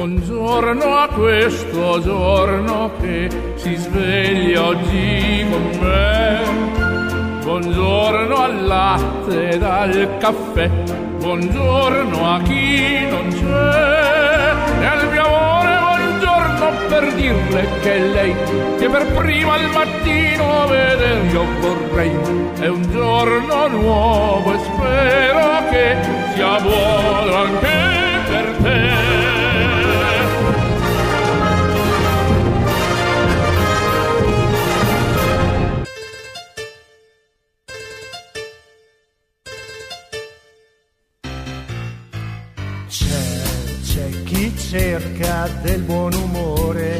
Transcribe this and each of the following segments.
Buongiorno a questo giorno che si sveglia oggi con me. Buongiorno al latte ed al caffè. Buongiorno a chi non c'è. E al mio amore buongiorno per dirle che è lei che per prima al mattino vedere io vorrei. È un giorno nuovo e spero che sia buono anche per te. C'è chi cerca del buon umore,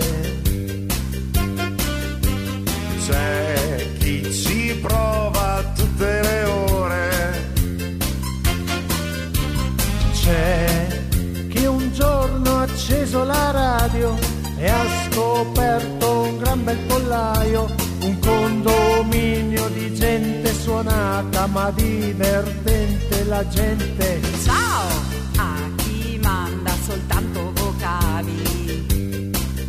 c'è chi ci prova tutte le ore, c'è chi un giorno ha acceso la radio e ha scoperto un gran bel pollaio, un condominio di gente suonata ma divertente la gente. Ciao! Manda soltanto vocali.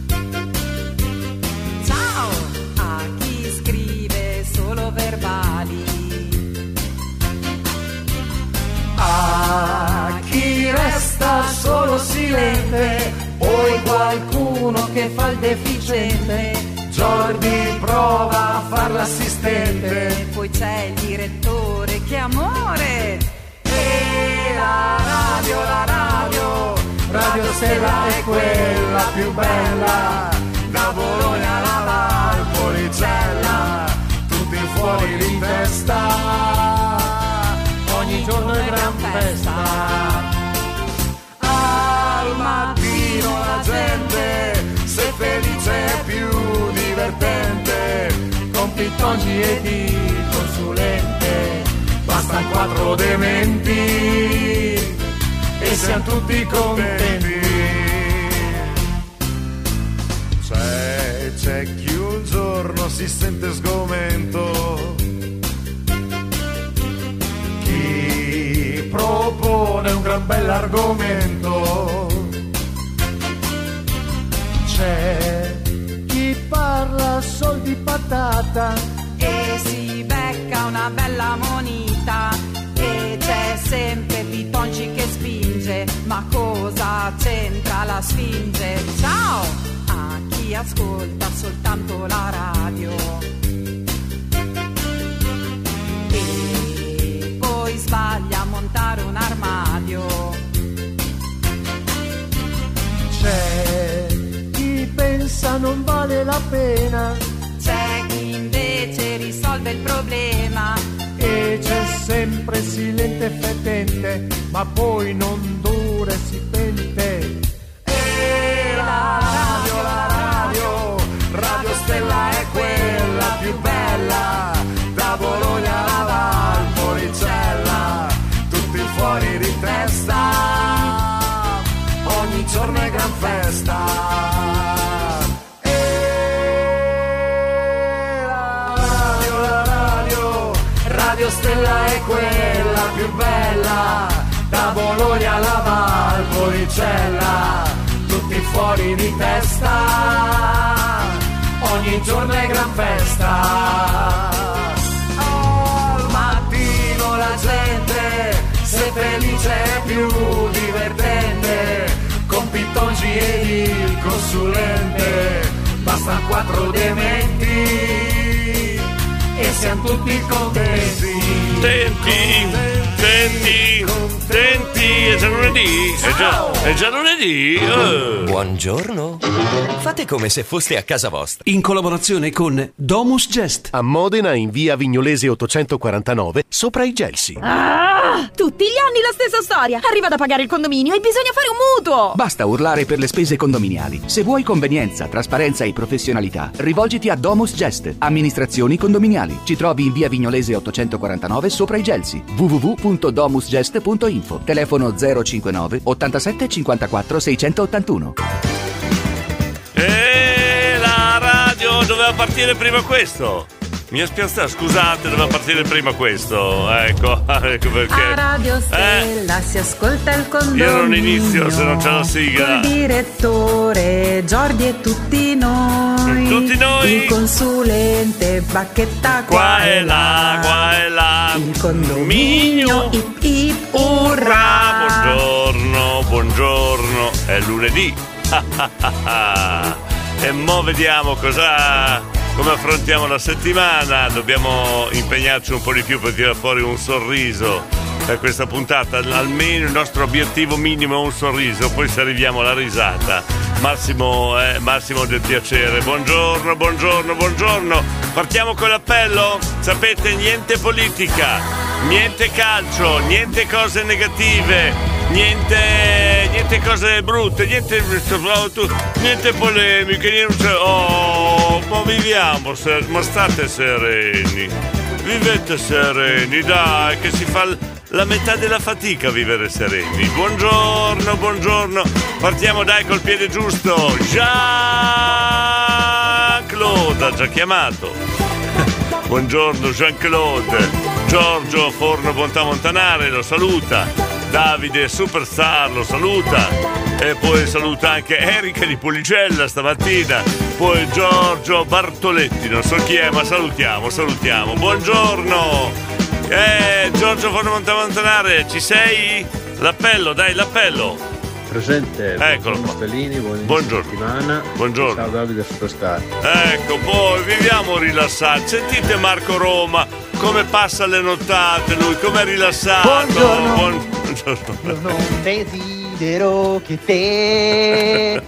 Ciao a chi scrive solo verbali. A chi resta solo silente, poi qualcuno che fa il deficiente. Jordi prova a far l'assistente. E poi c'è il direttore, che amore! E la radio, Radio Stella è quella più bella, da Bologna alla Valpolicella, tutti fuori di testa, ogni giorno è gran festa. Al mattino la gente, se felice è più divertente, con pittongi ed il consulente, bastano 4 dementi e siamo tutti contenti. C'è chi un giorno si sente sgomento, chi propone un gran bell'argomento, c'è chi parla sol di patata e si becca una bella moneta. E c'è sempre Pitonci che spinge, ma cosa c'entra la Sfinge? Ciao a chi ascolta soltanto la radio e poi sbaglia a montare un armadio. C'è chi pensa non vale la pena, c'è chi invece risolve il problema. E c'è sempre silente e fetente, ma poi non dura e si pente. E la radio Stella è quella più bella, da Bologna alla Valpolicella, tutti fuori di testa, ogni giorno è gran festa. Radio Stella è quella più bella, da Bologna alla Valpolicella, tutti fuori di testa, ogni giorno è gran festa. Al mattino la gente, se felice è più divertente, con Pittongi e il consulente, basta 4 dementi e siamo tutti contenti. È già lunedì? È già lunedì? Buongiorno. Fate come se foste a casa vostra. In collaborazione con Domus Gest. A Modena, in via Vignolese 849, sopra i Gelsi. Tutti gli anni la stessa storia. Arriva da pagare il condominio e bisogna fare un mutuo. Basta urlare per le spese condominiali. Se vuoi convenienza, trasparenza e professionalità, rivolgiti a Domus Gest, amministrazioni condominiali. Ci trovi in via Vignolese 849 sopra i Gelsi. www.domusgest.info. Telefono 059 87 54 681. E la radio doveva partire prima questo. Mi ha spiazzato, scusate, doveva partire prima questo. Ecco perché. A Radio Stella si ascolta il condominio. Io non inizio se non c'è la sigla. Il direttore Giordi e tutti noi. Tutti noi. Il consulente Bacchetta qua e là, qua e là. Il condominio ip ip urrà. Buongiorno, è lunedì. E mo vediamo come affrontiamo la settimana. Dobbiamo impegnarci un po' di più per tirare fuori un sorriso per questa puntata. Almeno il nostro obiettivo minimo è un sorriso, poi se arriviamo alla risata massimo del piacere. Buongiorno. Partiamo con l'appello. Sapete, niente politica, niente calcio, niente cose negative, niente cose brutte, niente polemiche, ma viviamo, ma state sereni, vivete sereni, dai, che si fa la metà della fatica a vivere sereni. Buongiorno, partiamo dai col piede giusto. Jean-Claude ha già chiamato. Buongiorno Jean-Claude. Giorgio Forno Bontà Montanare lo saluta. Davide Superstar lo saluta. E poi saluta anche Erika di Policella stamattina. Poi Giorgio Bartoletti, non so chi è, ma salutiamo. Buongiorno. Giorgio Forno Bontà Montanare, ci sei? L'appello. Presente. Eccolo qua. Stellini, buongiorno. Settimana. Buongiorno. Ciao Davide Superstar. Ecco, poi viviamo rilassati. Sentite Marco Roma come passa le nottate, lui come è rilassato. Buongiorno. Io non desidero che te.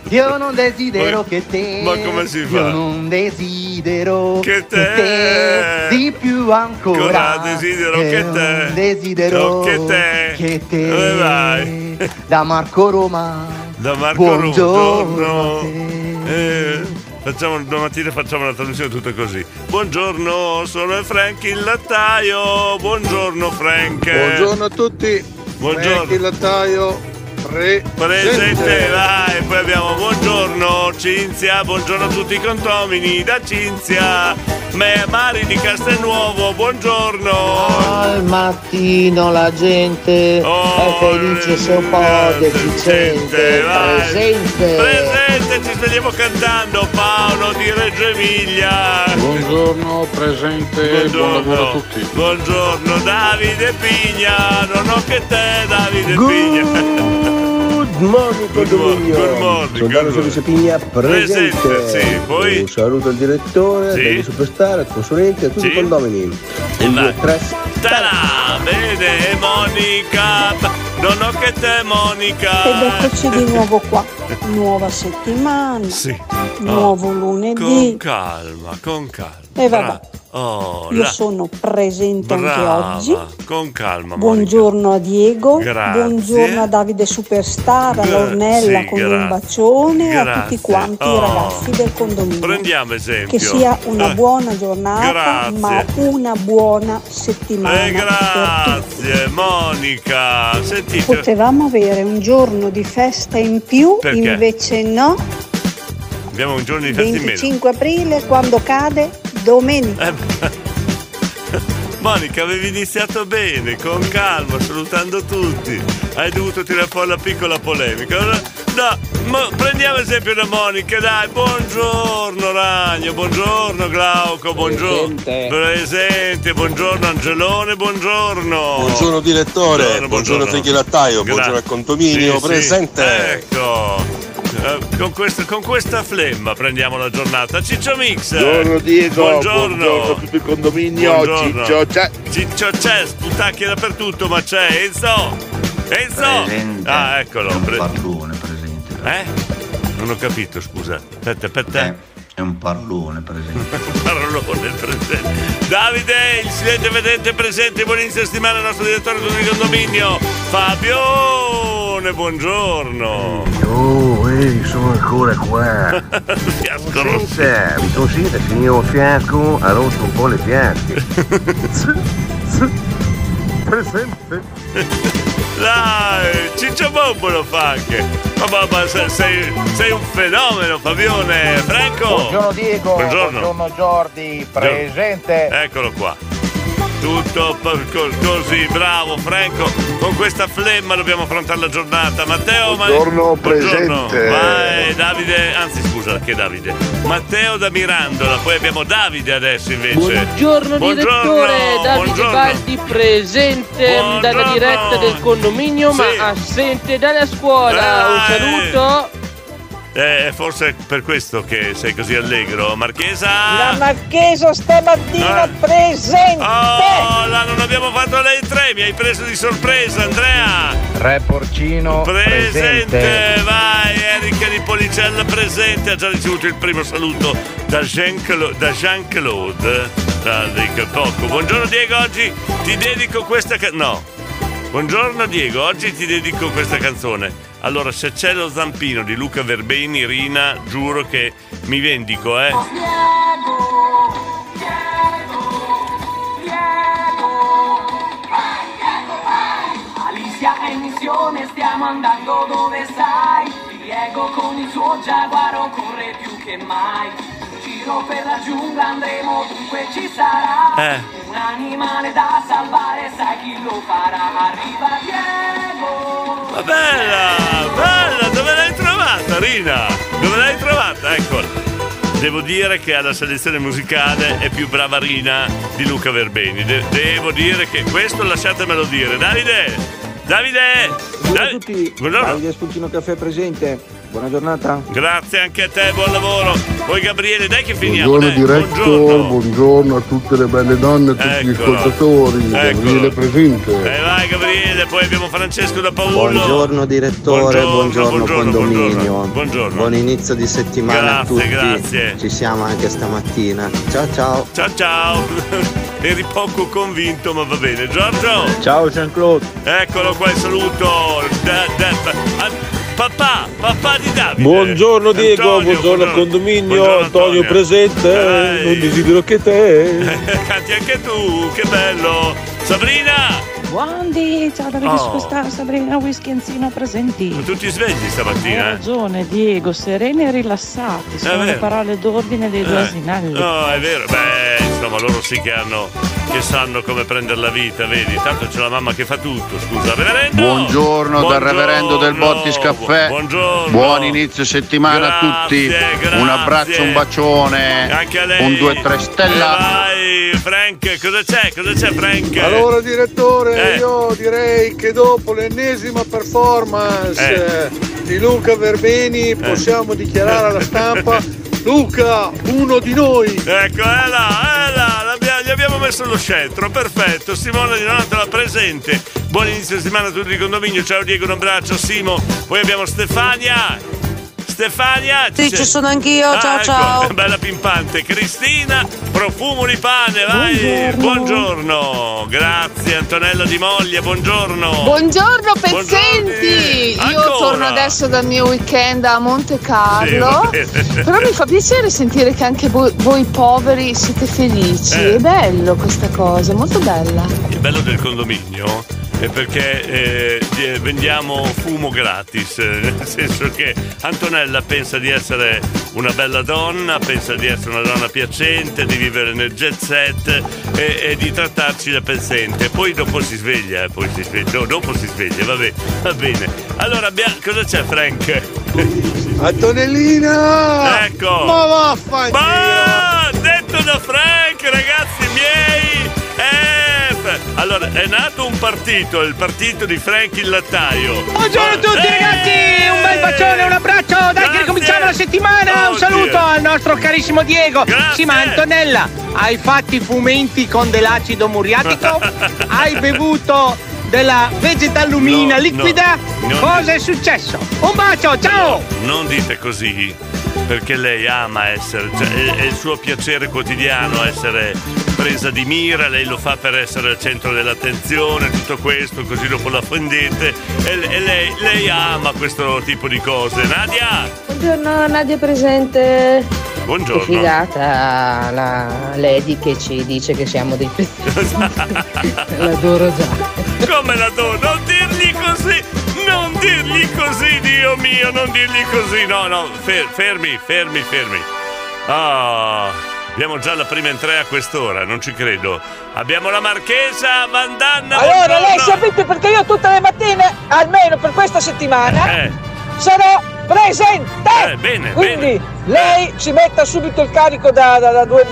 Ma come si fa? Io non desidero che te. Di più ancora. Desidero che te. Non desidero che te. Dove vai? Da Marco Roma. Buongiorno. Domattina facciamo la traduzione tutta così. Buongiorno, sono Frank il lattaio. Buongiorno Frank. Buongiorno a tutti. Buongiorno. Frank il lattaio. Presente, vai. Poi abbiamo buongiorno Cinzia. Buongiorno a tutti i condomini da Cinzia. Mari di Castelnuovo, buongiorno. Al mattino la gente è felice se un po' deficiente. Presente, ci svegliamo cantando. Paolo di Reggio Emilia. Buongiorno, presente. Buon lavoro a tutti. Buongiorno Davide Pigna. Non ho che te, Davide Pigna. Good morning, condominio. Sono Dario Servizio Pigna, presente. Sì, poi un saluto al direttore, al Superstar, al consulente, a tutti i condomini. Bene, Monica. Non ho che te, Monica. Ed eccoci di nuovo qua. Nuova settimana. Nuovo lunedì. Con calma. E vabbè. Io sono presente anche oggi. Con calma, Monica. Buongiorno a Diego. Grazie. Buongiorno a Davide Superstar, a Lornella con un bacione, a tutti quanti i ragazzi del condominio. Prendiamo esempio. Che sia una buona giornata, ma una buona settimana. Grazie Monica. Sentite. Potevamo avere un giorno di festa in più, perché? Invece no. Abbiamo un giorno di festa in meno. 25 aprile, quando cade? Domenica. Monica, avevi iniziato bene, con calma, salutando tutti. Hai dovuto tirare fuori la piccola polemica. No, prendiamo esempio da Monica, dai. Buongiorno Ragno, buongiorno Glauco, buongiorno. Presente, buongiorno Angelone, buongiorno. Buongiorno direttore, buongiorno Frank il lattaio, buongiorno al condominio, presente. Ecco. Con questa flemma prendiamo la giornata. Ciccio Mix. Buongiorno Diego. Buongiorno a tutto il condominio. Ciccio c'è, sputacchia dappertutto, ma c'è Enzo. Presente. Ah, eccolo. È un parlone presente. Non ho capito, scusa. Aspetta. È un parlone presente. Parlone presente. Davide, il silente vedente presente. Buon inizio settimana, il nostro direttore di condominio Fabione, buongiorno. Sono ancora qua. Fiasco rosso. Mi consiglia, signor Fiasco ha rotto un po' le fiasche. Presente. Dai, Ciccio Bombo lo fa anche. Ma sei un fenomeno, Fabione. Franco. Buongiorno Diego. Buongiorno Jordi, presente. Eccolo qua. Tutto così, bravo Franco. Con questa flemma dobbiamo affrontare la giornata. Matteo, buongiorno, presente. Vai, Davide, anzi scusa, che Davide? Matteo da Mirandola, poi abbiamo Davide adesso invece. Buongiorno direttore, Davide Baldi presente dalla diretta del condominio, ma assente dalla scuola. Un saluto. Forse per questo che sei così allegro, Marchesa. La Marchesa stamattina presente. Oh, non abbiamo fatto le 3, mi hai preso di sorpresa, Andrea. Re Porcino presente. Vai, Erika di Policella presente. Ha già ricevuto il primo saluto da Jean-Claude. Dico poco. Buongiorno Diego, oggi ti dedico questa Buongiorno Diego, oggi ti dedico questa canzone. Allora, se c'è lo zampino di Luca Verbeni, Rina, giuro che mi vendico, Alicia è in missione, stiamo andando dove sai. Diego con il suo giaguaro corre più che mai. In giro per la giungla andremo, dunque ci sarà un animale da salvare, sai chi lo farà. Arriva Diego. Ma bella, dove l'hai trovata, Rina? Dove l'hai trovata? Eccola. Devo dire che alla selezione musicale è più brava Rina di Luca Verbeni. Devo dire che questo lasciatemelo dire. Davide! Buongiorno a tutti. Buongiorno. Davide Spuntino Caffè presente. Buona giornata. Grazie anche a te, buon lavoro. Poi Gabriele, dai che finiamo. Buongiorno a tutte le belle donne, a tutti gli ascoltatori. Gabriele presente. Vai Gabriele, poi abbiamo Francesco da Paolo. Buongiorno direttore, buongiorno condominio. Buongiorno. Buon inizio di settimana a tutti. Grazie. Ci siamo anche stamattina. Ciao. Eri poco convinto, ma va bene. Giorgio. Ciao Jean-Claude. Eccolo qua il saluto. Papà di Davide. Buongiorno Diego, buongiorno al condominio, Antonio presente, non desidero che te. Canti anche tu, che bello. Sabrina. Buondì, ciao Davide, Sabrina Whiskenzino presenti. Tu ti svegli stamattina? Hai ragione Diego, sereni e rilassati, sono le parole d'ordine dei due asinelli. No, è vero, insomma loro sì che sanno come prendere la vita, vedi, tanto c'è la mamma che fa tutto, scusa, reverendo. Buongiorno dal reverendo del Bottis Caffè. Buongiorno. Buon inizio settimana a tutti. Grazie. Un abbraccio, un bacione. Anche a lei. Un 2-3 stella. Vai, Frank, cosa c'è Frank? Allora direttore, io direi che dopo l'ennesima performance di Luca Verbeni possiamo dichiarare alla stampa Luca, uno di noi. Ecco, è là, gli abbiamo messo lo scettro, perfetto. Simona di Donatella presente. Buon inizio di settimana a tutti di condominio. Ciao Diego, un abbraccio, Simo. Poi abbiamo Stefania, sì, ci sono anch'io, ciao. Bella pimpante. Cristina, profumo di pane, vai. Buongiorno. Grazie Antonella di Moglia, buongiorno. Buongiorno pezzenti. Io torno adesso dal mio weekend a Monte Carlo, però mi fa piacere sentire che anche voi poveri siete felici. È bello questa cosa, molto bella. Il bello del condominio è perché vendiamo fumo gratis, nel senso che Antonella pensa di essere una bella donna, pensa di essere una donna piacente, di vivere nel jet set e di trattarci da pezzente. Poi dopo si sveglia, va bene. Allora cosa c'è Frank? Antonellina! Ecco! Ma vaffanculo! Detto da Frank, ragazzi miei! Allora, è nato un partito, il partito di Frank il lattaio. Buongiorno a tutti ragazzi, un bel bacione, un abbraccio, dai che ricominciamo la settimana. Un saluto al nostro carissimo Diego. Grazie. Sì, ma Antonella, hai fatto i fumenti con dell'acido muriatico? Hai bevuto della vegetallumina liquida? Cosa è successo? Un bacio, ciao! Non dite così, perché lei ama essere, è il suo piacere quotidiano essere presa di mira, lei lo fa per essere al centro dell'attenzione, tutto questo, così dopo la fondete e lei ama questo tipo di cose. Nadia! Buongiorno, Nadia presente. Buongiorno. Che figata la Lady che ci dice che siamo dei pezzenti. L'adoro già. Come l'adoro? Non dirmi dirgli così, non dirgli così, Dio mio, non dirgli così. No, fermi. Abbiamo già la prima entrata a quest'ora, non ci credo. Abbiamo la Marchesa Vandanna. Allora, lei sapete perché io tutte le mattine, almeno per questa settimana, sarò presente. Bene. Quindi lei si metta subito il carico da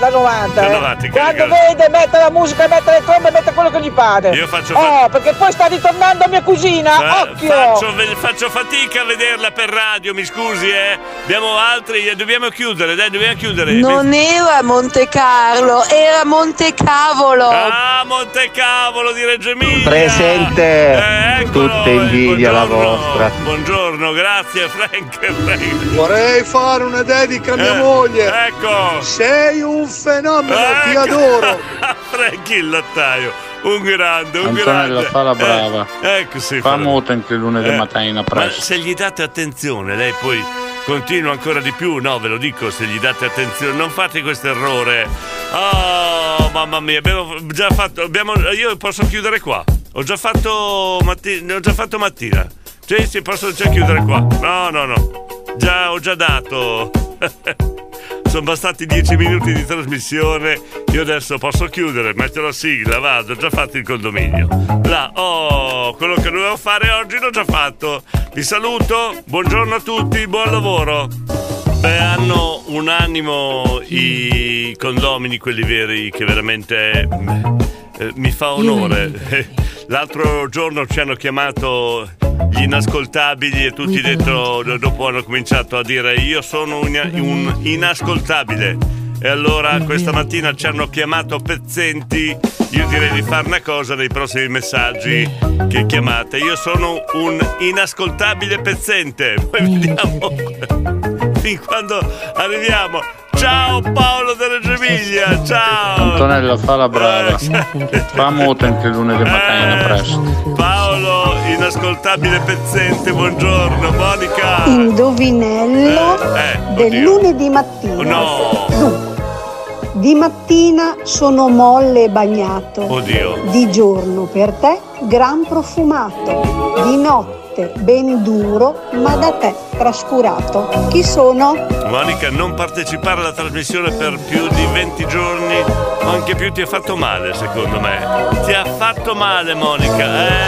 90. Quando vede, mette la musica, mette le trombe, mette quello che gli pare. Io faccio perché poi sta ritornando mia cugina. Occhio! Faccio fatica a vederla per radio, mi scusi, Abbiamo altri, dobbiamo chiudere. Non era Monte Carlo, era Monte Cavolo. Ah, Monte Cavolo di Reggio Emilia. Presente. Tutta invidia la vostra. Buongiorno, grazie Frank. Vorrei fare una dedica a mia moglie. Ecco. Sei un fenomeno, ti adoro. Frank il lattaio. Un grande. Antonella fa la brava. Ecco, sì. Fa molto anche il lunedì mattina presto. Ma se gli date attenzione, lei poi continua ancora di più. No, ve lo dico, se gli date attenzione, non fate questo errore. Oh, mamma mia, abbiamo già fatto. Io posso chiudere qua. Ho già fatto mattina. Sì, posso già chiudere qua. No. Ho già dato. Sono bastati 10 minuti di trasmissione. Io adesso posso chiudere, metto la sigla, vado, ho già fatto il condominio. Quello che dovevo fare oggi l'ho già fatto. Vi saluto, buongiorno a tutti, buon lavoro. Hanno un animo i condomini, quelli veri, che veramente mi fa onore. L'altro giorno ci hanno chiamato gli inascoltabili e tutti dentro dopo hanno cominciato a dire io sono un inascoltabile, e allora questa mattina ci hanno chiamato pezzenti. Io direi di fare una cosa nei prossimi messaggi che chiamate: io sono un inascoltabile pezzente. Poi vediamo fin quando arriviamo. Ciao Paolo da Reggio Emilia, ciao. Antonella fa la brava. Fa molto anche il lunedì mattina presto. Paolo, inascoltabile pezzente, buongiorno. Monica. Indovinello del lunedì mattina. No. Di mattina sono molle e bagnato. Oddio. Di giorno per te gran profumato. Di notte ben duro, ma da te trascurato. Chi sono? Monica, non partecipare alla trasmissione per più di 20 giorni o anche più ti ha fatto male, secondo me. Ti ha fatto male, Monica.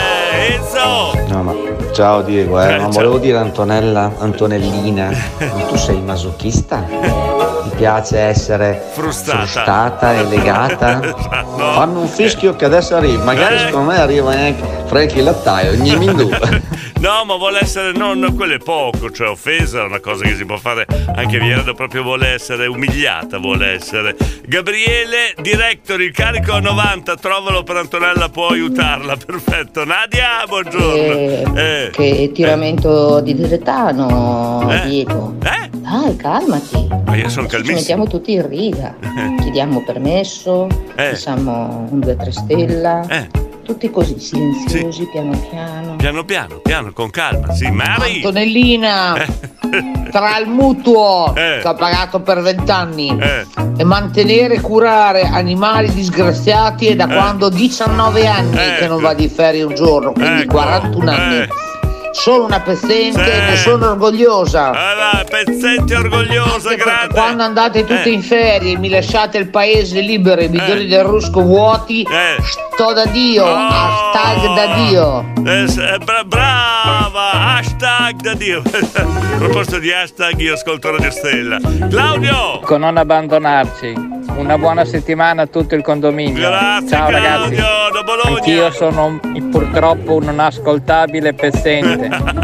Enzo! No, ma ciao Diego, non volevo dire Antonellina, ma tu sei masochista? Ti piace essere frustata e legata? No. Fanno un fischio che adesso arriva, magari secondo me arriva anche Frank il lattaio, No, ma vuole essere, no, quello è poco, cioè offesa è una cosa che si può fare anche via, proprio vuole essere umiliata, vuole essere. Gabriele, director, il carico a 90, trovalo per Antonella, può aiutarla, perfetto. Nadia, buongiorno. Che tiramento di dilettano, Diego. Dai, calmati. Ma io sono calmissimo. Ci mettiamo tutti in riga. Chiediamo permesso, facciamo un 2-3 stella. Tutti così silenziosi, piano piano, con calma. Sì, Mari. Antonellina, tra il mutuo che ho pagato per 20 anni e mantenere e curare animali disgraziati è da quando ho 19 anni che non vado in ferie un giorno, quindi 41 anni. Sono una pezzente e ne sono orgogliosa. Pezzente orgogliosa, grande. Quando andate tutte in ferie e mi lasciate il paese libero e i bidoni del rusco vuoti, sto da Dio. Hashtag da Dio. Brava, hashtag da Dio. A proposito di hashtag, io ascolto Radio Stella. Claudio! Con non abbandonarci. Una buona settimana a tutto il condominio. Grazie, ciao Claudio, ragazzi. da Bologna. Anch'io sono purtroppo un non ascoltabile pezzente.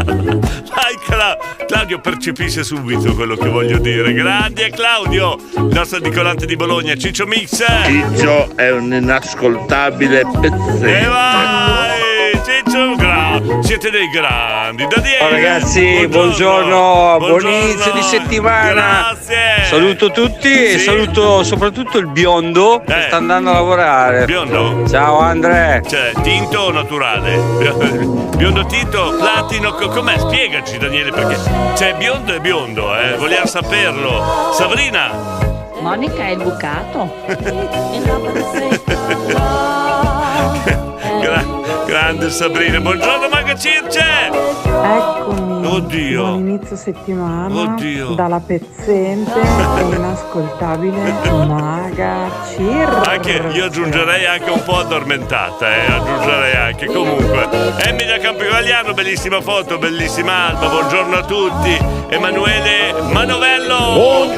Claudio percepisce subito quello che voglio dire. Grande Claudio, il nostro Nicolante di Bologna. Ciccio Mix. Ciccio è un inascoltabile pezzente. E vai, Ciccio, siete dei grandi. Da Ciao ragazzi, buongiorno, buon inizio di settimana. Grazie. Saluto tutti e saluto soprattutto il biondo che sta andando a lavorare. Biondo? Ciao Andre. Cioè, tinto o naturale? Biondo tinto, platino, com'è? Spiegaci Daniele, perché c'è biondo e biondo, vogliamo saperlo. Sabrina? Monica è il bucato. Grande grande Sabrina. Buongiorno Maga Circe. Eccomi. Oddio. Buon inizio settimana. Oddio. Dalla pezzente e inascoltabile Maga Circe. Anche io aggiungerei anche un po' addormentata, aggiungerei anche. Comunque, Emmy da Campidogliano, bellissima foto, bellissima alba. Buongiorno a tutti. Emanuele Manovello.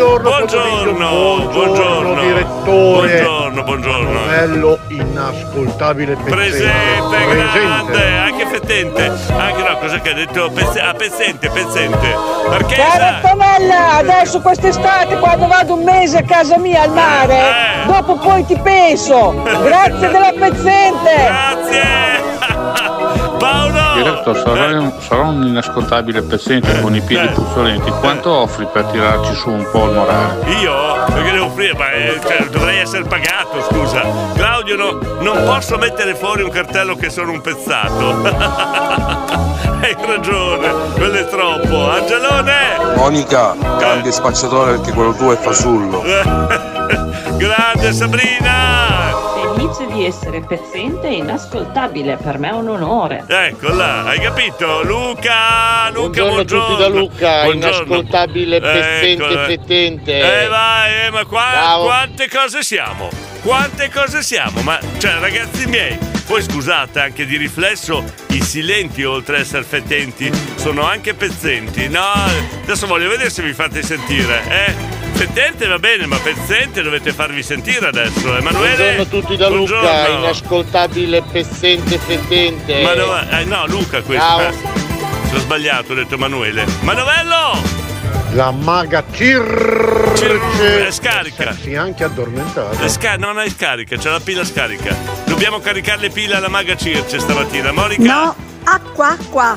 Buongiorno direttore. Buongiorno. Manovello inascoltabile presente, grande, anche fettente. Anche no, cosa che ha detto? Pezzente. Perché? Cara Antonella, adesso quest'estate quando vado un mese a casa mia al mare, dopo poi ti penso. Grazie della pezzente. Grazie. Paolo! Diretto, sarò un inascoltabile pezzente con i piedi puzzolenti. Quanto offri per tirarci su un po' il morale? Io? Perché devo offrire? Ma dovrei essere pagato, scusa. Claudio, non posso mettere fuori un cartello che sono un pezzato. Hai ragione, quello è troppo. Angelone! Monica, cambia spacciatore perché quello tuo è fasullo. Grande Sabrina! Felice di essere pezzente e inascoltabile, per me è un onore. Ecco là, hai capito? Luca, buongiorno. Tutti da Luca, inascoltabile, pezzente, fettente. Vai, ma quante cose siamo? Ma, cioè, ragazzi miei, poi scusate, anche di riflesso, i silenti, oltre a essere fettenti, sono anche pezzenti. No, adesso voglio vedere se vi fate sentire, Fettente va bene, ma pezzente dovete farvi sentire adesso, Emanuele. Buongiorno a tutti da Luca, inascoltabile, pezzente, fettente. Ma no, Luca questo. Ciao. Sono sbagliato, ho detto Emanuele. Manovello! La Maga Circe è scarica. Sì, anche addormentata. Non è scarica, c'è la pila scarica. Dobbiamo caricare le pile alla Maga Circe stamattina, Monica. No, acqua. Acqua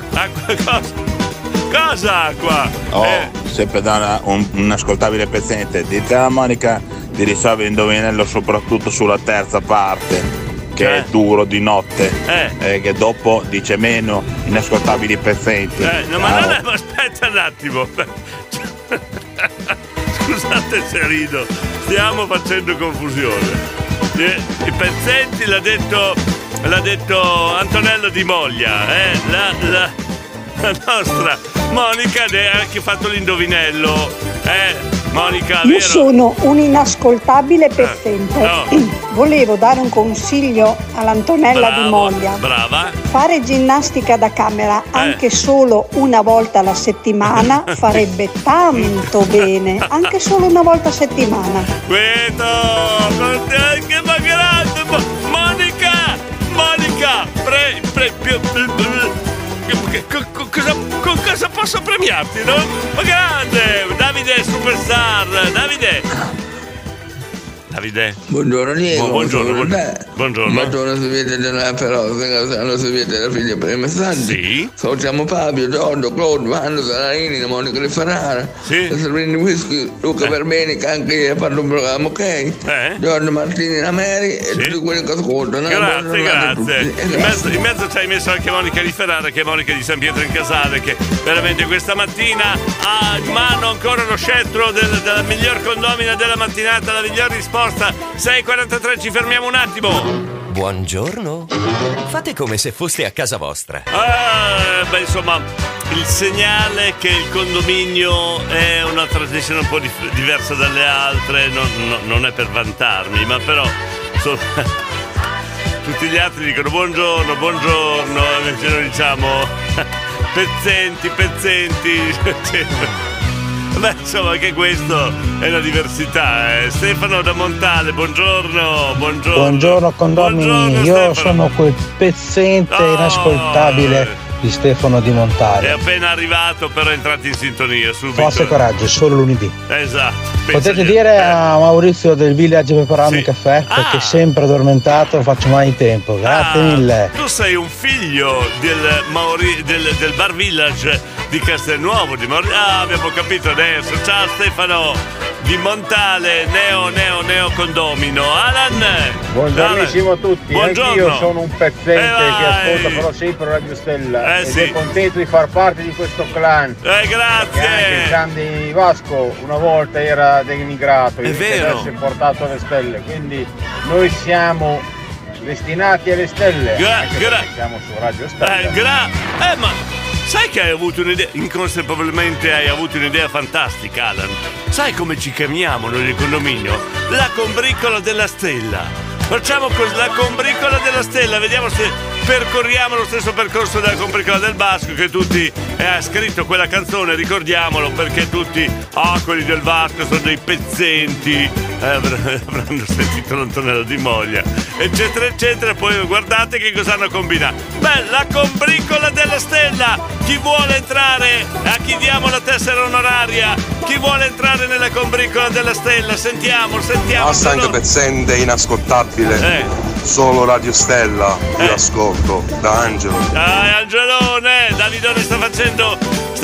cosa acqua? Sempre da un ascoltabile pezzente. Dite a Monica di risolvere l'indovinello soprattutto sulla terza parte, che è duro di notte, che dopo dice meno inascoltabili pezzenti. Ma aspetta un attimo. Scusate se rido, stiamo facendo confusione. I pezzenti l'ha detto Antonello Di Moglia, la nostra Monica ha anche fatto l'indovinello, Monica, Io vero? sono un inascoltabile pezzente. Volevo dare un consiglio all'Antonella Di Moglia. Brava. Fare ginnastica da camera anche solo una volta alla settimana farebbe tanto bene, anche solo una volta a settimana. Questo, che ma grande, Monica, con cosa posso premiarti, no? Ma grande, Davide Superstar, Davide. Buongiorno Diego. Buongiorno. Buongiorno Sofia della Feroce, sono Sofia della figlia per i messaggi. Sì. Salutiamo Fabio, Giorgio, Claude, Vanno, Salarini, la Monica di Ferrara, la Sabrina Whisky, Luca Verbeni, che anche io ho fatto un programma, ok? Giorgio Martini, la Mary e tutti quelli che ascoltano. Grazie. In mezzo ci hai messo anche Monica di Ferrara, che è Monica di San Pietro in Casale, che veramente questa mattina ha in mano ancora lo scettro della miglior condomina della mattinata, la miglior risposta. 6:43, ci fermiamo un attimo. Buongiorno. Fate come se foste a casa vostra. Insomma, il segnale che il condominio è una trasmissione un po' diversa dalle altre non è per vantarmi, ma però tutti gli altri dicono buongiorno, invece noi diciamo pezzenti. Beh, insomma, anche questo è una diversità. Stefano da Montale, buongiorno. Buongiorno condomini, io sono quel pezzente inascoltabile di Stefano di Montale. È appena arrivato, però è entrato in sintonia subito. Forza e coraggio, è solo lunedì. Esatto. Potete dire a Maurizio del Village Peperoni Caffè, perché sempre addormentato, non faccio mai in tempo. Grazie mille. Tu sei un figlio del Bar Village di Castelnuovo di Maurizio. Abbiamo capito adesso. Ciao Stefano di Montale, neo condomino. Alan. Buongiornissimo a tutti. Buongiorno. Anch'io sono un pezzente che ascolta però sempre Radio Stella ed è contento di far parte di questo clan. Grazie. Anche il clan di Vasco una volta era denigrato, è vero, adesso è portato alle stelle, quindi noi siamo destinati alle stelle. Siamo su Radio Stella. Ma sai che hai avuto un'idea, inconsapevolmente hai avuto un'idea fantastica, Alan. Sai come ci chiamiamo noi del condominio? La combricola della stella. Facciamo la combricola della stella, vediamo se percorriamo lo stesso percorso della combricola del Vasco, che tutti ha scritto quella canzone, ricordiamolo, perché tutti quelli del Vasco sono dei pezzenti, avranno sentito l'Antonello di Moglia, eccetera eccetera. Poi guardate che cosa hanno combinato. Beh, la combricola della stella, chi vuole entrare, a chi diamo la tessera onoraria, chi vuole entrare nella combricola della stella? Sentiamo. Basta anche pezzente, inascoltabile, solo Radio Stella, io ascolto, da Angelo. Dai Angelone, Davidone sta facendo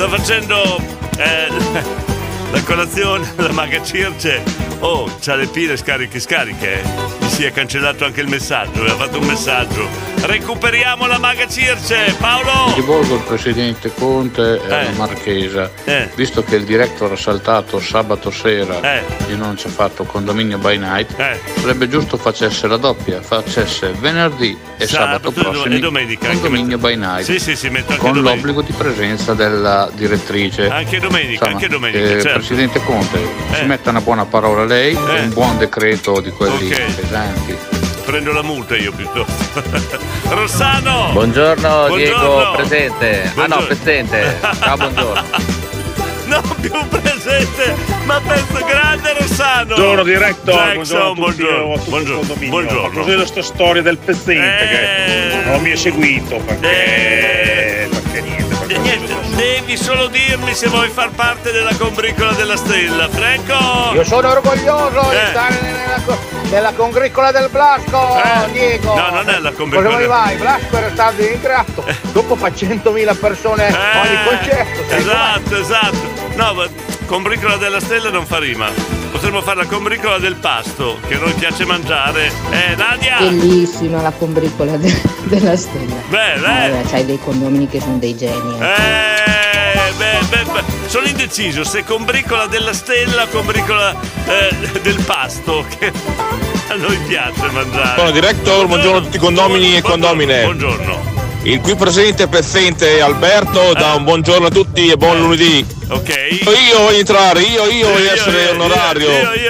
la colazione, la maga Circe. C'ha le pile scariche. Gli si è cancellato anche il messaggio, aveva fatto un messaggio. Recuperiamo la maga Circe, Paolo. Rivolgo al presidente Conte e alla Marchesa, visto che il director ha saltato sabato sera e non ci ha fatto condominio by night, sarebbe giusto facesse la doppia, facesse venerdì e sabato prossimi e domenica condominio by night, sì, metto anche con domenica. L'obbligo di presenza della direttrice. Anche domenica, certo. Presidente Conte, ci metta una buona parola lei, un buon decreto di quelli pesanti. Prendo la multa io piuttosto. Rossano! Buongiorno Diego, presente. Buongiorno. No, presente. Ciao, buongiorno. Non più presente, ma penso grande Rossano. Buongiorno diretto, buongiorno. A proposito di questa storia del pezzente che non mi è seguito perché niente, devi solo dirmi se vuoi far parte della combricola della stella. Franco! Io sono orgoglioso di stare nella combricola del Blasco, Diego. No, non è la combricola. Cosa vai? Blasco era stato ingratto. Dopo fa 100.000 persone ogni concerto. Esatto. No, ma combricola della stella non fa rima. Potremmo fare la combricola del pasto, che a noi piace mangiare. Nadia! Bellissima la combricola della stella. Beh. C'hai dei condomini che sono dei geni. Sono indeciso se combricola della stella o combricola del pasto, che a noi piace mangiare. Buongiorno director, buongiorno a tutti i condomini e condomine. Buongiorno. Il qui presente pezzente Alberto dà un buongiorno a tutti e buon lunedì. Ok. Io voglio entrare, io voglio essere onorario.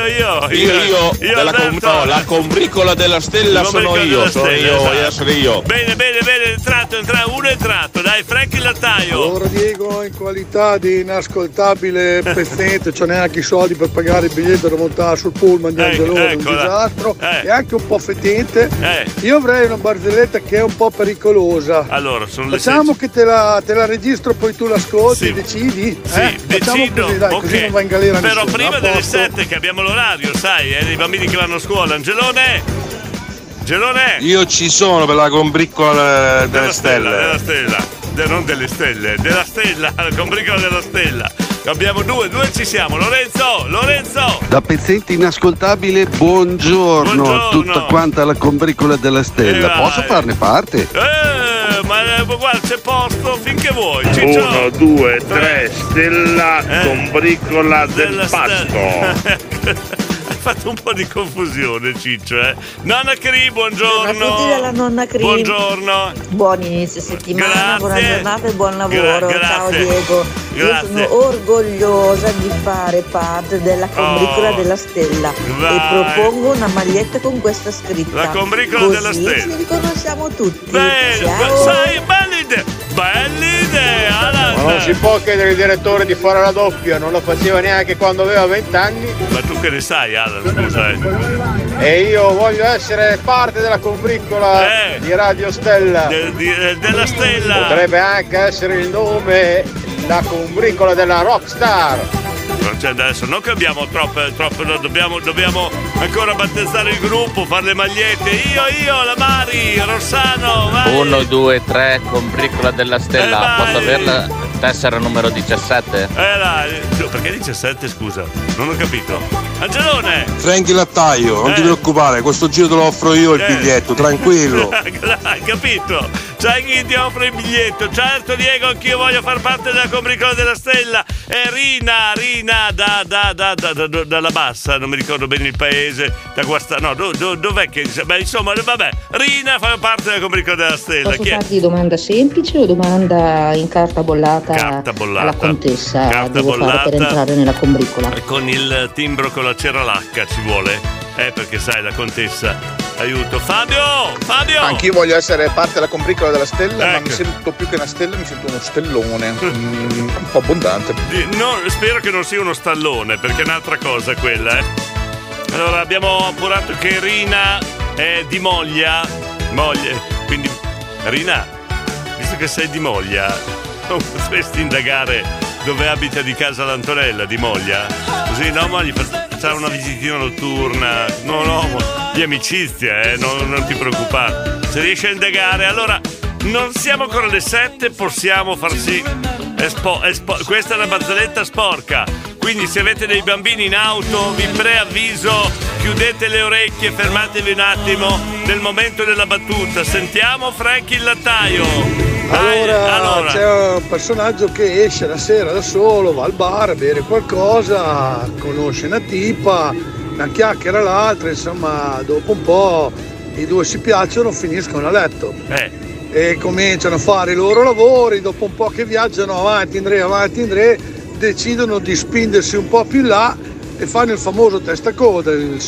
Io la combricola della stella sono io, voglio essere io. Bene, entrato, uno è entrato, dai, Frank il lattaio. Allora Diego, in qualità di inascoltabile pezzente, c'ho neanche i soldi per pagare il biglietto da montare sul pullman di Angelone, un disastro, e anche un po' fetente. Io avrei una barzelletta che è un po' pericolosa. Allora, facciamo che te la registro, poi tu l'ascolti e decidi. Decido, così, dai, così non va in galera però nessuno. Prima delle 7 che abbiamo l'orario, sai, dei bambini che vanno a scuola. Angelone? Io ci sono per la combricola delle stelle. Non delle stelle, della stella, la combricola della stella. Abbiamo due ci siamo. Lorenzo! Da pezzente inascoltabile, buongiorno a tutta quanta la combricola della stella. Posso farne parte? Ma guarda, c'è posto finché vuoi. 1, 2, 3, stella, combricola del pasto. Hai fatto un po' di confusione, Ciccio, Nonna Cri, buongiorno. Buongiorno dalla nonna Cri. Buongiorno. Buon inizio settimana, Grazie. buona giornata e buon lavoro. Grazie. Ciao Diego. Io sono orgogliosa di fare parte della combricola della stella. Vai. E propongo una maglietta con questa scritta. La combricola così della stella. ci riconosciamo tutti. Ciao. Sai, bella idea. Ma non si può chiedere al direttore di fare la doppia, non lo faceva neanche quando aveva 20 anni. Ma tu che ne sai, Alan, scusa. E io voglio essere parte della combricola di Radio Stella. Della stella. Potrebbe anche essere il nome, la combricola della Rockstar. Cioè adesso non che abbiamo troppo dobbiamo ancora battezzare il gruppo, fare le magliette. Io, la Mari, Rossano, vai. 1, 2, 3, combricola della stella. Posso averla tessera numero 17? Perché 17, scusa? Non ho capito. Angelone! Franchi Lattaio, non ti preoccupare, questo giro te lo offro io il biglietto, tranquillo. Hai capito? Sai chi ti offre il biglietto? Certo Diego, anch'io voglio far parte della combricola della stella. E Rina dalla Bassa, non mi ricordo bene il paese, da Guastano, dov'è che... Beh, insomma, vabbè, Rina fa parte della combricola della stella. Posso farti domanda semplice o domanda in carta bollata? Alla contessa? Carta devo bollata fare per entrare nella combricola? con il timbro con la cera lacca ci vuole, perché sai la contessa. Aiuto. Fabio! Anch'io voglio essere parte della combricola della stella, ma mi sento più che una stella, mi sento uno stellone, un po' abbondante. No, spero che non sia uno stallone, perché è un'altra cosa quella, Allora, abbiamo appurato che Rina è di Moglia, quindi Rina, visto che sei di Moglia, potresti indagare dove abita di casa l'Antonella di Moglia? Così no, ma gli facciamo una visitina notturna. No, di amicizia, non ti preoccupare. Se riesci a indagare, allora non siamo ancora alle 7, possiamo far sì. Questa è una barzelletta sporca. Quindi se avete dei bambini in auto, vi preavviso, chiudete le orecchie, fermatevi un attimo nel momento della battuta. Sentiamo Frank il lattaio. Allora, c'è un personaggio che esce la sera da solo, va al bar a bere qualcosa, conosce una tipa, una chiacchiera l'altra, insomma, dopo un po' i due si piacciono, finiscono a letto. E cominciano a fare i loro lavori, dopo un po' che viaggiano avanti Indre, decidono di spingersi un po' più in là e fanno il famoso testacoda, il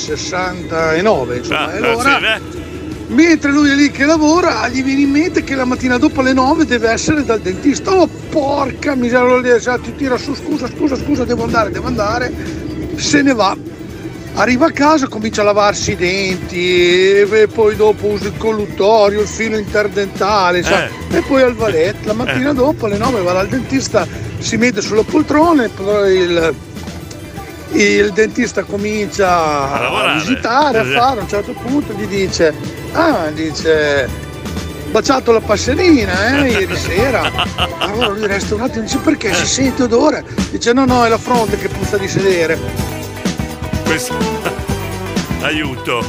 69, insomma. Allora, mentre lui è lì che lavora, gli viene in mente che la mattina dopo alle 9 deve essere dal dentista. Oh porca miseria, ti tira su, scusa, devo andare, se ne va. Arriva a casa, comincia a lavarsi i denti e poi dopo usa il colluttorio, il filo interdentale, e poi al valetto. La mattina dopo alle 9 va dal dentista, si mette sulla poltrona e poi il dentista comincia a visitare, a fare. A un certo punto gli dice baciato la passerina ieri sera. Allora lui resta un attimo, dice perché si sente odore? Dice no, è la fronte che puzza di sedere. Aiuto.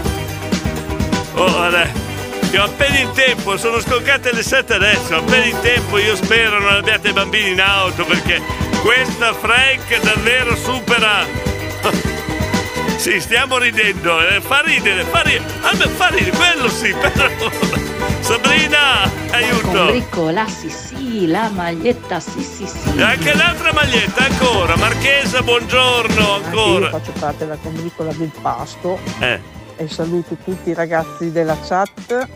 Vabbè, che ho appena in tempo, sono scoccate le 7 adesso, appena in tempo. Io spero non abbiate bambini in auto, perché questa Frank davvero supera. Sì, stiamo ridendo, fa ridere, quello sì, però. Sabrina, aiuto. Combricola, sì, la maglietta, sì. E anche l'altra maglietta, ancora. Marchesa, buongiorno, ancora. Io faccio parte della combricola del pasto. E saluto tutti i ragazzi della chat.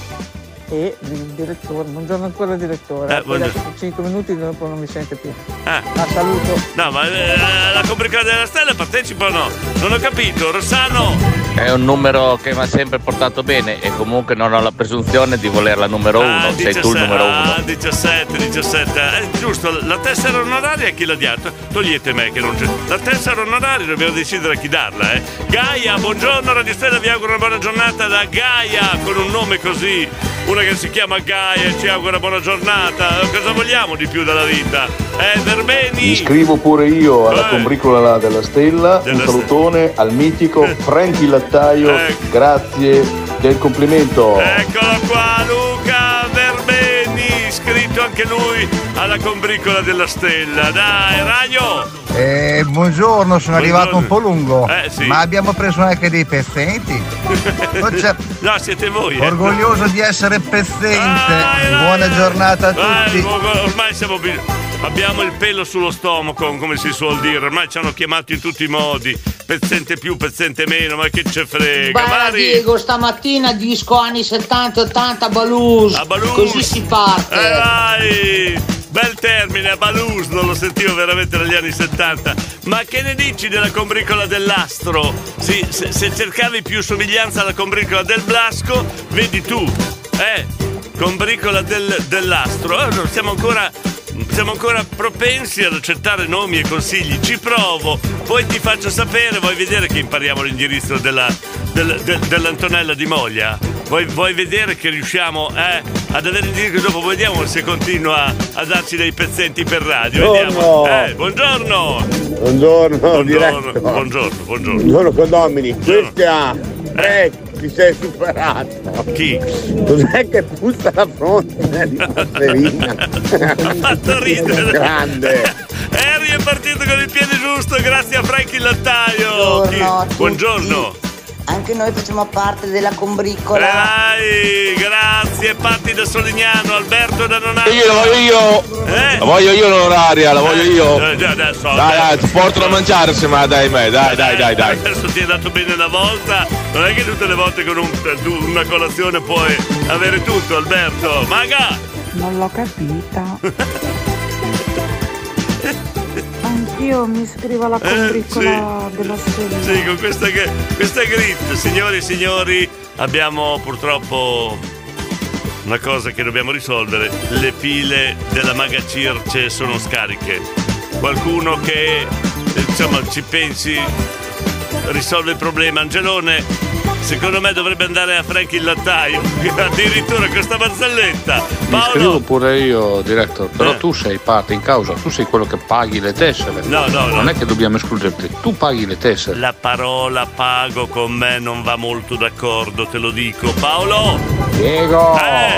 E il direttore, buongiorno ancora direttore, poi dopo 5 minuti dopo non mi sente più. Saluto. No, ma la combricola della stella partecipa o no? Non ho capito, Rossano. È un numero che mi ha sempre portato bene e comunque non ho la presunzione di volerla numero 1, sei tu il numero 1. 17, giusto, la tessera onoraria chi l'ha dato? Togliete me che non c'è. La tessera onoraria dobbiamo decidere a chi darla, Gaia, buongiorno Radio Stella, vi auguro una buona giornata da Gaia, con un nome così. Una che si chiama Gaia e ci augura buona giornata. Cosa vogliamo di più dalla vita? Verbeni. Mi iscrivo pure io alla combricola della stella. Un salutone al mitico Frank il lattaio. Grazie del complimento. Eccolo qua, Luca Verbeni, iscritto anche lui alla combricola della stella. Dai, Ragno. Buongiorno, sono arrivato un po' lungo, sì. Ma abbiamo preso anche dei pezzenti. No, siete voi. Orgoglioso di essere pezzente. Buona giornata a tutti. Ormai abbiamo il pelo sullo stomaco, come si suol dire. Ormai ci hanno chiamato in tutti i modi. Pezzente più, pezzente meno, ma che ce frega. Guarda Diego, stamattina disco anni 70-80 Balloons. Così si parte. Vai! Bel termine, a Balloons, non lo sentivo veramente negli anni 70. Ma che ne dici della combricola dell'astro? Sì, se cercavi più somiglianza alla combricola del Blasco, vedi tu, combricola dell'astro. Siamo ancora propensi ad accettare nomi e consigli. Ci provo, poi ti faccio sapere. Vuoi vedere che impariamo l'indirizzo dell'Antonella di Moglia? Vuoi vedere che riusciamo ad avere l'indirizzo? Dopo vediamo se continua a darci dei pezzenti per radio. Vediamo. Buongiorno. Buongiorno, diretto. Buongiorno. Buongiorno condomini. Questa ti sei superato. Chi? Cos'è che puzza la fronte di Passerina? Ha fatto ridere. Grande. Harry è partito con il piede giusto, grazie a Frankie Lattaio. Buongiorno. Anche noi facciamo parte della combricola. Dai, grazie Patti da Solignano, Alberto da Nonanno. La voglio io. La voglio io l'onoraria, la voglio io. Dai, ti porto da mangiare se ma dai me, dai. Adesso ti è andato bene una volta, non è che tutte le volte con una colazione puoi avere tutto, Alberto. Maga! Non l'ho capita. Anch'io mi iscrivo alla combricola della stella. Sì, con questa grit. Signori e signori, abbiamo purtroppo una cosa che dobbiamo risolvere. Le pile della Maga Circe sono scariche. Qualcuno che ci pensi risolve il problema. Angelone, secondo me dovrebbe andare a Frankie il Lattaio. Addirittura questa barzelletta. Mi scrivo pure io, director, però tu sei parte in causa, tu sei quello che paghi le tessere. No. Non è che dobbiamo escluderti, tu paghi le tessere. La parola pago con me non va molto d'accordo, te lo dico. Paolo! Diego!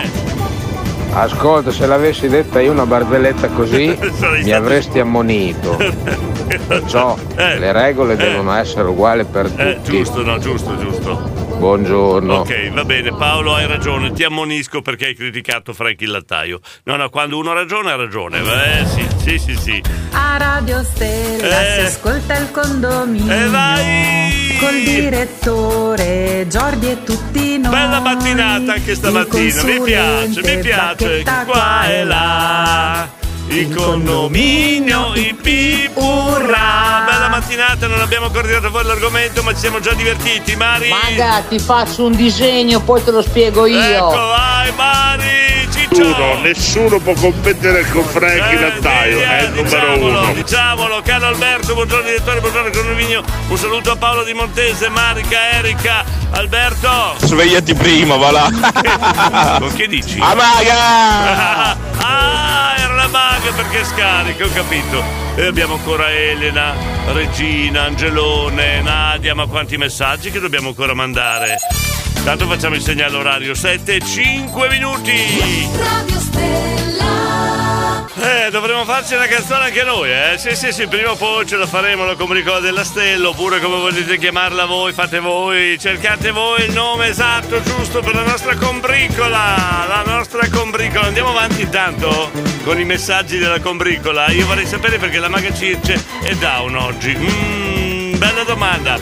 Ascolta, se l'avessi detta io una barzelletta così mi avresti ammonito. Perciò le regole devono essere uguali per tutti. Giusto. Buongiorno. Ok, va bene, Paolo, hai ragione, ti ammonisco perché hai criticato Frankie il Lattaio. No, quando uno ha ragione. Sì. A Radio Stella si ascolta il condominio. Vai! Col direttore Giordi e tutti noi. Bella mattinata anche stamattina, mi piace. Qua e là. Il condominio, il pip, urrà. Bella mattinata, non abbiamo coordinato poi l'argomento, ma ci siamo già divertiti. Mari, Maga, ti faccio un disegno, poi te lo spiego io. Ecco, vai Mari, Ciccio. Nessuno può competere con Frankie Lattaio, è il numero uno. Diciamolo, caro Alberto, buongiorno direttore, buongiorno condominio. Un saluto a Paolo di Montese, Marica, Erika, Alberto. Svegliati prima, va là. Con che dici? A Maga! Era la Maga perché scarica, ho capito. E abbiamo ancora Elena, Regina, Angelone, Nadia, ma quanti messaggi che dobbiamo ancora mandare. Tanto facciamo il segnale orario, 7:05 minuti. Radio Stella. Dovremmo farci una canzone anche noi, Sì, prima o poi ce la faremo, la combricola della Stella, oppure come volete chiamarla voi, fate voi, cercate voi il nome esatto, giusto per la nostra combricola. Andiamo avanti intanto con i messaggi della combricola. Io vorrei sapere perché la Maga Circe è down oggi. Bella domanda.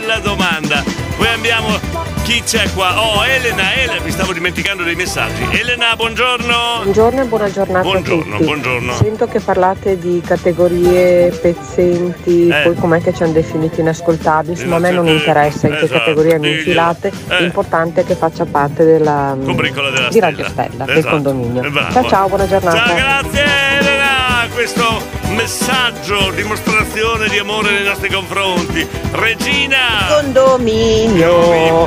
Poi abbiamo chi c'è qua? Elena, mi stavo dimenticando dei messaggi. Elena, buongiorno. Buongiorno e buona giornata a tutti. Buongiorno. Sento che parlate di categorie pezzenti, poi com'è che ci hanno definito inascoltabili, insomma a me non interessa in che categoria mi infilate, l'importante è che faccia parte della combricola della di Radio Stella, del condominio. Ciao, buona giornata. Ciao, grazie Elena. Questo messaggio, dimostrazione di amore nei nostri confronti. Regina. Condominio.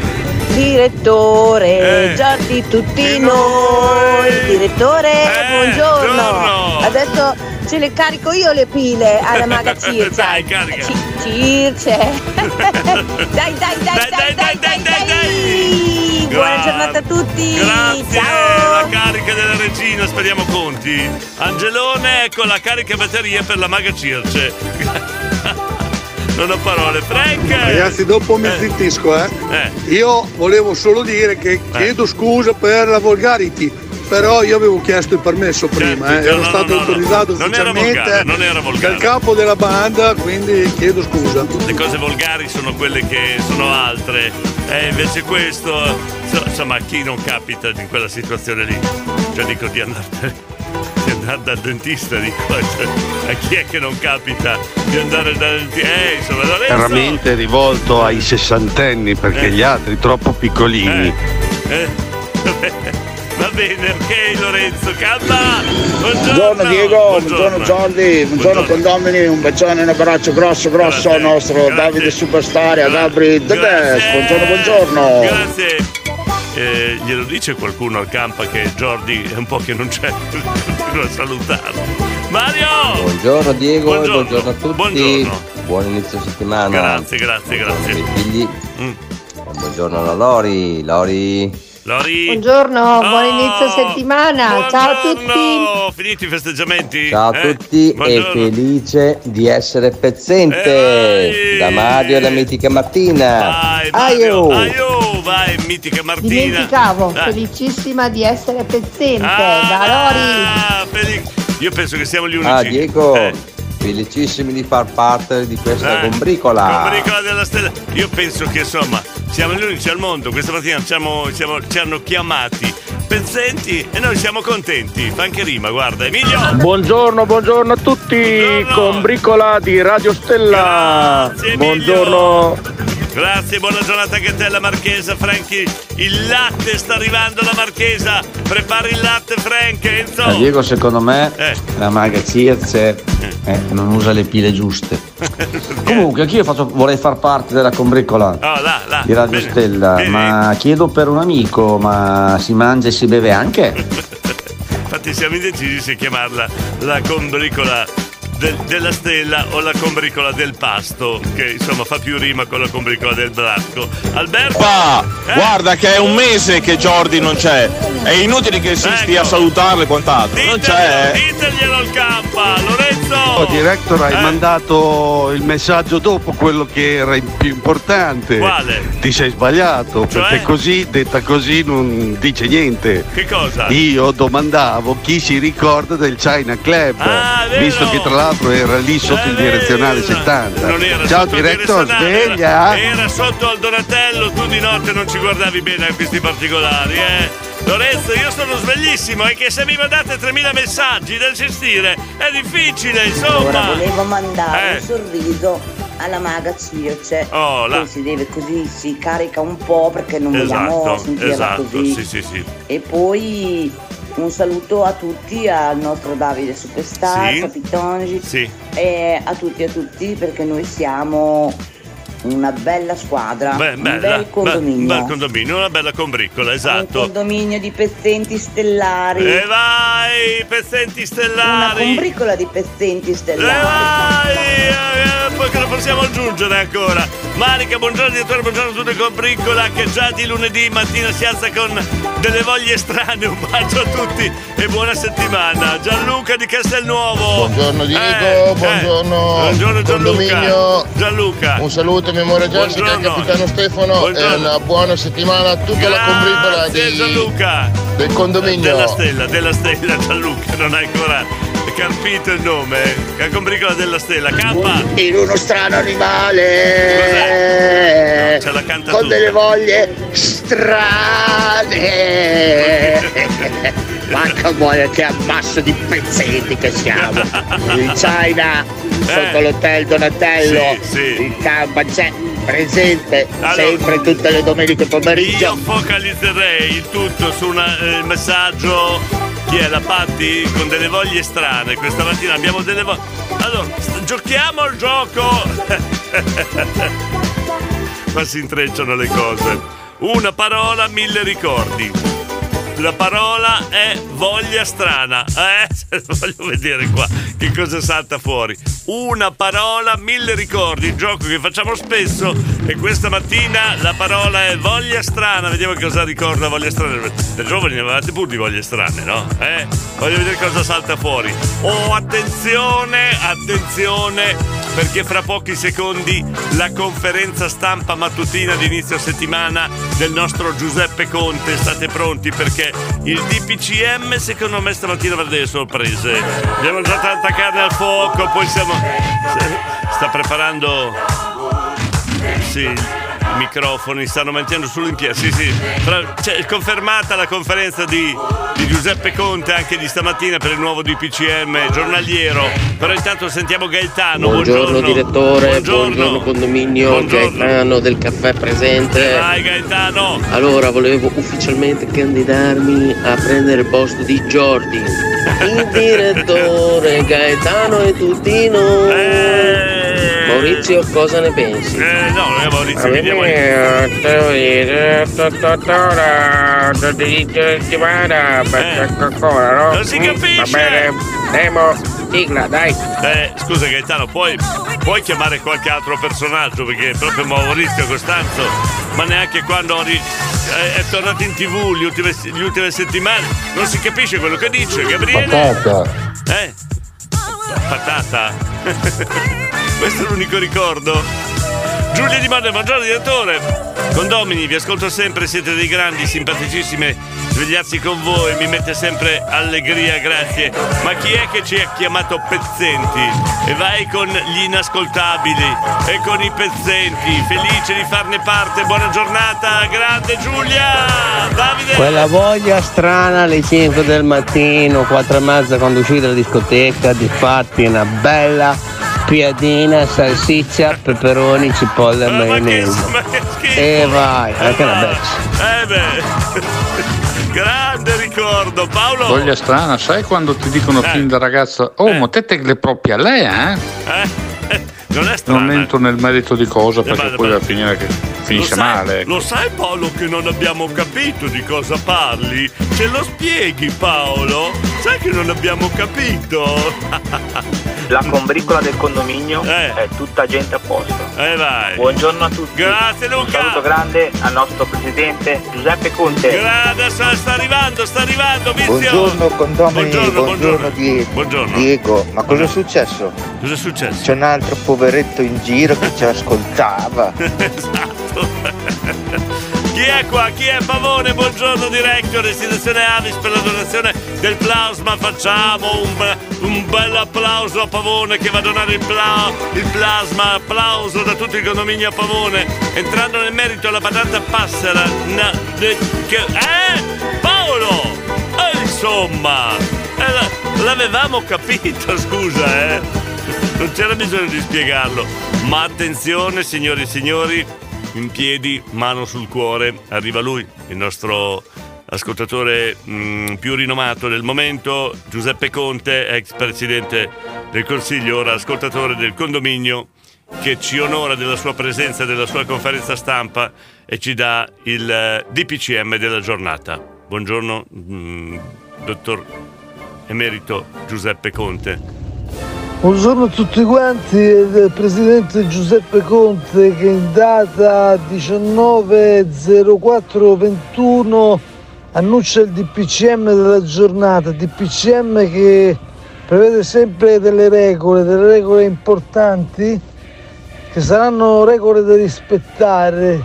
Direttore, Giordi tutti noi. Direttore, buongiorno. Adesso ce le carico io le pile alla Maga Circe. Dai, carica. Circe. Dai. Buona giornata a tutti. Grazie. Ciao. La carica della Regina, speriamo conti. Angelone, ecco la carica batteria per la Maga Circe. Non ho parole. Frank! Ragazzi, dopo mi zittisco, Io volevo solo dire che chiedo scusa per la volgarity, però io avevo chiesto il permesso prima, ero stato autorizzato ufficialmente non era volgare. dal capo della banda, quindi chiedo scusa. Le cose volgari sono quelle che sono altre, invece questo, insomma, a chi non capita in quella situazione lì? Cioè dico di andare dal dentista, dico, a chi è che non capita di andare dal dentista? Insomma, veramente rivolto ai sessantenni, perché gli altri troppo piccolini. Va bene, ok Lorenzo, calma. Buongiorno Diego, buongiorno Giordi, buongiorno condomini, un bacione e un abbraccio grosso al nostro Davide Superstar e a Gabri The Best. Buongiorno. Grazie. Glielo dice qualcuno al campo che Giordi è un po' che non c'è, continuo a salutarlo. Mario! Buongiorno Diego, buongiorno a tutti. Buongiorno. Buon inizio settimana. Grazie. Figli. Buongiorno alla Lori. Buongiorno, buon inizio settimana. Ciao a tutti. Finiti i festeggiamenti? Ciao a tutti e felice di essere pezzente. Da Mario e la mitica Martina. Vai, mitica Martina. Dimenticavo, felicissima di essere pezzente. Da Lori. Io penso che siamo gli unici. Diego, felicissimi di far parte di questa combricola della stella. Io penso che insomma siamo gli unici al mondo. Questa mattina ci hanno chiamati pezzenti e noi siamo contenti. Fa anche rima, guarda, Emilio. Buongiorno a tutti. Combricola di Radio Stella. Grazie, buongiorno. Grazie, buona giornata anche a te, la Marchesa. Franchi, il latte sta arrivando, la Marchesa. Prepari il latte, Frank, Enzo. Diego, secondo me la Maga Circe non usa le pile giuste. Comunque anch'io vorrei far parte della combricola di Radio Stella. Ma chiedo per un amico, ma si mangia e si beve anche? Infatti siamo indecisi se chiamarla la combricola della stella o la combricola del pasto, che insomma fa più rima con la combricola del blasco. Alberto, guarda che è un mese che Jordi non c'è, è inutile che si stia a salutarlo e quant'altro. Non c'è. Diteglielo il campa, Lorenzo. Director, hai mandato il messaggio dopo quello che era più importante. Quale? Ti sei sbagliato, perché così, detta così, non dice niente. Che cosa? Io domandavo chi si ricorda del China Club, visto che tra l'altro era lì sotto il direzionale 70. Non era Ciao sotto Director, sveglia! Era sotto al Donatello, tu di notte non ci guardavi bene a questi particolari, Lorenzo, io sono sveglissimo, e che se mi mandate 3000 messaggi da gestire è difficile, insomma. Ora volevo mandare un sorriso alla Maga Circe. Così si carica un po', perché non vogliamo sentirla così. Sì. E poi un saluto a tutti, al nostro Davide Superstar, Capitongi, e a tutti, perché noi siamo una bella squadra, un bel condominio. Una bella combricola, esatto. Un condominio di pezzenti stellari. E vai, pezzenti stellari. Una combricola di pezzenti stellari. E vai, poi che lo possiamo aggiungere ancora. Marica, buongiorno direttore, buongiorno a tutti in combricola, che già di lunedì mattina si alza con delle voglie strane. Un bacio a tutti e buona settimana. Gianluca di Castelnuovo. Buongiorno Diego, buongiorno Gianluca. Un saluto mia amore Jessica, al capitano Stefano, e una buona settimana a tutta la combricola del condominio. Della stella Gianluca, non hai ancora capito il nome? La combricola della stella, Campa. In uno strano animale. Ce la canta con tutta. Delle voglie strane. Manca muore, che ammasso di pezzenti che siamo. In China, sotto l'hotel Donatello, il campa c'è presente, sempre tutte le domeniche pomeriggio. Io focalizzerei il tutto su il messaggio. Chi è? La Patti? Con delle voglie strane. Questa mattina abbiamo delle voglie. Allora, giochiamo al gioco. Ma si intrecciano le cose. Una parola, 1000 ricordi. La parola è voglia strana. Voglio vedere qua che cosa salta fuori. Una parola, 1000 ricordi. Il gioco che facciamo spesso. E questa mattina la parola è voglia strana. Vediamo cosa ricorda voglia strana. Da giovani ne avevate pur di voglie strane, no? Voglio vedere cosa salta fuori. Attenzione, perché fra pochi secondi la conferenza stampa mattutina di inizio settimana del nostro Giuseppe Conte. State pronti, perché il DPCM secondo me stamattina avrà delle sorprese. Abbiamo già tanta carne al fuoco, poi sta preparando i microfoni stanno mantenendo solo in piedi. C'è confermata la conferenza di Giuseppe Conte anche di stamattina per il nuovo DPCM giornaliero. Però intanto sentiamo Gaetano. Buongiorno direttore, buongiorno condominio. Gaetano del caffè presente. Vai Gaetano. Allora volevo ufficialmente candidarmi a prendere il posto di Jordi. Il direttore Gaetano e Tutino. Maurizio, cosa ne pensi? No, non è Maurizio, vediamo. Non si capisce. Va bene, andiamo. sigla, dai. Scusa Gaetano, puoi chiamare qualche altro personaggio, perché proprio Maurizio Costanzo, ma neanche quando è tornato in TV le ultime settimane non si capisce quello che dice. Gabriele? Patata. Questo è l'unico ricordo. Giulia Di Mode, buongiorno direttore. Condomini, vi ascolto sempre, siete dei grandi, simpaticissime. Svegliarsi con voi mi mette sempre allegria, grazie. Ma chi è che ci ha chiamato pezzenti? E vai con gli inascoltabili e con i pezzenti, felice di farne parte. Buona giornata, grande Giulia. Davide. Quella voglia strana alle 5 del mattino, 4:30 quando uscite dalla discoteca, di farti una bella piadina, salsiccia, peperoni, cipolla e maionese. E vai, anche una beccia. Grande ricordo, Paolo. Voglia strana, sai quando ti dicono fin da ragazzo, ma te le proprie a lei, Non è strano. Non entro nel merito di cosa perché poi va a finire che finisce male. Lo sai Paolo che non abbiamo capito di cosa parli? Ce lo spieghi Paolo? Sai che non abbiamo capito? La combricola del condominio è tutta gente a posto. Vai. Buongiorno a tutti. Grazie Luca. Un saluto grande al nostro presidente Giuseppe Conte. Grande, sta arrivando Vizio. Buongiorno condomini, buongiorno Diego. Buongiorno. Diego, ma cosa è successo? Cosa è successo? C'è un altro poveretto in giro che ci ascoltava. Esatto. Chi è qua? Chi è Pavone? Buongiorno Director, destinazione Avis per la donazione del plasma. Facciamo un bel applauso a Pavone che va a donare il plasma. Applauso da tutto il condominio a Pavone. Entrando nel merito, la patata passera. Paolo! Insomma, l'avevamo capito, scusa, non c'era bisogno di spiegarlo. Ma attenzione, signori e signori, in piedi, mano sul cuore, arriva lui, il nostro ascoltatore più rinomato del momento, Giuseppe Conte, ex presidente del Consiglio, ora ascoltatore del condominio, che ci onora della sua presenza, della sua conferenza stampa e ci dà il DPCM della giornata. Buongiorno, dottor emerito Giuseppe Conte. Buongiorno a tutti quanti, il presidente Giuseppe Conte che in data 19/04/21 annuncia il DPCM della giornata, DPCM che prevede sempre delle regole importanti che saranno regole da rispettare.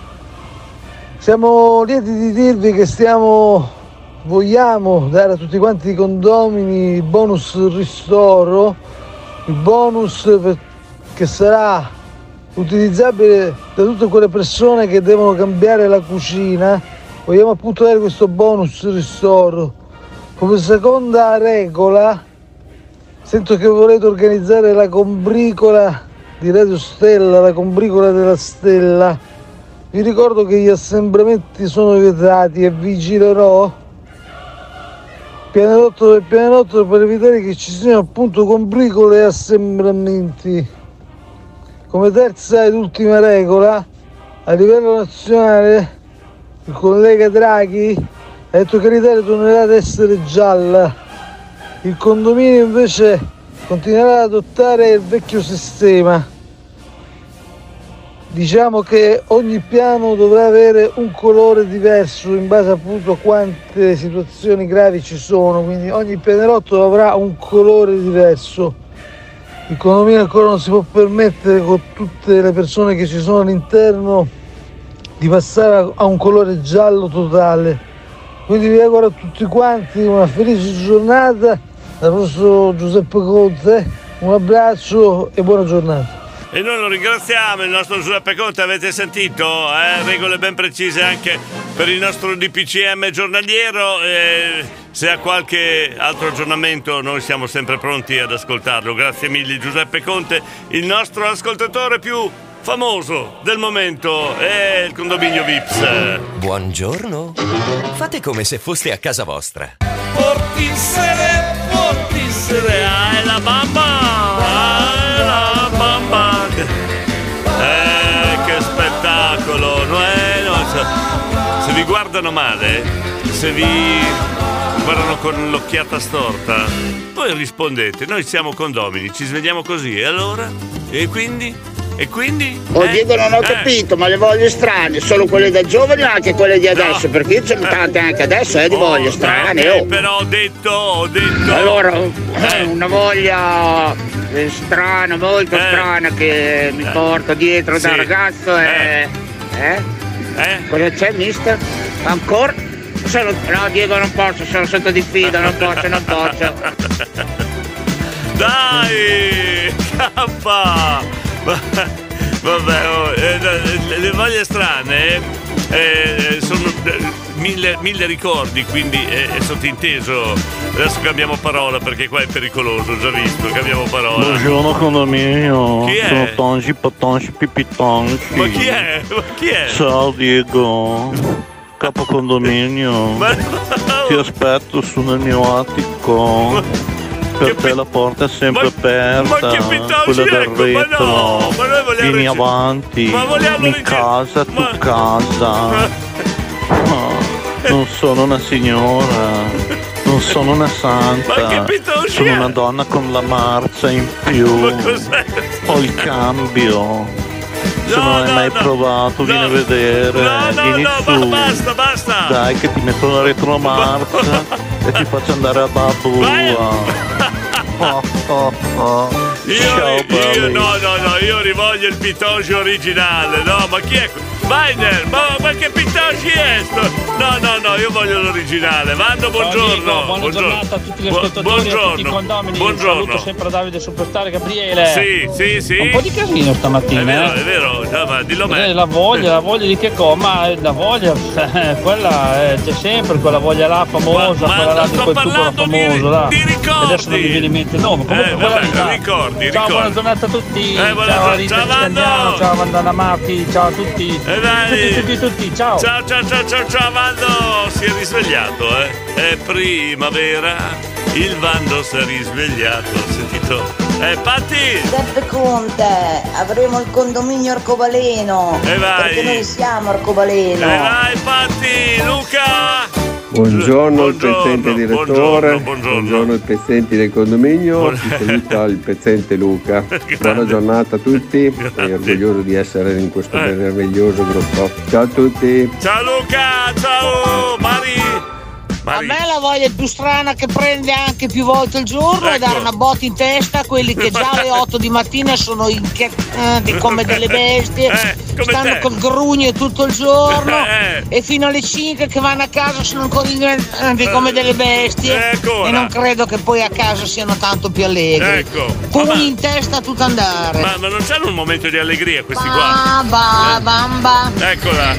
Siamo lieti di dirvi che vogliamo dare a tutti quanti i condomini il bonus ristoro, il bonus che sarà utilizzabile da tutte quelle persone che devono cambiare la cucina. Vogliamo appunto dare questo bonus ristoro. Come seconda regola, sento che volete organizzare la combricola di Radio Stella, la combricola della Stella. Vi ricordo che gli assembramenti sono vietati e vigilerò pianerottolo del pianerottolo per evitare che ci siano appunto combricole e assembramenti. Come terza ed ultima regola, a livello nazionale il collega Draghi ha detto che l'Italia tornerà ad essere gialla. Il condominio invece continuerà ad adottare il vecchio sistema. Diciamo che ogni piano dovrà avere un colore diverso in base appunto a quante situazioni gravi ci sono, quindi ogni pianerottolo avrà un colore diverso. Il condominio ancora non si può permettere con tutte le persone che ci sono all'interno di passare a un colore giallo totale. Quindi vi auguro a tutti quanti una felice giornata dal vostro Giuseppe Conte, un abbraccio e buona giornata. E noi lo ringraziamo, il nostro Giuseppe Conte, avete sentito? Regole ben precise anche per il nostro DPCM giornaliero. Se ha qualche altro aggiornamento noi siamo sempre pronti ad ascoltarlo. Grazie mille Giuseppe Conte, il nostro ascoltatore più famoso del momento è il condominio Vips. Buongiorno, fate come se foste a casa vostra. Portissere, è la bamba. Che spettacolo, se vi guardano male, se vi guardano con l'occhiata storta. Poi rispondete, noi siamo condomini, ci svegliamo così, e allora? E quindi? Oh Diego, non ho capito, ma le voglie strane, solo quelle da giovani o anche quelle di adesso? Perché io ce ne ho tante anche adesso, di voglie strane. Però ho detto. Allora, una voglia strana, molto strana, che mi porto dietro da ragazzo è... Cosa c'è, mister? Ancora? No, Diego, non posso, sono sotto diffida, non posso. Dai, scappa! Vabbè, le voglie strane sono mille ricordi, quindi è sottinteso. Adesso cambiamo parola perché qua è pericoloso, ho già visto, cambiamo parola. Buongiorno condominio. Chi è? Sono Tongi Patongi Pipitongi. Ma chi è? Ciao Diego, capo condominio. Ti aspetto su nel mio attico. Per te la porta è sempre aperta, quella del retro. Vieni avanti, mi casa, tu casa. Non sono una signora, non sono una santa, sono una donna con la marcia in più. Ho il cambio. Se non hai mai provato, vieni a vedere, vieni su. Basta. Dai che ti metto la retromarcia e ti faccio andare a Babua. Io rivoglio il Pitongi originale. No, ma chi è? Weiner, ma che Pitongi è sto? No, io voglio l'originale. Vando, buongiorno. Buona giornata a tutti gli ascoltatori, a tutti i condomini. Buongiorno. Saluto sempre Davide Superstar, Gabriele. Sì. Un po' di casino stamattina. È vero. No, ma dillo me. La voglia di che cosa? Ma la voglia, quella c'è sempre, quella voglia là famosa, quella là di quel tubo famoso là. Di ricordi. Adesso non mi viene in mente il nome. Ricordi. Ciao, buona giornata a tutti. Ciao Rita Scandiano, ciao Vandana Marti, ciao a tutti. Tutti, ciao. Ciao Vando, si è risvegliato, È primavera, il Vando si è risvegliato, ho sentito. Patti! Beppe Conte, avremo il condominio arcobaleno. Perché noi siamo arcobaleno. Vai Patti, Luca! Buongiorno il pezzente direttore, buongiorno i pezzenti del condominio, ti saluta il pezzente Luca. Buona giornata a tutti, sono orgoglioso di essere in questo meraviglioso gruppo. Ciao a tutti. Ciao Luca, ciao Mari. A me la voglia più strana che prende anche più volte al giorno è dare una botta in testa a quelli che già alle 8 di mattina sono incazzati come delle bestie, stanno col grugno tutto il giorno e fino alle 5 che vanno a casa sono ancora incazzati come delle bestie e non credo che poi a casa siano tanto più allegri. Pugni in testa a tutto andare. Ma non c'hanno un momento di allegria questi qua? Bamba. Eccola.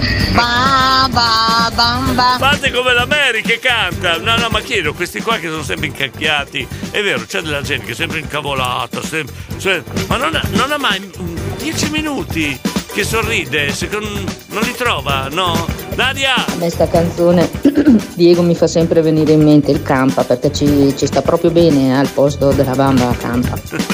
Bamba. Fate come la Mary che canta. No, ma chiedo, questi qua che sono sempre incacchiati. È vero, c'è della gente che è sempre incavolata, ma non ha mai 10 minuti che sorride, non li trova, no? Nadia! A me sta canzone Diego mi fa sempre venire in mente il Campa, perché ci sta proprio bene al posto della bamba Campa.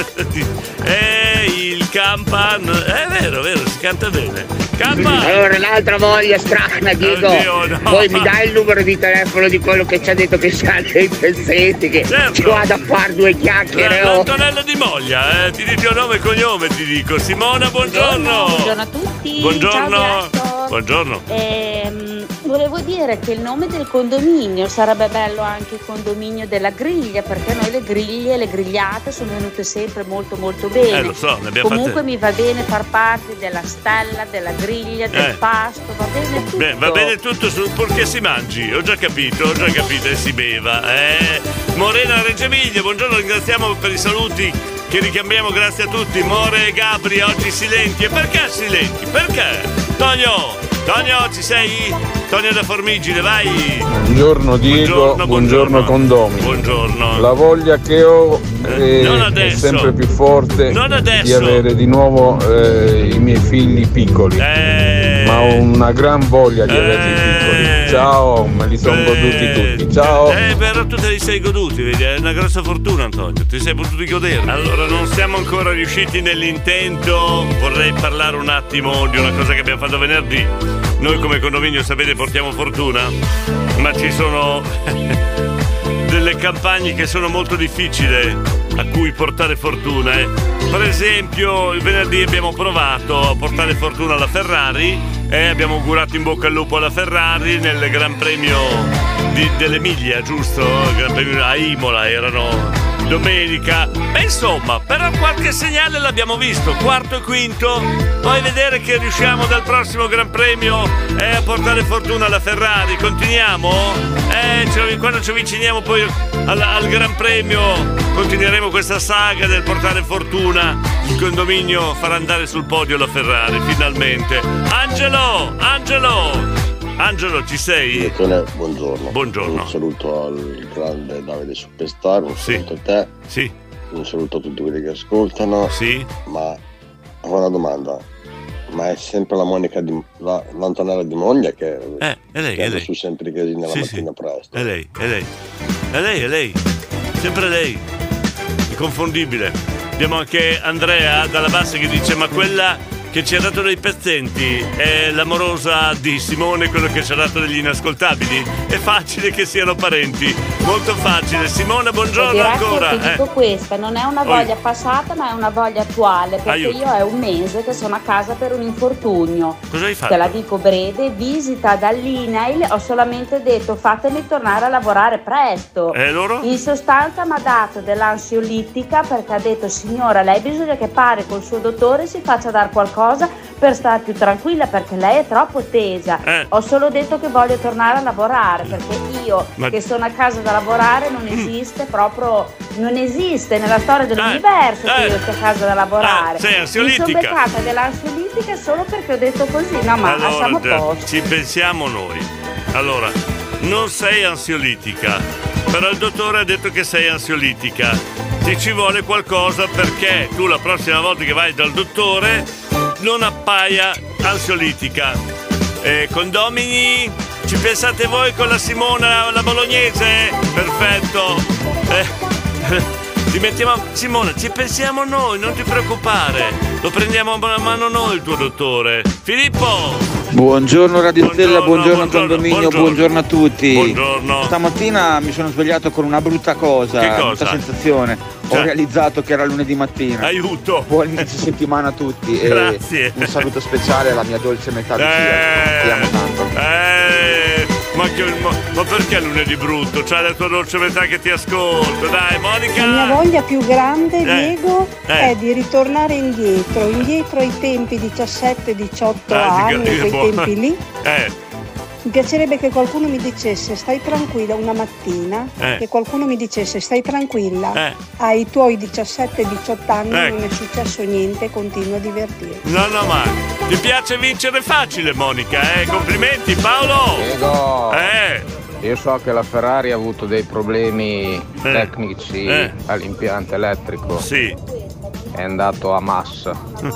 Il Campa, è vero, si canta bene. Campa! Allora, l'altra voglia strana, Diego. Poi mi dai il numero di telefono di quello che ci ha detto che sa dei pezzetti, che ci vado a fare due chiacchiere. L'Antonello di Moglia, ti dico nome e cognome, ti dico. Simona, buongiorno. Buongiorno a tutti. Buongiorno. Buongiorno. Volevo dire che il nome del condominio sarebbe bello anche il condominio della griglia, perché noi le griglie e le grigliate sono venute sempre molto molto bene. Lo so, ne abbiamo comunque fatte. Mi va bene far parte della stella, della griglia, del pasto, va bene tutto. Va bene tutto purché si mangi, ho già capito e si beva. Morena Reggio Emilia, buongiorno, ringraziamo per i saluti che ricambiamo, grazie a tutti. More e Gabri oggi silenti. E perché silenti? Perché? Tonio, ci sei? Tonio da Formigine, vai! Buongiorno Diego, buongiorno condomini. Buongiorno. La voglia che ho è sempre più forte di avere di nuovo i miei figli piccoli. Ma ho una gran voglia di averli piccoli. Ciao, me li sono goduti tutti. Ciao. Però tu te li sei goduti, vedi? È una grossa fortuna, Antonio. Ti sei potuti godere. Allora, non siamo ancora riusciti nell'intento. Vorrei parlare un attimo di una cosa che abbiamo fatto venerdì. Noi come condominio, sapete, portiamo fortuna, ma ci sono delle campagne che sono molto difficili a cui portare fortuna. Per esempio, il venerdì abbiamo provato a portare fortuna alla Ferrari e abbiamo augurato in bocca al lupo alla Ferrari nel Gran Premio dell'Emilia, giusto? Il Gran Premio a Imola, erano domenica. Beh, insomma, però qualche segnale l'abbiamo visto, quarto e quinto. Poi vedere che riusciamo dal prossimo Gran Premio a portare fortuna alla Ferrari. Continuiamo? Quando ci avviciniamo poi al Gran Premio continueremo questa saga del portare fortuna. Il condominio farà andare sul podio la Ferrari, finalmente. Angelo, ci sei? Buongiorno. Buongiorno. Un saluto al grande Davide Superstar, un saluto a te. Sì. Un saluto a tutti quelli che ascoltano. Sì. Ma ho una domanda. Ma è sempre la Monica l'Antonella Di Moglia che è lei. Su sempre i casini la mattina presto. È lei. Sempre lei. Inconfondibile. Abbiamo anche Andrea dalla bassa che dice: ma quella che ci ha dato dei pezzenti è l'amorosa di Simone, quello che ci ha dato degli inascoltabili? È facile che siano parenti, molto facile. Simone, buongiorno ancora. Ti dico questa, non è una voglia passata ma è una voglia attuale, perché io è un mese che sono a casa per un infortunio. Cosa hai fatto? Te la dico breve, visita dall'INAIL, ho solamente detto fatemi tornare a lavorare presto. E loro? In sostanza mi ha dato dell'ansiolitica perché ha detto: signora, lei bisogna che pare col suo dottore e si faccia dare qualcosa per stare più tranquilla, perché lei è troppo tesa. Ho solo detto che voglio tornare a lavorare, perché io che sono a casa da lavorare non esiste proprio, non esiste nella storia dell'universo che io sia a casa da lavorare. Sei ansiolitica. Mi sono beccata dell'ansiolitica solo perché ho detto così. No, ma siamo a posto. Ci pensiamo noi. Allora, non sei ansiolitica, però il dottore ha detto che sei ansiolitica. Ti ci vuole qualcosa perché tu la prossima volta che vai dal dottore non appaia ansiolitica. Condomini, ci pensate voi con la Simona, la bolognese? Perfetto. Ti mettiamo, Simona, ci pensiamo noi, non ti preoccupare. Lo prendiamo a mano noi il tuo dottore. Filippo! Buongiorno Radio Stella, buongiorno condominio, buongiorno a tutti. Buongiorno. Stamattina mi sono svegliato con una brutta cosa, Che cosa? brutta sensazione. Ho realizzato che era lunedì mattina. Aiuto! Buon inizio settimana a tutti. Grazie. E un saluto speciale alla mia dolce metà Lucia. Ti amo tanto. Ma perché lunedì brutto? C'hai la tua dolce metà che ti ascolta. Dai, Monica! La mia voglia più grande, Diego, è di ritornare indietro ai tempi 17-18 anni, quei tempi lì. Mi piacerebbe che qualcuno mi dicesse stai tranquilla una mattina, che qualcuno mi dicesse stai tranquilla, ai tuoi 17-18 anni non è successo niente, continua a divertirti. No, ma ti piace vincere facile, Monica, complimenti, Paolo! Diego! Io so che la Ferrari ha avuto dei problemi tecnici all'impianto elettrico. Sì. È andato a massa.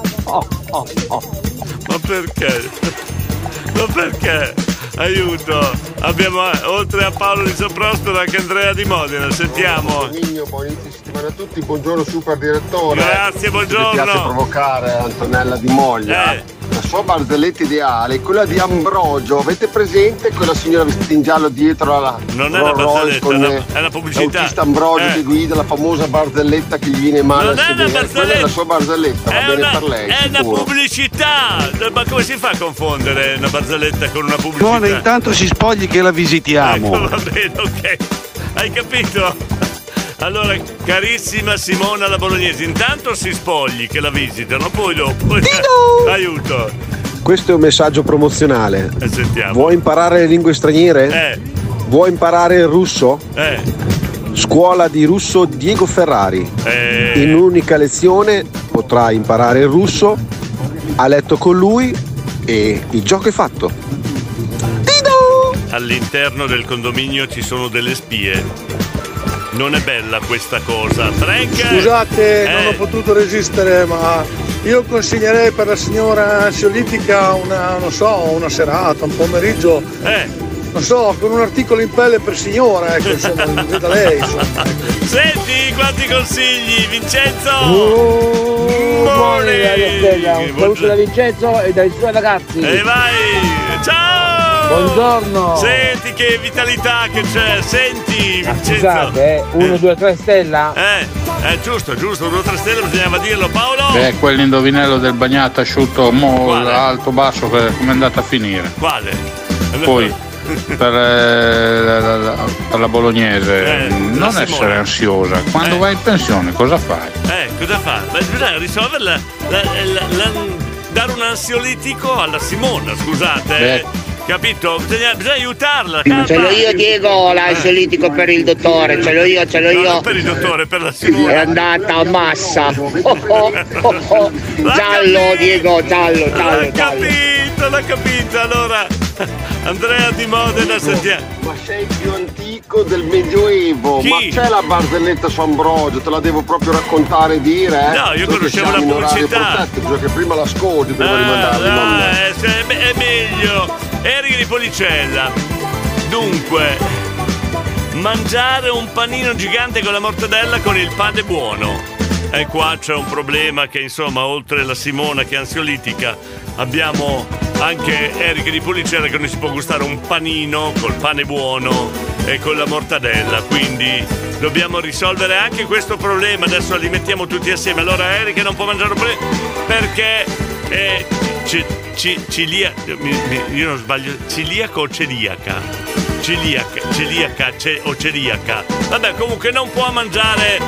Ma perché? Ma perché? Aiuto! Abbiamo oltre a Paolo di Soprostolo anche Andrea di Modena, sentiamo. Buon inizio settimana a tutti, buongiorno super direttore. Grazie, buongiorno. Mi piace provocare Antonella Di Moglia. La sua barzelletta ideale è quella di Ambrogio. Avete presente quella signora vestita in giallo dietro alla non è una barzelletta, è una pubblicità. L'autista Ambrogio che guida la famosa barzelletta che gli viene male a sedere. Quella è la sua barzelletta, va bene per lei. È sicuro. una pubblicità! Ma come si fa a confondere una barzelletta con una pubblicità? Buona, intanto si spogli che la visitiamo. Ecco, va bene, ok. Hai capito? Allora, carissima Simona la bolognese, intanto si spogli che la visitano, poi dopo. Aiuto! Questo è un messaggio promozionale. Sentiamo. Vuoi imparare le lingue straniere? Vuoi imparare il russo? Scuola di russo Diego Ferrari. In un'unica lezione potrai imparare il russo, a letto con lui e il gioco è fatto. All'interno del condominio ci sono delle spie. Non è bella questa cosa. Frank! Scusate, non ho potuto resistere, ma io consiglierei per la signora ansiolitica una serata, un pomeriggio. Non so, con un articolo in pelle per signora, ecco, insomma, veda lei, insomma. Senti quanti consigli, Vincenzo! Un saluto da Vincenzo e dai suoi ragazzi. E vai! Ciao! Buongiorno. Senti che vitalità che c'è, senti Vincenzo. Scusate, 1, 2, 3 stella? Giusto, 1, 2, 3 stelle bisognava dirlo, Paolo. Quell'indovinello del bagnato asciutto alto basso, come è andata a finire? Quale? Poi per la bolognese non essere ansiosa. Quando vai in pensione cosa fai? Cosa fa? Bisogna risolverla, dare un ansiolitico alla Simona, scusate. Capito? Bisogna aiutarla. Ce l'ho io, Diego, l'ansiolitico per il dottore. Ce l'ho io. Non per il dottore, per la Simona. È andata a massa. Giallo, Diego, giallo. L'ha capito. Allora, Andrea di Modena, sentiamo. Ma sei più antico del Medioevo. Chi? Ma c'è la barzelletta su Ambrogio? Te la devo proprio raccontare e dire? No, io conoscevo la pubblicità. Bisogna che prima l'ascolti, prima di mandarla. È meglio. Eric di Policella. Dunque, mangiare un panino gigante con la mortadella con il pane buono. E qua c'è un problema che, insomma, oltre la Simona che è ansiolitica, abbiamo anche Eric di Policella che non si può gustare un panino col pane buono e con la mortadella, quindi dobbiamo risolvere anche questo problema. Adesso li mettiamo tutti assieme. Allora Eric non può mangiare un panino perché io non sbaglio, celiaco o celiaca? Celiaca o celiaca? Vabbè, comunque non può mangiare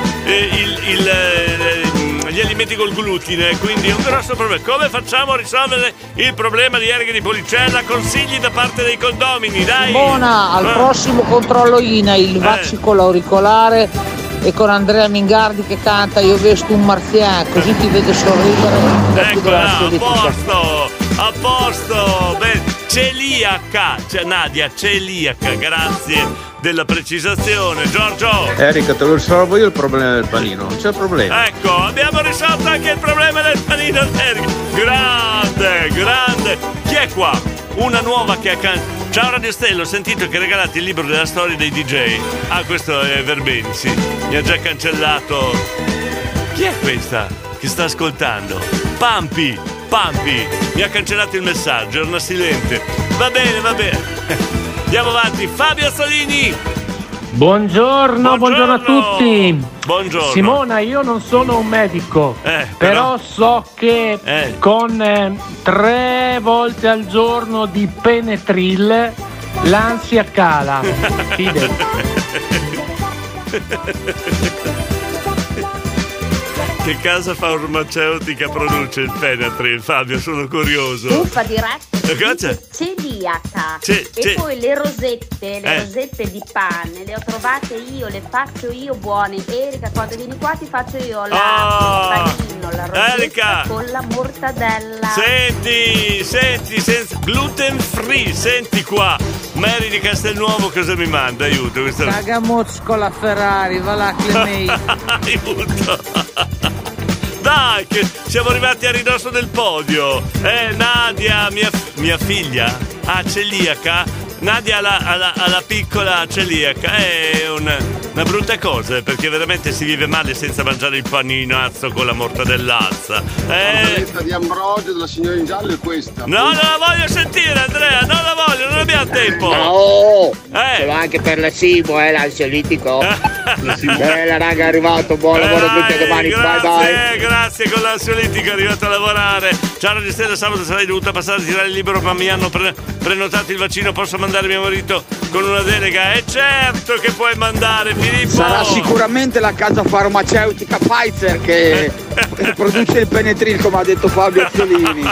gli alimenti col glutine, quindi è un grosso problema. Come facciamo a risolvere il problema di Eric di Policella? Consigli da parte dei condomini, dai! Buona, al prossimo controllo INAIL vacci con l'auricolare e con Andrea Mingardi che canta Io vesto un marziano, così ti vede sorridere. Eccola, a posto! Beh, celiaca, Nadia, celiaca, grazie della precisazione. Giorgio! Erika, te lo risolvo io il problema del panino, non c'è problema. Ecco, abbiamo risolto anche il problema del panino, Erika. Grande! Chi è qua? Una nuova che ha Ciao Radio Stella, ho sentito che regalate il libro della storia dei DJ. Ah, questo è Verbenzi, mi ha già cancellato. Chi è questa che sta ascoltando? Pampi, mi ha cancellato il messaggio, era una silente. Va bene. Andiamo avanti, Fabio Solini. Buongiorno a tutti. Buongiorno. Simona, io non sono un medico, però so che con 3 volte al giorno di Penetril l'ansia cala. Che casa farmaceutica produce il Penetril, Fabio? Sono curioso. Uffa diretto. Celiaca. E poi le rosette di pane le ho trovate io, le faccio io buone. Erika, quando vieni qua ti faccio io il panino, la rosetta con la mortadella. Senti, senza gluten free, senti qua. Mary di Castelnuovo cosa mi manda? Aiuto. Cagamozzo con la Ferrari, va là Clemei. Aiuto. Dai, che siamo arrivati a ridosso del podio. Nadia, mia figlia, celiaca. Nadia ha la piccola celiaca. È una brutta cosa, perché veramente si vive male senza mangiare il paninazzo con la mortadellazza. La retta di Ambrogio della signora in giallo è questa. No, non la voglio sentire, Andrea, non la voglio, non abbiamo tempo. Ce l'ho anche per la Simo, l'ansiolitico. Bella raga, è arrivato, buon lavoro tutti, domani. Grazie, con l'ansiolitico è arrivato a lavorare. Ciao Radio Stella, sabato sarei dovuta passare a tirare il libro, ma mi hanno prenotato il vaccino, posso mandare mio marito con una delega? E certo che puoi mandare, Filippo. Sarà sicuramente la casa farmaceutica Pfizer che produce il Penetril, come ha detto Fabio Azzolini.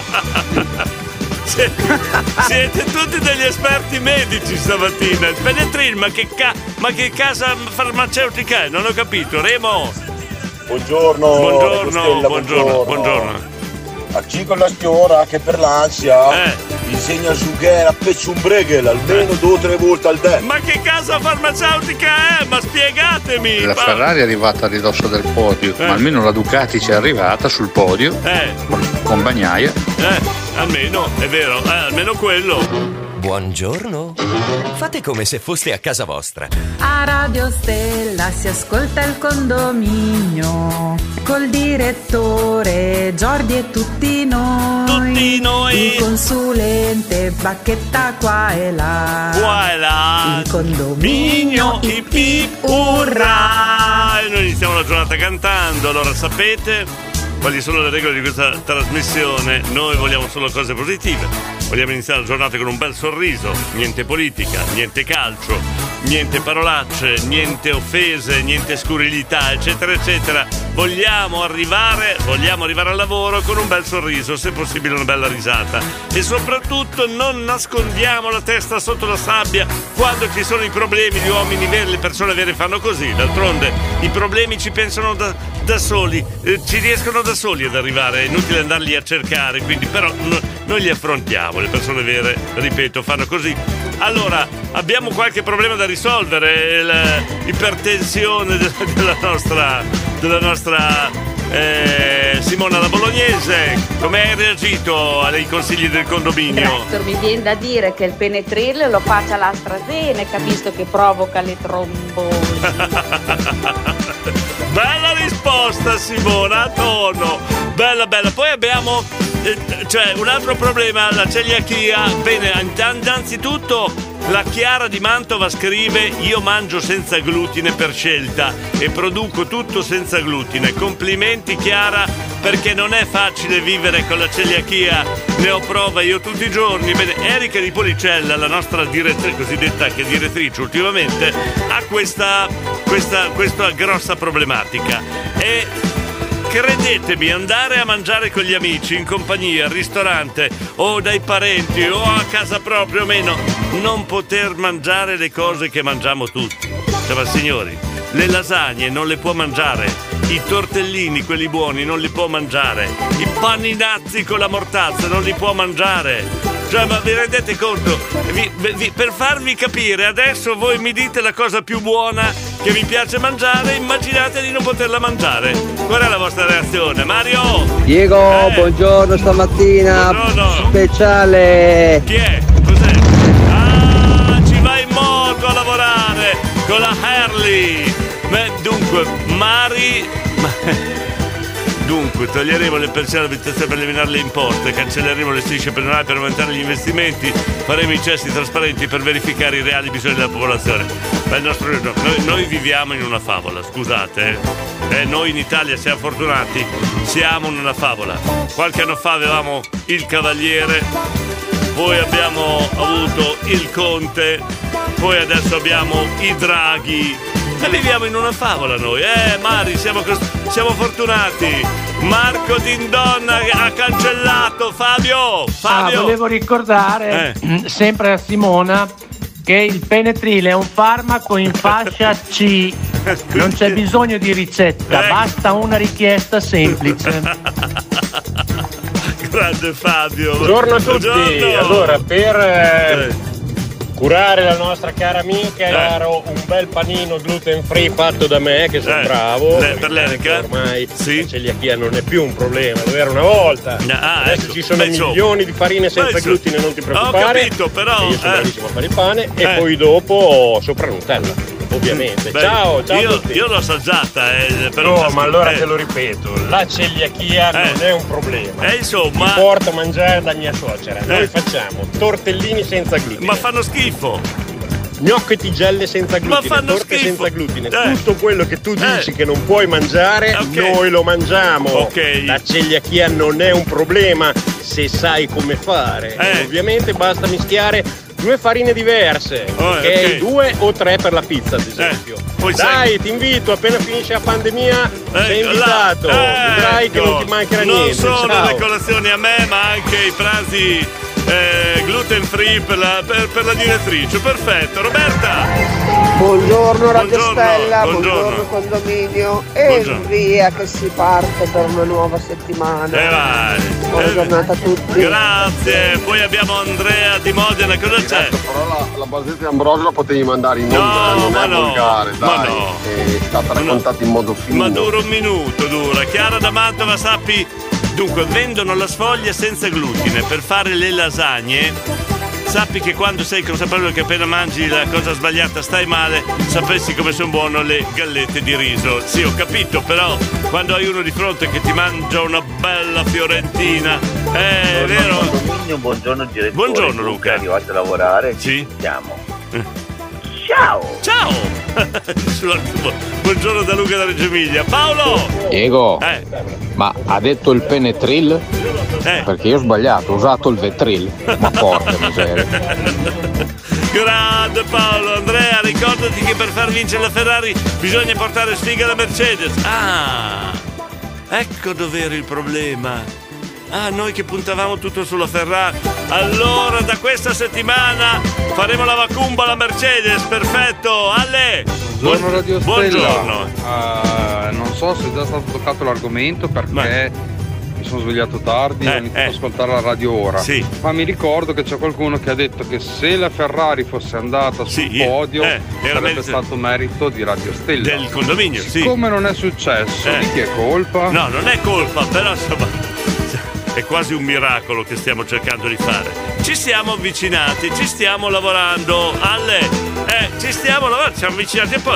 Siete tutti degli esperti medici stamattina. Il Penetril, ma che casa farmaceutica è? Non ho capito. Remo. Buongiorno. Ci con la stiora che per l'ansia insegna Zughera Pecciumbregel almeno 2 o 3 volte al tempo. Ma che casa farmaceutica è? Ma spiegatemi! La Ferrari è arrivata a ridosso del podio, ma almeno la Ducati ci è arrivata sul podio con Bagnaia. Almeno, è vero, almeno quello. Buongiorno. Fate come se foste a casa vostra. A Radio Stella si ascolta il condominio col direttore Giordi e tutti noi. Il consulente bacchetta qua e là. Qua e là. Il condominio, ip ip urrà. E noi iniziamo la giornata cantando. Allora sapete quali sono le regole di questa trasmissione? Noi vogliamo solo cose positive. Vogliamo iniziare la giornata con un bel sorriso. Niente politica, niente calcio, niente parolacce, niente offese, niente scurrilità, eccetera eccetera. Vogliamo arrivare al lavoro con un bel sorriso, se possibile una bella risata, e soprattutto non nascondiamo la testa sotto la sabbia quando ci sono i problemi. Gli uomini veri, le persone vere fanno così. D'altronde i problemi ci pensano da soli, ci riescono da soli ad arrivare, è inutile andarli a cercare, quindi però noi li affrontiamo. Le persone vere, ripeto, fanno così. Allora, abbiamo qualche problema da risolvere, l'ipertensione della nostra Simona la Bolognese. Come hai reagito ai consigli del condominio? Mi viene da dire che il Penetril lo faccia l'AstraZeneca, visto che provoca le trombosi. Bella risposta, Simona, a tono. Bella. Poi abbiamo un altro problema, la celiachia. Bene, innanzitutto la Chiara di Mantova scrive: io mangio senza glutine per scelta e produco tutto senza glutine. Complimenti Chiara, perché non è facile vivere con la celiachia, ne ho prova io tutti i giorni. Bene, Erika di Policella, la nostra direttrice, cosiddetta anche direttrice ultimamente, ha questa grossa problematica. E credetemi, andare a mangiare con gli amici, in compagnia, al ristorante o dai parenti o a casa proprio o meno, non poter mangiare le cose che mangiamo tutti. Cioè, ma signori, le lasagne non le può mangiare, i tortellini, quelli buoni, non li può mangiare, i paninazzi con la mortazza non li può mangiare. Cioè, ma vi rendete conto? Per farvi capire, adesso voi mi dite la cosa più buona che vi piace mangiare, immaginate di non poterla mangiare. Qual è la vostra reazione, Mario? Diego, buongiorno stamattina. Buongiorno. Speciale. Chi è? Cos'è? Ah, ci vai in moto a lavorare con la Harley. Dunque, Dunque, toglieremo le pensioni all'abitazione per eliminare le imposte, cancelleremo le strisce penali per aumentare gli investimenti, faremo i cessi trasparenti per verificare i reali bisogni della popolazione. Noi viviamo in una favola, scusate. Noi in Italia siamo fortunati, siamo in una favola. Qualche anno fa avevamo il Cavaliere, poi abbiamo avuto il Conte, poi adesso abbiamo i Draghi. E viviamo in una favola noi, Mari, siamo fortunati. Marco Dindonna ha cancellato. Fabio. Volevo ricordare sempre a Simona che il Penetril è un farmaco in fascia C. Non c'è bisogno di ricetta, basta una richiesta semplice. Grande Fabio. Buongiorno a tutti. Buongiorno. Allora, per curare la nostra cara amica, ero un bel panino gluten free fatto da me, che sono bravo. Per l'Erica? Ormai la celiachia non è più un problema, lo era una volta. Adesso ecco. ci sono milioni di farine senza glutine, non ti preoccupare. Ho capito, però. Io sono bravissimo a fare il pane e poi dopo sopra Nutella. Ovviamente. Ciao a tutti. Io l'ho assaggiata, però. No, ma allora te lo ripeto, la celiachia non è un problema. Insomma. Ti porto a mangiare da mia suocera. Noi facciamo tortellini senza glutine. Ma fanno schifo. Gnocchi e tigelle senza glutine, torte senza glutine, tutto quello che tu dici che non puoi mangiare, noi lo mangiamo. La celiachia non è un problema se sai come fare. Ovviamente basta mischiare 2 farine diverse, ok? 2 o 3 per la pizza, ad esempio. Dai, ti invito, appena finisce la pandemia, sei invitato. Vedrai che non ti mancherà niente. Non solo le colazioni a me, ma anche i pranzi gluten free per la direttrice. Perfetto. Roberta. Buongiorno Radio Stella, buongiorno condominio e via che si parte per una nuova settimana. Buona giornata a tutti. Grazie. Poi abbiamo Andrea di Modena. Cosa c'è? Però la barzelletta di Ambrogio la potevi mandare in onda, non è volgare, dai. È stata raccontata in modo fino. Ma dura un minuto, dura. Chiara da Mantova, sappi. Dunque, vendono la sfoglia senza glutine per fare le lasagne sappi che quando sei consapevole che appena mangi la cosa sbagliata stai male, sapessi come sono buone le gallette di riso. Sì, ho capito, però quando hai uno di fronte che ti mangia una bella fiorentina, vero? Buongiorno direttore. Buongiorno Luca. Arrivate a lavorare? Sì. Siamo. Ciao! Buongiorno da Luca da Reggio Emilia. Paolo! Diego, ma ha detto il penetril? Perché io ho sbagliato, ho usato il vetril. Ma porca miseria. Grande Paolo. Andrea, ricordati che per far vincere la Ferrari bisogna portare sfiga alla Mercedes. Ah, ecco dov'era il problema. Noi che puntavamo tutto sulla Ferrari. Allora da questa settimana faremo la vacumba alla Mercedes. Perfetto. Ale. Buongiorno Radio Stella. Buongiorno. Non so se è già stato toccato l'argomento perché mi sono svegliato tardi e ho iniziato ad ascoltare la radio ora. Sì. Ma mi ricordo che c'è qualcuno che ha detto che se la Ferrari fosse andata sul podio sarebbe stato merito di Radio Stella. Del condominio, sì. Come non è successo? Di chi è colpa? No, non è colpa, però insomma è quasi un miracolo che stiamo cercando di fare. Ci siamo avvicinati, ci stiamo lavorando. Ci stiamo lavorando, siamo avvicinati un po'.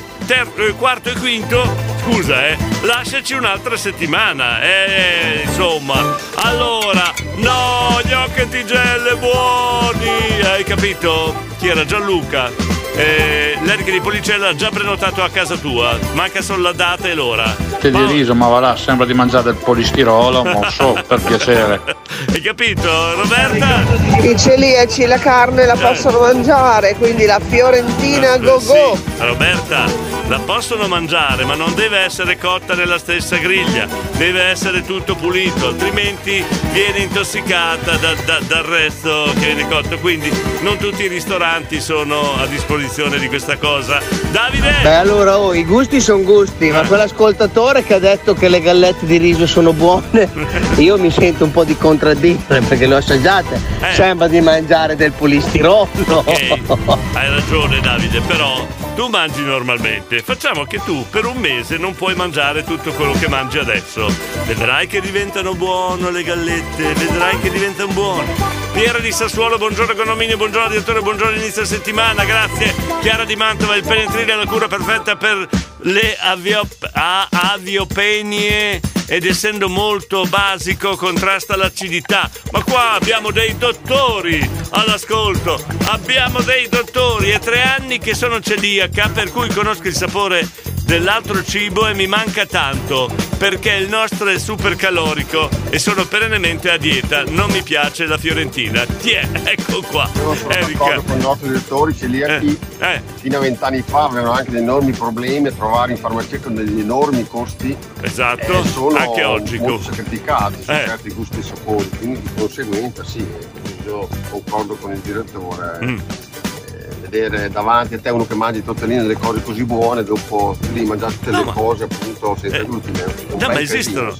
Quarto e quinto, scusa, lasciaci un'altra settimana, insomma. Allora, no, gnocchi tigelle buoni, hai capito? Chi era? Gianluca. L'Eric di Policella ha già prenotato a casa tua, manca solo la data e l'ora. Che di riso, ma va là, sembra di mangiare del polistirolo, non so, per piacere. Hai capito, Roberta? I celiaci la carne la possono mangiare, quindi la fiorentina go go. Sì, Roberta, la possono mangiare, ma non deve essere cotta nella stessa griglia, deve essere tutto pulito, altrimenti viene intossicata dal resto che viene cotto. Quindi non tutti i ristoranti sono a disposizione di questa cosa. Davide! Beh, allora, i gusti sono gusti, ma quell'ascoltatore che ha detto che le gallette di riso sono buone, io mi sento un po' di contraddire perché le ho assaggiate. Sembra di mangiare del polistirolo. Ok, hai ragione Davide, però tu mangi normalmente. Facciamo che tu per un mese non puoi mangiare tutto quello che mangi adesso. Vedrai che diventano buone le gallette, vedrai che diventano buone. Piera di Sassuolo, buongiorno condominio, buongiorno direttore, buongiorno inizio settimana, grazie. Chiara di Mantova, il penetrile è la cura perfetta per le aviopenie ed essendo molto basico contrasta l'acidità. Ma qua abbiamo dei dottori all'ascolto, abbiamo dei dottori, è 3 anni che sono celiaca, per cui conosco il sapore dell'altro cibo e mi manca tanto perché il nostro è super calorico e sono perennemente a dieta, non mi piace la fiorentina. Tiè, ecco qua. Io sono d'accordo con i nostri direttori celiachi. Fino a 20 anni fa avevano anche degli enormi problemi a trovare in farmacia con degli enormi costi. Esatto, sono anche oggi molto sacrificati su certi gusti e sapori, quindi di conseguenza sì, io concordo con il direttore. Vedere davanti a te uno che mangia i tortellini delle cose così buone, dopo devi mangiare tutte le cose appunto senza glutine. No, ma esistono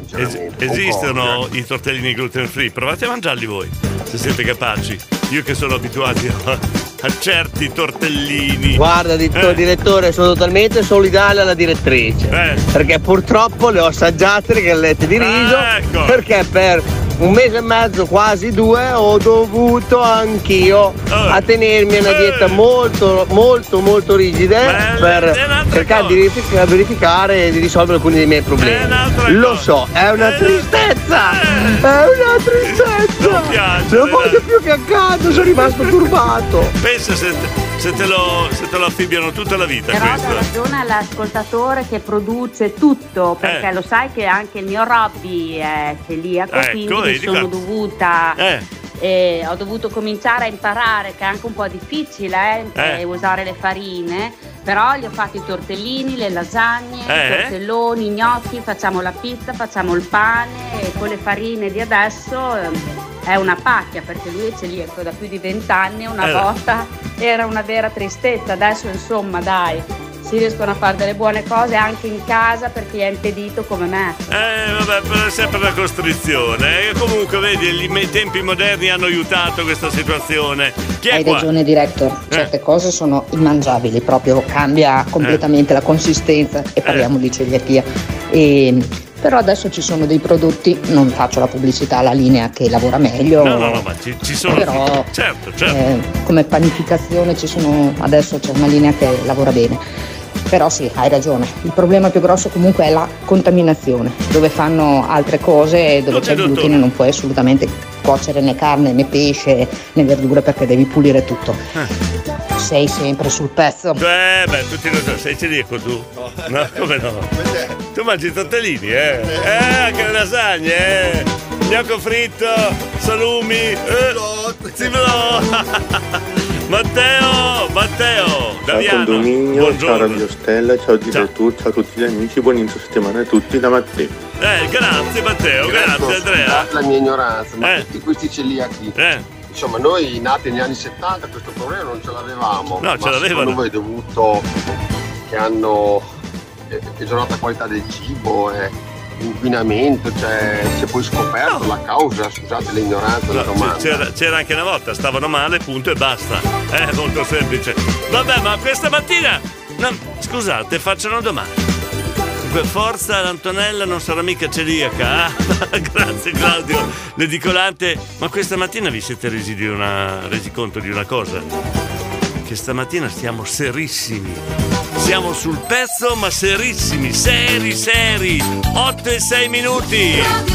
i tortellini gluten free, provate a mangiarli voi se siete capaci. Io che sono abituato a certi tortellini. Guarda direttore, sono totalmente solidale alla direttrice perché purtroppo le ho assaggiate le gallette di riso, ecco. Perché per 1 mese e mezzo, quasi 2, ho dovuto anch'io a tenermi una dieta molto molto molto rigida per cercare di verificare e di risolvere alcuni dei miei problemi. Lo so, è una tristezza, è una tristezza, non voglio più che accada, sono rimasto turbato. Pensa se te lo affibbiano tutta la vita. Però questo. dà ragione all'ascoltatore che produce tutto, perché lo sai che anche il mio Robby è celiaco, quindi mi sono dovuta ho dovuto cominciare a imparare, che è anche un po' difficile usare le farine, però gli ho fatto i tortellini, le lasagne, i tortelloni, i gnocchi, facciamo la pizza, facciamo il pane, e con le farine di adesso è una pacchia, perché lui è celiaco da più di 20 anni, una volta era una vera tristezza, adesso insomma dai, si riescono a fare delle buone cose anche in casa per chi è impedito come me. Vabbè, però è sempre la costrizione. E comunque vedi, i tempi moderni hanno aiutato questa situazione. Chi è Hai qua? ragione director, certe cose sono immangiabili, proprio cambia completamente la consistenza, e parliamo di celiachia. E Però adesso ci sono dei prodotti, non faccio la pubblicità alla linea che lavora meglio. No, ma ci sono. Però, certo. Come panificazione adesso c'è una linea che lavora bene. Però sì, hai ragione. Il problema più grosso comunque è la contaminazione. Dove fanno altre cose, dove c'è il glutine, non puoi assolutamente cuocere né carne né pesce né verdure perché devi pulire tutto. Sei sempre sul pezzo. Tutti lo so, sei celiaco tu? No, come no? Tu mangi i tortellini, anche le lasagne, gnocco fritto, salumi, Matteo, Daviano, condominio, buongiorno. ciao Radio Stella, ciao direttore, ciao a tutti gli amici, buon inizio settimana a tutti da Matteo. Grazie Matteo, grazie Andrea. La mia ignoranza, ma tutti questi celiachi. Insomma, noi nati negli anni 70 questo problema non ce l'avevamo. No, ce l'avevano. Secondo voi è dovuto che hanno peggiorata la qualità del cibo, l'inquinamento, cioè si è poi scoperto la causa, scusate l'ignoranza della domanda. C'era anche una volta, stavano male, punto e basta. È molto semplice. Vabbè, ma questa mattina, scusate, faccio una domanda. Forza, l'Antonella non sarà mica celiaca. Grazie Claudio, l'edicolante. Ma questa mattina vi siete resi conto di una cosa? Che stamattina stiamo serissimi. Siamo sul pezzo ma serissimi. Seri. 8 e 6 minuti. Radio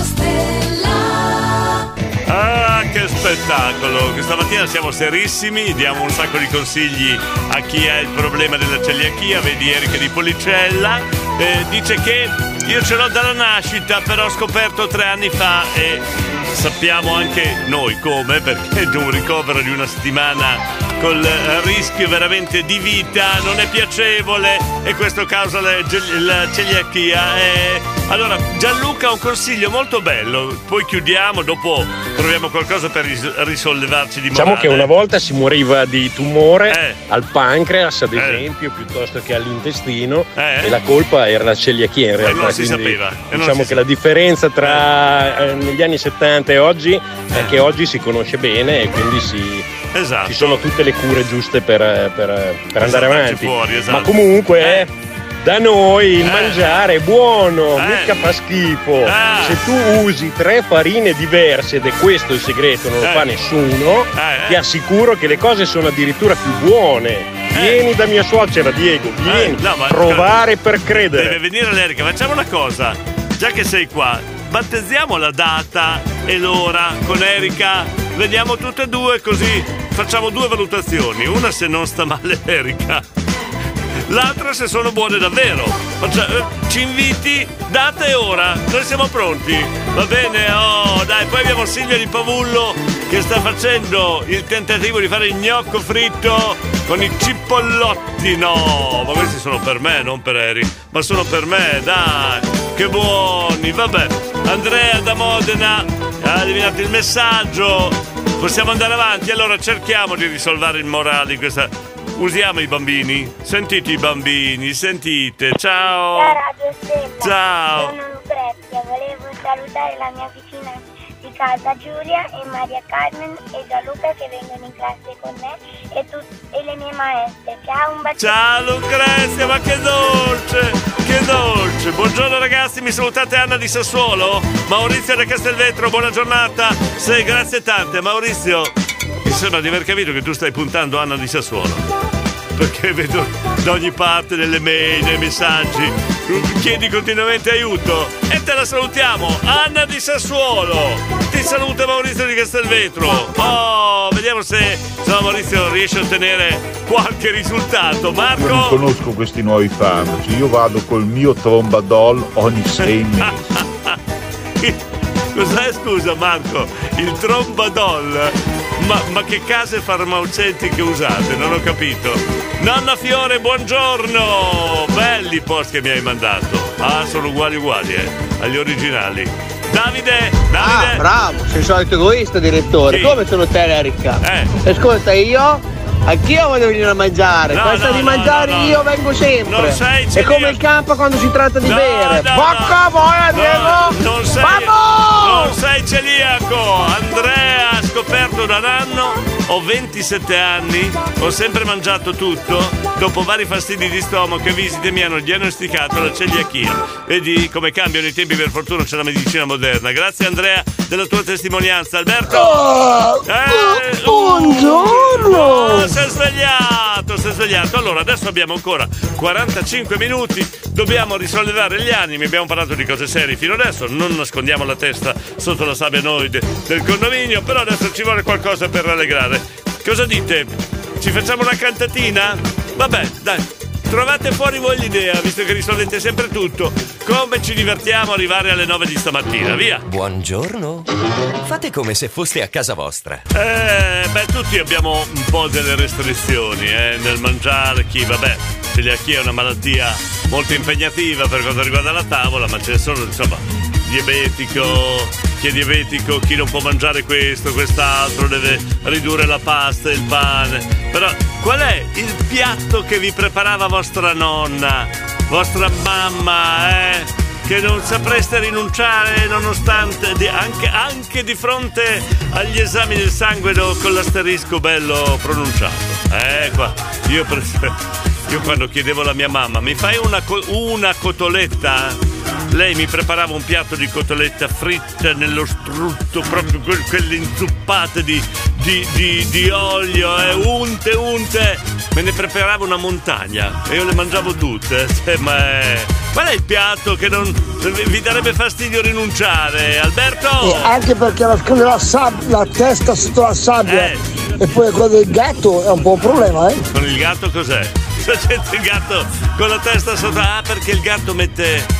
Stella. Che spettacolo. Questa mattina siamo serissimi. Diamo un sacco di consigli a chi ha il problema della celiachia. Vedi Erika di Policella. Dice che io ce l'ho dalla nascita, però ho scoperto 3 anni fa e sappiamo anche noi come, perché un ricovero di una settimana col rischio veramente di vita non è piacevole e questo causa la celiachia. Allora Gianluca ha un consiglio molto bello, poi chiudiamo, dopo proviamo qualcosa per risollevarci di morale. Diciamo che una volta si moriva di tumore al pancreas ad esempio, piuttosto che all'intestino, e la colpa era la celiachia in realtà. Non si sapeva. Diciamo che la differenza tra negli anni 70 e oggi è che oggi si conosce bene e quindi ci sono tutte le cure giuste per andare avanti. Fuori, ma comunque da noi il mangiare è buono, mica fa schifo. Se tu usi 3 farine diverse, ed è questo il segreto, non lo fa nessuno, ti assicuro che le cose sono addirittura più buone. Vieni da mia suocera, Diego, vieni, provare per credere. Deve venire l'Erica, facciamo una cosa, già che sei qua, battezziamo la data e l'ora con Erika, vediamo tutte e due, così facciamo 2 valutazioni, una se non sta male Erika, l'altra se sono buone davvero. Ci inviti, data e ora, noi siamo pronti, va bene? Dai, poi abbiamo Silvia di Pavullo che sta facendo il tentativo di fare il gnocco fritto con i cipollotti. No, ma questi sono per me, non per Eri, ma sono per me, dai, che buoni. Vabbè, Andrea da Modena ha eliminato il messaggio, possiamo andare avanti. Allora cerchiamo di risolvere il morale in questa. Usiamo i bambini, sentite i bambini, sentite, ciao. Ciao Radio Stella. Ciao. Sono Lucrezia, volevo salutare la mia vicina di casa Giulia e Maria Carmen e Gianluca che vengono in classe con me e le mie maestre. Ciao, un bacio. Ciao Lucrezia, ma che dolce, che dolce. Buongiorno ragazzi, mi salutate Anna di Sassuolo, Maurizio da Castelvetro, buona giornata. Grazie tante Maurizio. Mi sembra di aver capito che tu stai puntando Anna di Sassuolo, perché vedo da ogni parte nelle mail, nei messaggi, chiedi continuamente aiuto e te la salutiamo, Anna di Sassuolo. Ti saluta Maurizio di Castelvetro. Vediamo se Maurizio riesce a ottenere qualche risultato. Marco? Io non conosco questi nuovi farmaci, io vado col mio Trombadol ogni 6 mesi. Cos'è, scusa Marco? Il Trombadol? Ma che case farmaceutiche usate? Non ho capito. Nonna Fiore, buongiorno! Belli i post che mi hai mandato. Sono uguali agli originali. Davide! Bravo, sei il solito egoista, direttore. Sì. Come sono te, Erika? Ascolta, anch'io voglio venire a mangiare. Questa di mangiare io vengo sempre. Non sei è come il campo quando si tratta di bere. Bocca boia, Diego! Non sei celiaco! Andrea ha scoperto da un anno Ho 27 anni, ho sempre mangiato tutto. Dopo vari fastidi di stomaco e visite mi hanno diagnosticato la celiachia. Vedi come cambiano i tempi, per fortuna c'è la medicina moderna. Grazie Andrea della tua testimonianza. Alberto! Buongiorno! Oh, sei svegliato. Allora, adesso abbiamo ancora 45 minuti. Dobbiamo risollevare gli animi. Abbiamo parlato di cose serie fino adesso. Non nascondiamo la testa sotto la sabbia noi del condominio. Però adesso ci vuole qualcosa per rallegrare. Cosa dite? Ci facciamo una cantatina? Vabbè, dai. Trovate fuori voi l'idea, visto che risolvete sempre tutto. Come ci divertiamo arrivare alle 9 di stamattina, via. Buongiorno. Fate come se foste a casa vostra. Tutti abbiamo un po' delle restrizioni, nel mangiare. Celiachia è una malattia molto impegnativa per quanto riguarda la tavola, ma ce ne sono, insomma, chi è diabetico, chi non può mangiare questo, quest'altro, deve ridurre la pasta e il pane. Però qual è il piatto che vi preparava vostra nonna, vostra mamma, che non sapreste rinunciare nonostante anche di fronte agli esami del sangue con l'asterisco bello pronunciato? Qua io quando chiedevo alla mia mamma mi fai una cotoletta, lei mi preparava un piatto di cotoletta fritta nello strutto, proprio quelle inzuppate di olio, unte, me ne preparava una montagna e io le mangiavo tutte. Qual è il piatto che non vi darebbe fastidio rinunciare, Alberto? Anche perché nascondere la testa sotto la sabbia e poi quello del gatto è un po' un problema, Con il gatto cos'è? Se c'è il gatto con la testa sotto, perché il gatto mette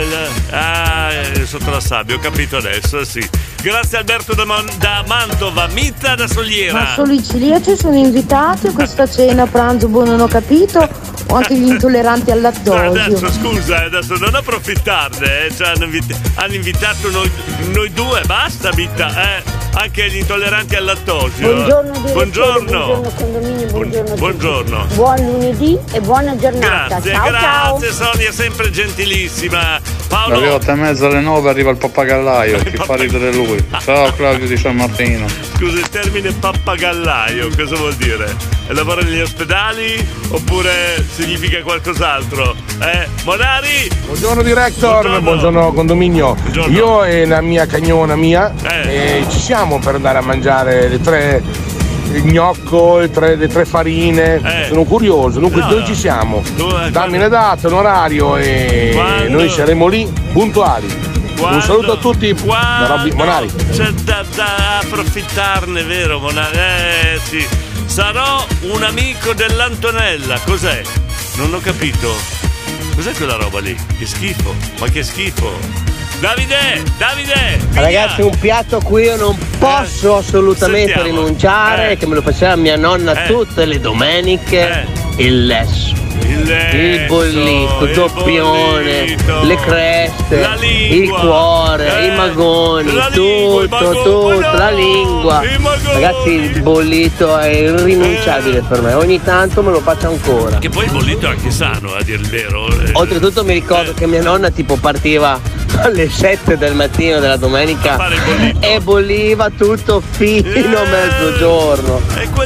sotto la sabbia, ho capito adesso, sì. Grazie Alberto da Mantova. Mita da Soliera. Ma solo i celiaci sono invitati a questa cena pranzo, non ho capito, o anche gli intolleranti al lattosio? Adesso scusa, adesso non approfittarne, hanno invitato noi due, basta Mita, anche gli intolleranti al lattosio. Buongiorno condominio, buongiorno. Buon lunedì e buona giornata. Grazie Sonia, sempre gentilissima. Paolo. Alle 8:30 alle 9 arriva il papagallaio che fa ridere lui. Ciao Claudio di San Martino. Scusa, il termine pappagallaio cosa vuol dire? Lavora negli ospedali oppure significa qualcos'altro? Monari? Buongiorno director, buongiorno condominio. Buongiorno. Io e la mia cagnona ci siamo per andare a mangiare le tre gnocco, le tre farine. Sono curioso, dunque noi ci siamo. Dammi le date, l'orario e noi saremo lì puntuali. Un saluto a tutti da Monari. C'è da approfittarne, vero Monari? Sì. Sarò un amico dell'Antonella. Cos'è? Non ho capito. Cos'è quella roba lì? Che schifo. Ma che schifo. Davide! Via. Ragazzi, un piatto a cui io non posso assolutamente rinunciare, che me lo faceva mia nonna tutte le domeniche, il lesso. Il bollito, il doppione, le creste, il cuore, i magoni, tutto, la lingua. Ragazzi, il bollito è irrinunciabile per me, ogni tanto me lo faccio ancora. Che poi il bollito è anche sano, a dire il vero. Oltretutto mi ricordo che mia nonna tipo partiva alle 7 del mattino della domenica e bolliva tutto fino a mezzogiorno,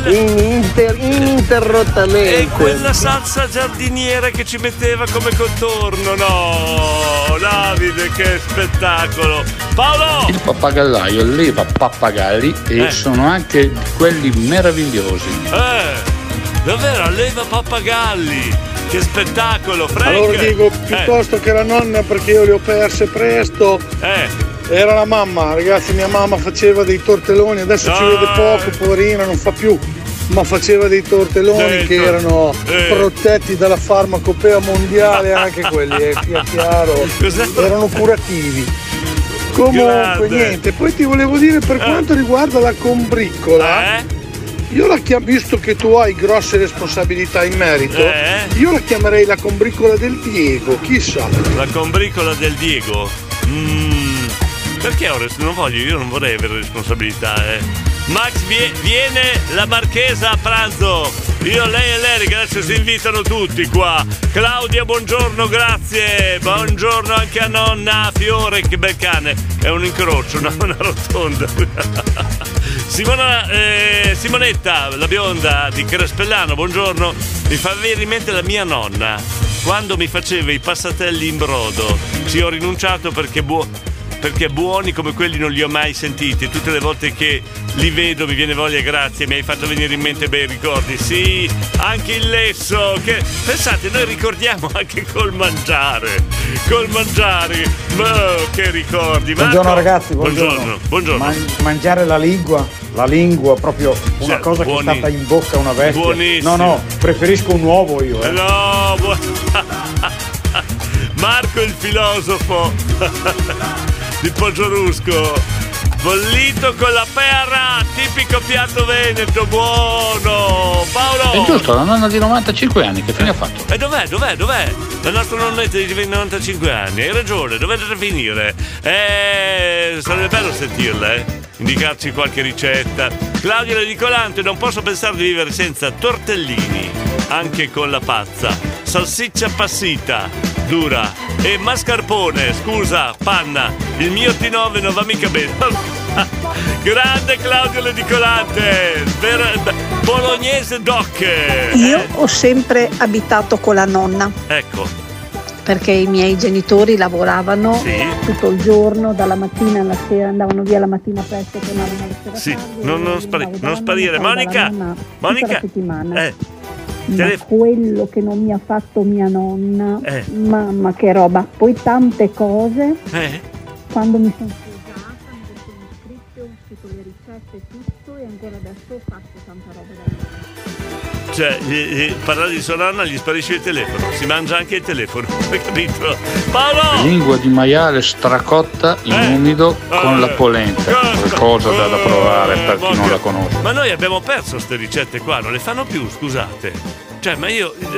ininterrottamente. E quella salsa giardiniera che ci metteva come contorno, no Davide, che spettacolo. Paolo! Il pappagallaio alleva pappagalli e sono anche quelli meravigliosi. Davvero, alleva pappagalli. Che spettacolo, Frank! Allora dico, piuttosto che la nonna, perché io le ho perse presto, era la mamma. Ragazzi, mia mamma faceva dei tortelloni, adesso ci vede poco, poverina, non fa più, ma faceva dei tortelloni che erano protetti dalla farmacopea mondiale, anche quelli, è chiaro, erano curativi. Comunque, niente, poi ti volevo dire per quanto riguarda la combriccola, io la chiamo, visto che tu hai grosse responsabilità in merito, io la chiamerei la combriccola del Diego, chissà. La combriccola del Diego? Perché ora non voglio, io non vorrei avere responsabilità, Max, viene la Marchesa a pranzo. Io, lei e l'Eric adesso si invitano tutti qua. Claudia, buongiorno, grazie. Buongiorno anche a nonna Fiore, che bel cane. È un incrocio, una rotonda. Simona Simonetta, la bionda di Crespellano, buongiorno. Mi fa venire in mente la mia nonna quando mi faceva i passatelli in brodo. Ci ho rinunciato perché buoni come quelli non li ho mai sentiti. Tutte le volte che li vedo mi viene voglia, grazie, mi hai fatto venire in mente bei ricordi. Sì, anche il lesso, che pensate, noi ricordiamo anche col mangiare, ma che ricordi. Buongiorno ragazzi, buongiorno. Mangiare la lingua proprio una cosa che è stata in bocca una bestia. Buonissimo. No, preferisco un uovo io. No, Marco il filosofo di Poggiorusco, bollito con la perra, tipico piatto veneto, buono. Paolo! È giusto, la nonna di 95 anni, che fine ha fatto? E dov'è? La nostra nonnetta di 95 anni, hai ragione, dove deve finire? Sarebbe bello sentirla, indicarci qualche ricetta. Claudia Ledicolante, non posso pensare di vivere senza tortellini, anche con la pazza, salsiccia passita, dura, e mascarpone, scusa, panna, il mio T9 non va mica bene. Grande Claudio Ledicolante, bolognese doc. Io ho sempre abitato con la nonna. Ecco. Perché i miei genitori lavoravano tutto il giorno, dalla mattina alla sera, andavano via la mattina presto, tornavano alla sera sì, tardi. non sparire. Monica, tutta la settimana. Ma quello che non mi ha fatto mia nonna, mamma che roba, poi tante cose, quando mi sono sposata mi sono scritto le ricette e tutto, e ancora adesso faccio tanta roba da me. Cioè, parlare di sua nonna gli sparisce il telefono, si mangia anche il telefono, hai capito? Paolo! Lingua di maiale stracotta in umido con la polenta, qualcosa da provare per chi non la conosce. Ma noi abbiamo perso queste ricette qua, non le fanno più, scusate. Cioè, ma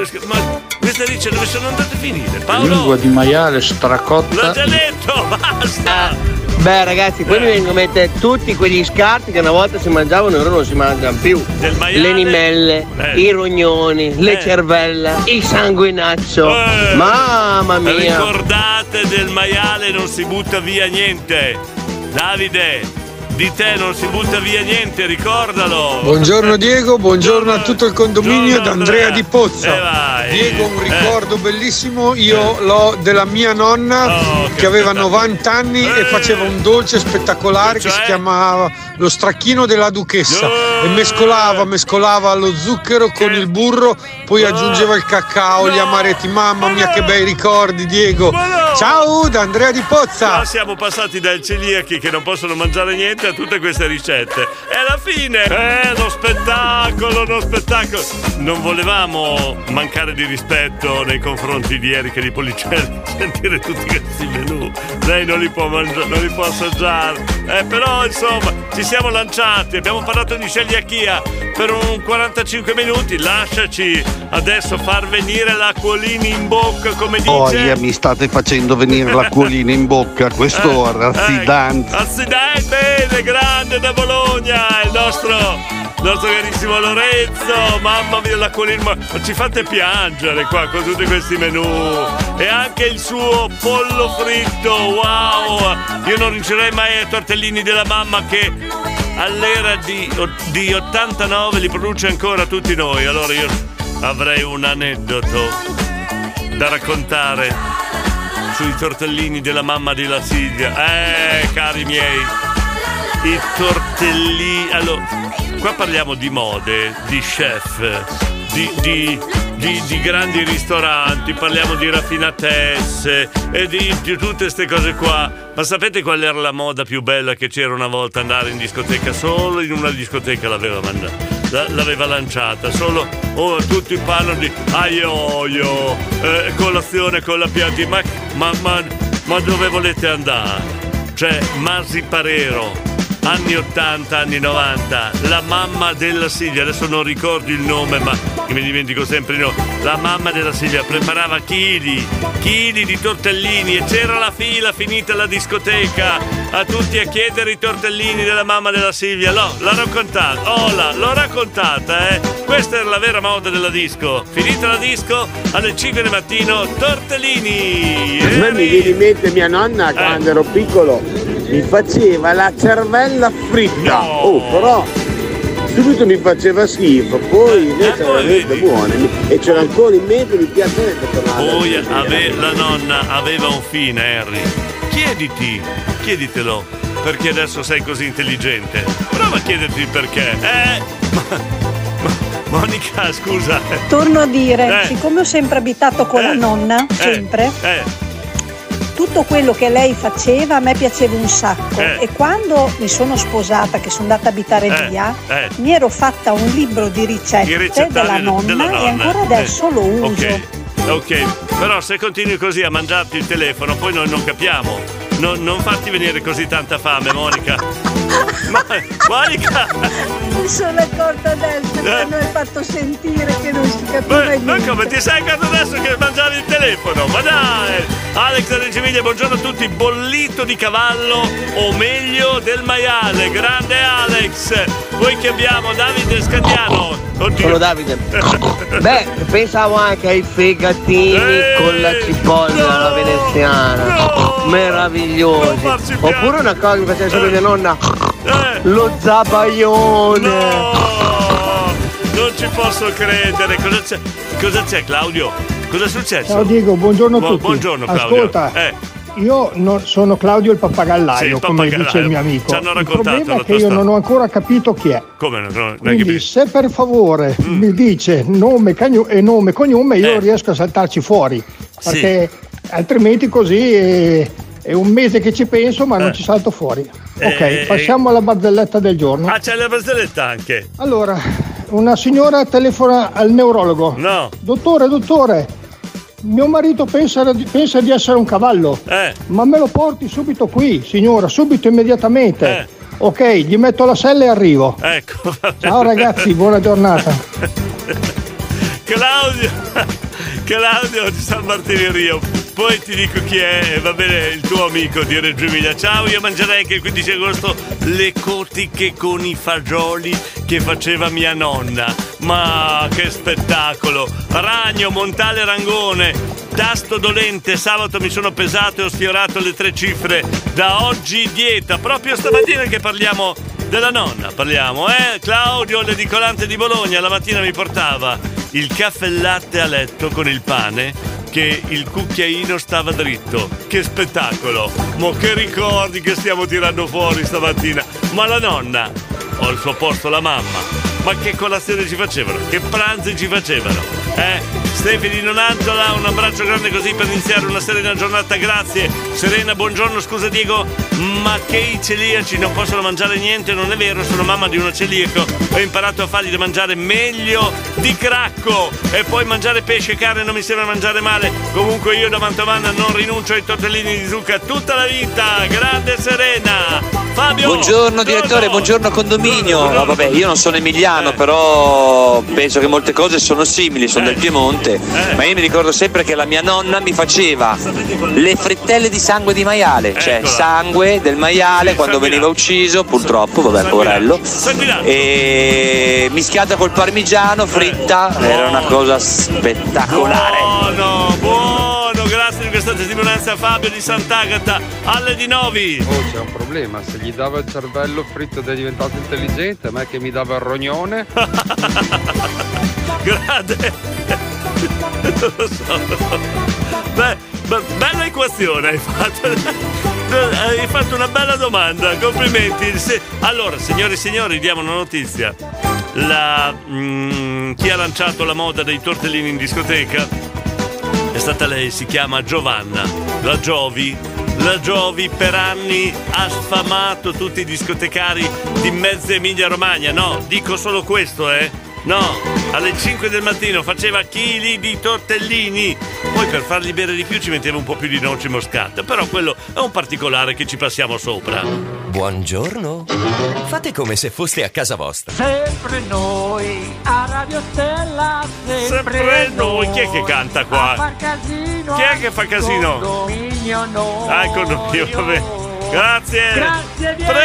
queste ricette dove sono andate a finire? Paolo! Lingua di maiale stracotta. L'ho già detto, basta! Beh ragazzi, poi mi vengono in mente tutti quegli scarti che una volta si mangiavano e ora non si mangiano più. Le nimelle, i rognoni, le cervella, il sanguinaccio. Mamma mia! Ricordate del maiale, non si butta via niente. Davide, di te non si butta via niente, ricordalo. Buongiorno Diego, buongiorno a tutto il condominio da Andrea di Pozza. Diego, un ricordo bellissimo, io l'ho della mia nonna che aveva 90 anni e faceva un dolce spettacolare che si chiamava lo stracchino della duchessa e mescolava lo zucchero con il burro, poi aggiungeva il cacao, gli amaretti. Mamma mia che bei ricordi Diego. Ciao da Andrea di Pozza. Ma siamo passati dai celiachi che non possono mangiare niente a tutte queste ricette e alla fine lo spettacolo. Non volevamo mancare di rispetto nei confronti di Erika di Policelli, sentire tutti questi menù. Lei non li può mangiare, non li può assaggiare, però insomma ci siamo lanciati, abbiamo parlato di celiachia per un 45 minuti. Lasciaci adesso far venire l'acquolina in bocca, come dice. Mi state facendo venire l'acquolina in bocca a quest'ora, bene, grande da Bologna, il nostro carissimo Lorenzo. Mamma mia, l'acquolina, ma ci fate piangere qua con tutti questi menù. E anche il suo pollo fritto, wow. Io non riuscirei mai ai tortellini della mamma che all'era di 89 li produce ancora tutti noi. Allora io avrei un aneddoto da raccontare sui tortellini della mamma di La Silvia. Cari miei, i tortellini. Allora, qua parliamo di mode, di chef, di grandi ristoranti, parliamo di raffinatezze e di tutte queste cose qua. Ma sapete qual era la moda più bella che c'era una volta? Andare in discoteca, solo in una discoteca l'aveva lanciata, solo tutti parlano di aioio, colazione con la piatti, ma dove volete andare? Cioè, Masi Parero, anni 80, anni 90, la mamma della Silvia, adesso non ricordo il nome, ma che mi dimentico sempre il nome. La mamma della Silvia preparava chili di tortellini e c'era la fila finita la discoteca, a tutti a chiedere i tortellini della mamma della Silvia. No, l'ho raccontata, Questa era la vera moda della disco. Finita la disco, alle 5 del mattino, tortellini. A me mi viene in mente mia nonna quando ero piccolo, mi faceva la cervella fritta. Però subito mi faceva schifo, poi invece era veramente buona e c'era ancora in mente, mi piaceva tornare. Poi la nonna aveva un fine, Harry. Chieditelo, perché adesso sei così intelligente. Prova a chiederti il perché. Monica, scusa. Torno a dire, siccome ho sempre abitato con la nonna, sempre, tutto quello che lei faceva a me piaceva un sacco e quando mi sono sposata, che sono andata a abitare via, mi ero fatta un libro di ricette della nonna e ancora adesso lo uso. Ok, però se continui così a mangiarti il telefono poi noi non capiamo. Non farti venire così tanta fame, Monica. Monica! Mi sono accorta adesso che mi hai fatto sentire che non si capiva niente. Ma come ti sei accorto adesso che mangiavi il telefono? Ma dai! Alex da Reggio Emilia, buongiorno a tutti. Bollito di cavallo o meglio del maiale. Grande Alex! Poi che abbiamo Davide Scandiano. Oddio. Solo Davide. Beh, pensavo anche ai fegatini con la cipolla alla veneziana. Meravigliosi. Oppure una cosa che faceva sempre mia nonna, lo zabaione. Non ci posso credere. Cosa c'è Claudio? Cosa è successo? Ciao Diego, buongiorno a tutti. Buongiorno Claudio. Ascolta, io sono Claudio il pappagallo, come dice il mio amico. Ci hanno il raccontato problema è che io non ho ancora capito chi è. Come no? Quindi se per favore mi dice nome e nome cognome, io riesco a saltarci fuori. Perché altrimenti così è un mese che ci penso ma non ci salto fuori. Ok, passiamo alla barzelletta del giorno. Ah, c'è la barzelletta anche. Allora, una signora telefona al neurologo. No. Dottore, mio marito pensa di essere un cavallo. Ma me lo porti subito qui, signora, subito, immediatamente. Ok, gli metto la sella e arrivo. Ecco. Ciao ragazzi, buona giornata. Claudio di San Martino Rio. Poi ti dico chi è, va bene, il tuo amico di Reggio Emilia. Ciao, io mangerei anche il 15 agosto le cotiche con i fagioli che faceva mia nonna. Ma che spettacolo! Ragno, Montale, Rangone, tasto dolente, sabato mi sono pesato e ho sfiorato le 3 cifre. Da oggi dieta, proprio stamattina che parliamo della nonna, Claudio, l'edicolante di Bologna, la mattina mi portava il caffè e latte a letto con il pane che il cucchiaino stava dritto. Che spettacolo! Mo che ricordi che stiamo tirando fuori stamattina. Ma la nonna, o al suo posto la mamma, ma che colazione ci facevano? Che pranzi ci facevano? Stefi di Nonantola, un abbraccio grande così per iniziare una serena giornata, grazie. Serena, buongiorno, scusa Diego, ma che i celiaci non possono mangiare niente? Non è vero, sono mamma di uno celiaco, ho imparato a fargli da mangiare meglio di cracco e poi mangiare pesce e carne non mi sembra mangiare male. Comunque io da Mantovana non rinuncio ai tortellini di zucca tutta la vita. Grande Serena. Fabio, buongiorno direttore, buongiorno condominio. No, vabbè, io non sono emiliano, però penso che molte cose sono simili, sono del Piemonte, ma io mi ricordo sempre che la mia nonna mi faceva le frittelle di sangue di maiale, cioè sangue del maiale quando veniva ucciso, purtroppo, vabbè, poverello, e mischiata col parmigiano, fritta, era una cosa spettacolare. Buono, grazie di questa testimonianza Fabio di Sant'Agata. Alle di Novi. C'è un problema, se gli dava il cervello fritto ed è diventato intelligente, a me che mi dava il rognone. Grande. Non lo so. Bella equazione hai fatto. Hai fatto una bella domanda, complimenti. Allora, signore e signori, diamo una notizia. Chi ha lanciato la moda dei tortellini in discoteca è stata lei, si chiama Giovanna. La Giovi per anni ha sfamato tutti i discotecari di mezza Emilia Romagna. No, dico solo questo, No, alle 5 del mattino faceva chili di tortellini. Poi per farli bere di più ci metteva un po' più di noci moscate. Però quello è un particolare che ci passiamo sopra. Buongiorno. Fate come se foste a casa vostra. Sempre noi a Radio Stella. Sempre noi. Chi è che canta qua? Chi è che fa casino? Condominio noi. Ah, il condominio, vabbè. Grazie. Grazie Diego.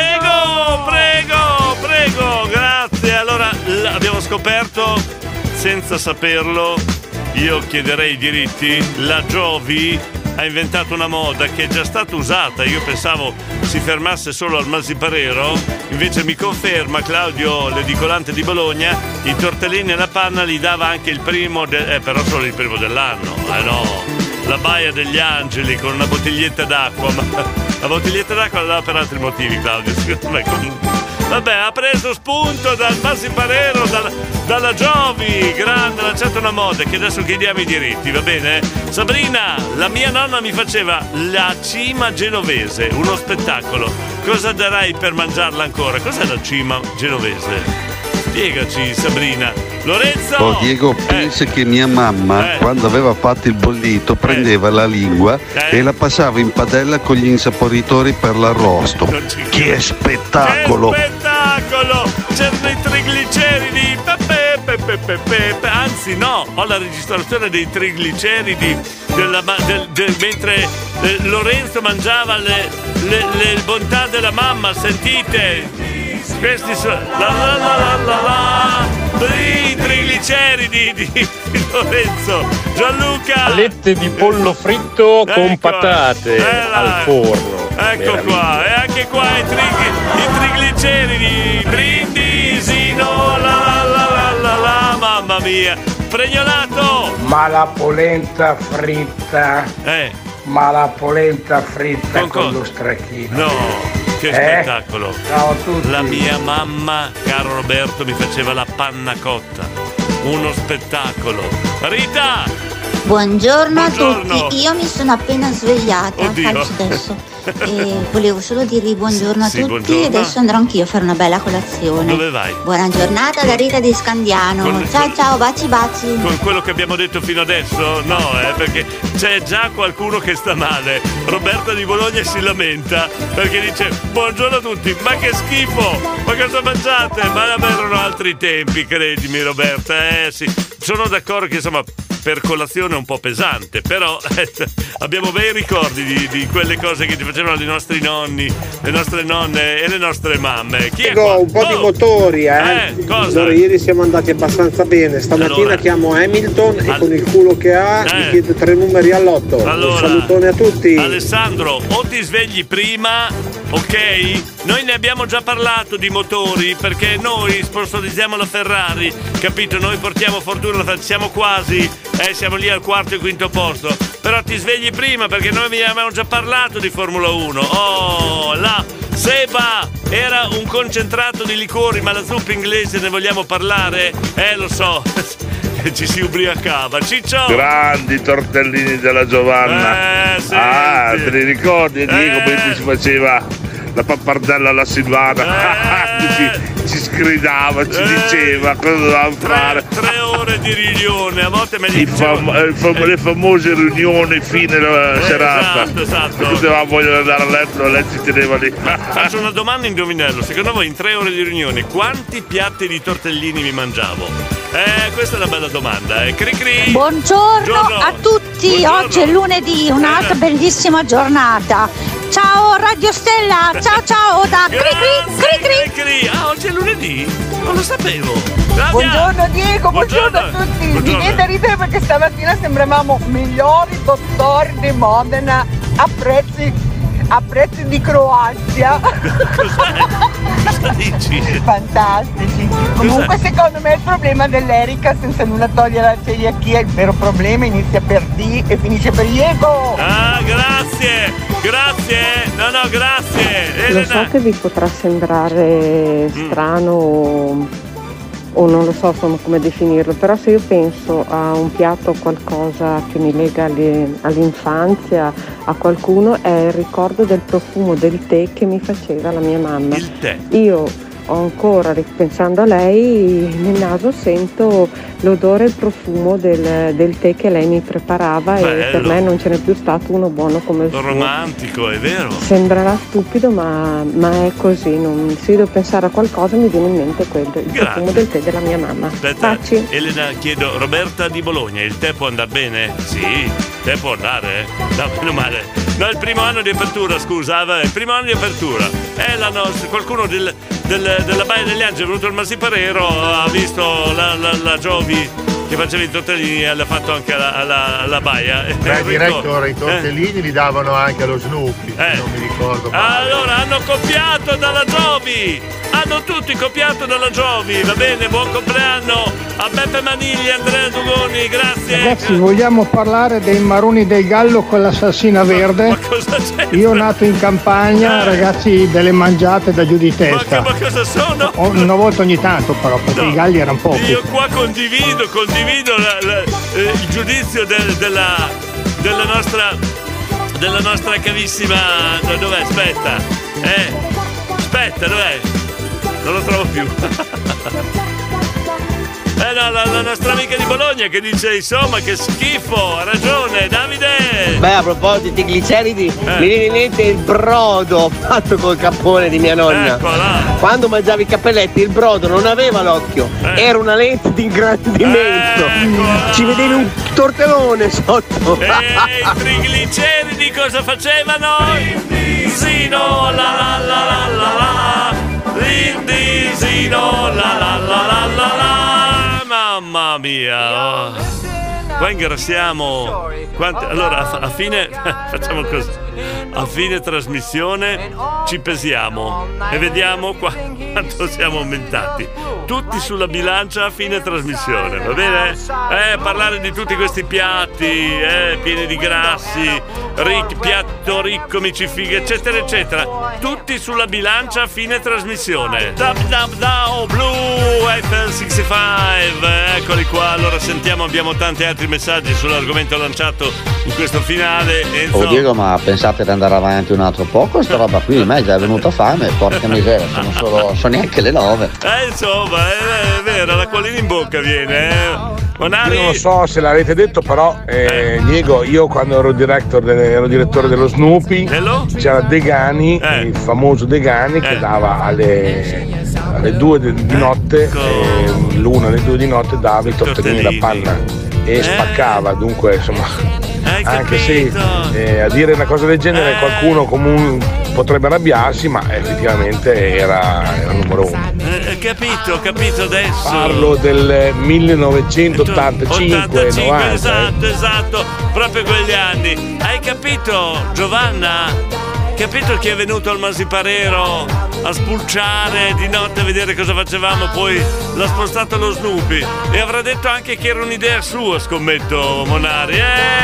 Prego, grazie. Allora, abbiamo scoperto, senza saperlo, io chiederei i diritti, la Giovi ha inventato una moda che è già stata usata. Io pensavo si fermasse solo al Masiparero, invece mi conferma Claudio, l'edicolante di Bologna, i tortellini e la panna li dava anche il primo, però solo il primo dell'anno. No, la Baia degli Angeli con una bottiglietta d'acqua, ma la bottiglietta d'acqua la dava per altri motivi, Claudio, secondo me. Vabbè, ha preso spunto dal Masiparero, dalla Giovi, grande, ha lanciato una moda che adesso chiediamo i diritti, va bene? Sabrina, la mia nonna mi faceva la cima genovese, uno spettacolo. Cosa darai per mangiarla ancora? Cos'è la cima genovese? Spiegaci, Sabrina. Lorenzo! Oh, Diego, pensa che mia mamma, quando aveva fatto il bollito, prendeva la lingua e la passava in padella con gli insaporitori per l'arrosto. Che spettacolo! Che spettacolo! C'erano i trigliceridi! Anzi no, ho la registrazione dei trigliceridi mentre Lorenzo mangiava le bontà della mamma, sentite! Questi sono i trigliceridi di Lorenzo. Gianluca, alette di pollo fritto con patate al forno. Ecco qua, e anche qua i trigliceridi. Brindisi, no, la, mamma mia. Pregnolato. Ma la polenta fritta. Ma la polenta fritta con lo stracchino. No. Che spettacolo! Ciao a tutti! La mia mamma, caro Roberto, mi faceva la panna cotta. Uno spettacolo. Rita! Buongiorno a tutti, io mi sono appena svegliata, calcio adesso. E volevo solo dirvi buongiorno a tutti. Buongiorno. E adesso andrò anch'io a fare una bella colazione. Dove vai? Buona giornata da Rita di Scandiano. Ciao, baci. Con quello che abbiamo detto fino adesso? No, perché c'è già qualcuno che sta male. Roberta di Bologna si lamenta perché dice buongiorno a tutti, ma che schifo, ma cosa mangiate? Ma erano altri tempi, credimi Roberta, sì. Sono d'accordo che insomma per colazione è un po' pesante, però abbiamo bei ricordi di quelle cose che ci facevano i nostri nonni, le nostre nonne e le nostre mamme. Chi è qua? Un po' di motori, Cosa? Allora, ieri siamo andati abbastanza bene. Stamattina chiamo Hamilton e con il culo che ha gli chiedo 3 numeri all'otto. Un salutone a tutti. Alessandro, o ti svegli prima, ok? Noi ne abbiamo già parlato di motori perché noi sponsorizziamo la Ferrari, capito? Noi portiamo fortuna, siamo quasi, siamo lì al 4º e 5º posto. Però ti svegli prima perché noi vi abbiamo già parlato di Formula 1. Oh, la Seba era un concentrato di liquori, ma la zuppa inglese ne vogliamo parlare? Lo so. Ci si ubriacava. Ciccio! Grandi tortellini della Giovanna. Sì. Te li ricordi, Diego? Mentre si faceva la pappardella alla Silvana, ci sgridava, ci diceva cosa dovevamo fare. 3 ore di riunione, a volte me li diceva. Le famose riunioni fine serata. Esatto. Tutti avevamo voglia di andare a letto e lei ci teneva lì. Faccio una domanda, indovinello. Secondo voi in 3 ore di riunione quanti piatti di tortellini mi mangiavo? Questa è una bella domanda. Cri. Buongiorno a tutti. Buongiorno. Oggi è lunedì, un'altra bellissima giornata. Ciao Radio Stella, ciao da Cri. Oggi è lunedì? Non lo sapevo. Buongiorno Diego, buongiorno a tutti. Mi viene da ridere perché stamattina sembravamo migliori dottori di Modena a prezzi di Croazia. Cosa dici? Fantastici. Comunque secondo me il problema dell'Erica, senza nulla togliere la celiachia, il vero problema inizia per D e finisce per Diego. Grazie. No, grazie. Lo so che vi potrà sembrare strano o non lo so come definirlo, però se io penso a un piatto o qualcosa che mi lega all'infanzia, a qualcuno, è il ricordo del profumo del tè che mi faceva la mia mamma. Il tè? Io ho ancora, ripensando a lei, nel naso sento l'odore e il profumo del tè che lei mi preparava. Bello. E per me non ce n'è più stato uno buono come il suo. Romantico, è vero. Sembrerà stupido, ma è così. Se io devo pensare a qualcosa mi viene in mente quello, il profumo del tè della mia mamma. Aspetta, Baci. Elena, chiedo, Roberta di Bologna, il tè può andare bene? Sì, il tè può andare, No, meno male. No, il primo anno di apertura, scusa, il primo anno di apertura. Qualcuno della Baia degli Angeli è venuto al Masiparero, ha visto la Giovi che faceva i tortellini e l'ha fatto anche alla baia. Director, i tortellini li davano anche allo Snoopy, non mi ricordo male. Allora, hanno copiato dalla Giovi! Hanno tutti copiato dalla Giovi, va bene? Buon compleanno a Beppe Manigli, Andrea Dugoni, grazie. Ragazzi, vogliamo parlare dei maroni del Gallo con la salsina verde? Ma cosa c'è? Io nato in campagna, ragazzi, delle mangiate da giù di testa. Ma cosa sono? Una volta ogni tanto però, perché i galli erano pochi. Io qua condivido il giudizio della nostra carissima. Dov'è? Aspetta, dov'è? Non lo trovo più. No, la nostra amica di Bologna che dice insomma che schifo, ha ragione, Davide. Beh, a proposito di gliceridi, mi viene in mente il brodo fatto col cappone di mia nonna. Eccola. Quando mangiavi i cappelletti il brodo non aveva l'occhio, era una lente di ingrandimento. Ci vedevi un tortellone sotto. E i trigliceridi cosa facevano? Lindisino, la la la la la la. Lindisino, la la la la la la. Mamma mia, qua ingrassiamo. Allora a fine facciamo così, a fine trasmissione ci pesiamo e vediamo quanto siamo aumentati, tutti sulla bilancia a fine trasmissione, va bene? Parlare di tutti questi piatti pieni di grassi, piatto ricco, micifighe, eccetera eccetera, tutti sulla bilancia a fine trasmissione. Blue Eiffel 65, eccoli qua. Allora sentiamo, abbiamo tanti altri messaggi sull'argomento lanciato in questo finale. Enzo. Diego, ma pensate di andare avanti un altro po' con sta roba qui? A me è già venuta fame, porca miseria, sono neanche le 9. Insomma, è vero, l'acquolina in bocca viene, Monari. Io non so se l'avete detto, però Diego, io quando ero direttore dello Snoopy, c'era Degani, il famoso Degani, che dava alle 2 di notte, l'una alle 2 di notte dava i tortellini da panna e spaccava, dunque insomma. Anche se a dire una cosa del genere qualcuno potrebbe arrabbiarsi, ma effettivamente era numero 1. Capito adesso. Parlo del 1985, 90. Esatto, proprio quegli anni. Hai capito, Giovanna? Capito chi è venuto al Masiparero a spulciare di notte a vedere cosa facevamo, poi l'ha spostato allo Snoopy e avrà detto anche che era un'idea sua, scommetto, Monari.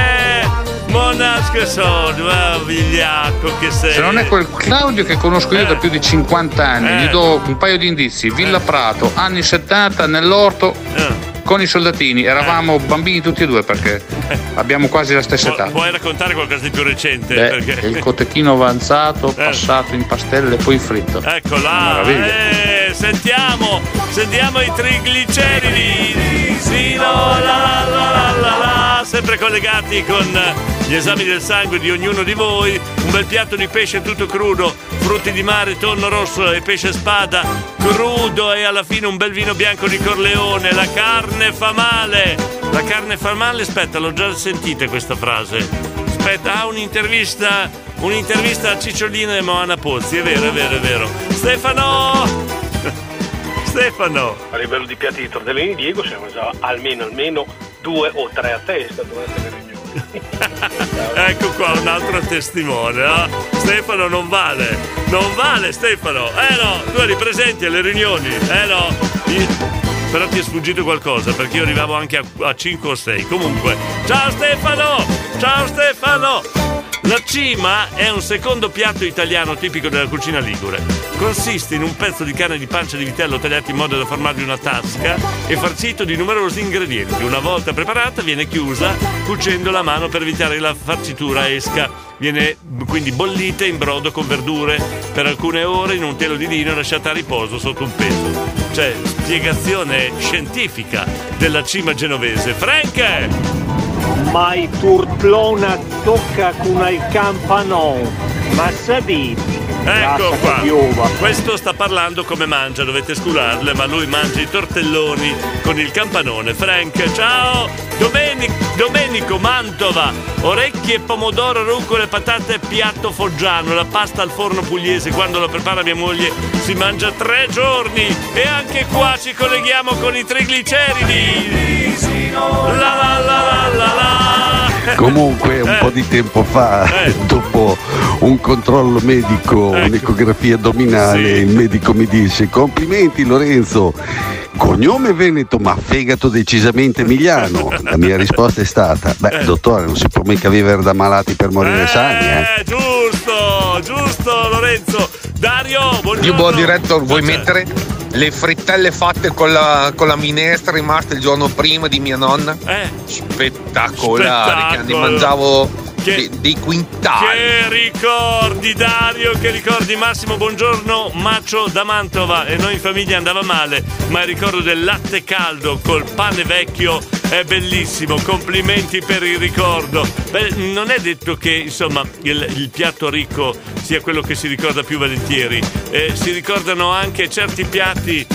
Monasco vigliacco che sei. Se non è quel Claudio che conosco io da più di 50 anni, gli do un paio di indizi. Villa Prato, anni 70, nell'orto, con i soldatini. Eravamo bambini tutti e due perché abbiamo quasi la stessa età. Puoi raccontare qualcosa di più recente? Perché il cotechino avanzato, passato in pastelle e poi fritto. Ecco là. Sentiamo i trigliceridi. Sì, la la la la la. Sempre collegati con gli esami del sangue di ognuno di voi. Un bel piatto di pesce tutto crudo, frutti di mare, tonno rosso e pesce spada crudo, e alla fine un bel vino bianco di Corleone. La carne fa male. Aspetta, l'ho già sentita questa frase. Aspetta, un'intervista a Cicciolina e Moana Pozzi. È vero. Stefano. A livello di piatti di tortellini, Diego, siamo già almeno 2 o 3 a testa durante le riunioni. Ecco qua un altro testimone, Stefano non vale Stefano, no, tu eri presente alle riunioni, no, però ti è sfuggito qualcosa perché io arrivavo anche a 5 o 6, comunque, ciao Stefano. La cima è un secondo piatto italiano tipico della cucina ligure. Consiste in un pezzo di carne di pancia di vitello tagliato in modo da formargli una tasca e farcito di numerosi ingredienti. Una volta preparata viene chiusa cucendola a mano per evitare che la farcitura esca. Viene quindi bollita in brodo con verdure per alcune ore in un telo di lino e lasciata a riposo sotto un peso. Cioè, spiegazione scientifica della cima genovese. Frank! Mai turplona tocca con il campanon, ma saditi. Ecco qua, questo sta parlando come mangia, dovete scusarle, ma lui mangia i tortelloni con il campanone. Frank, ciao! Domenico, Mantova, orecchie, pomodoro, rucole, patate, piatto foggiano, la pasta al forno pugliese, quando la prepara mia moglie si mangia 3 giorni. E anche qua ci colleghiamo con i trigliceridi. Comunque un po' di tempo fa, dopo un controllo medico, un'ecografia addominale, il medico mi disse: complimenti Lorenzo, cognome veneto ma fegato decisamente emiliano. La mia risposta è stata: beh dottore, non si può mica vivere da malati per morire sani. Giusto Lorenzo. Dario, buongiorno. Io diretto, vuoi mettere le frittelle fatte con la minestra rimasta il giorno prima di mia nonna? Spettacolari, che ne mangiavo dei quintali. Che ricordi Dario, che ricordi. Massimo, buongiorno, Macio da Mantova. E noi in famiglia andava male, ma il ricordo del latte caldo col pane vecchio è bellissimo. Complimenti per il ricordo. Beh, non è detto che insomma il piatto ricco sia quello che si ricorda più volentieri. Si ricordano anche certi piatti,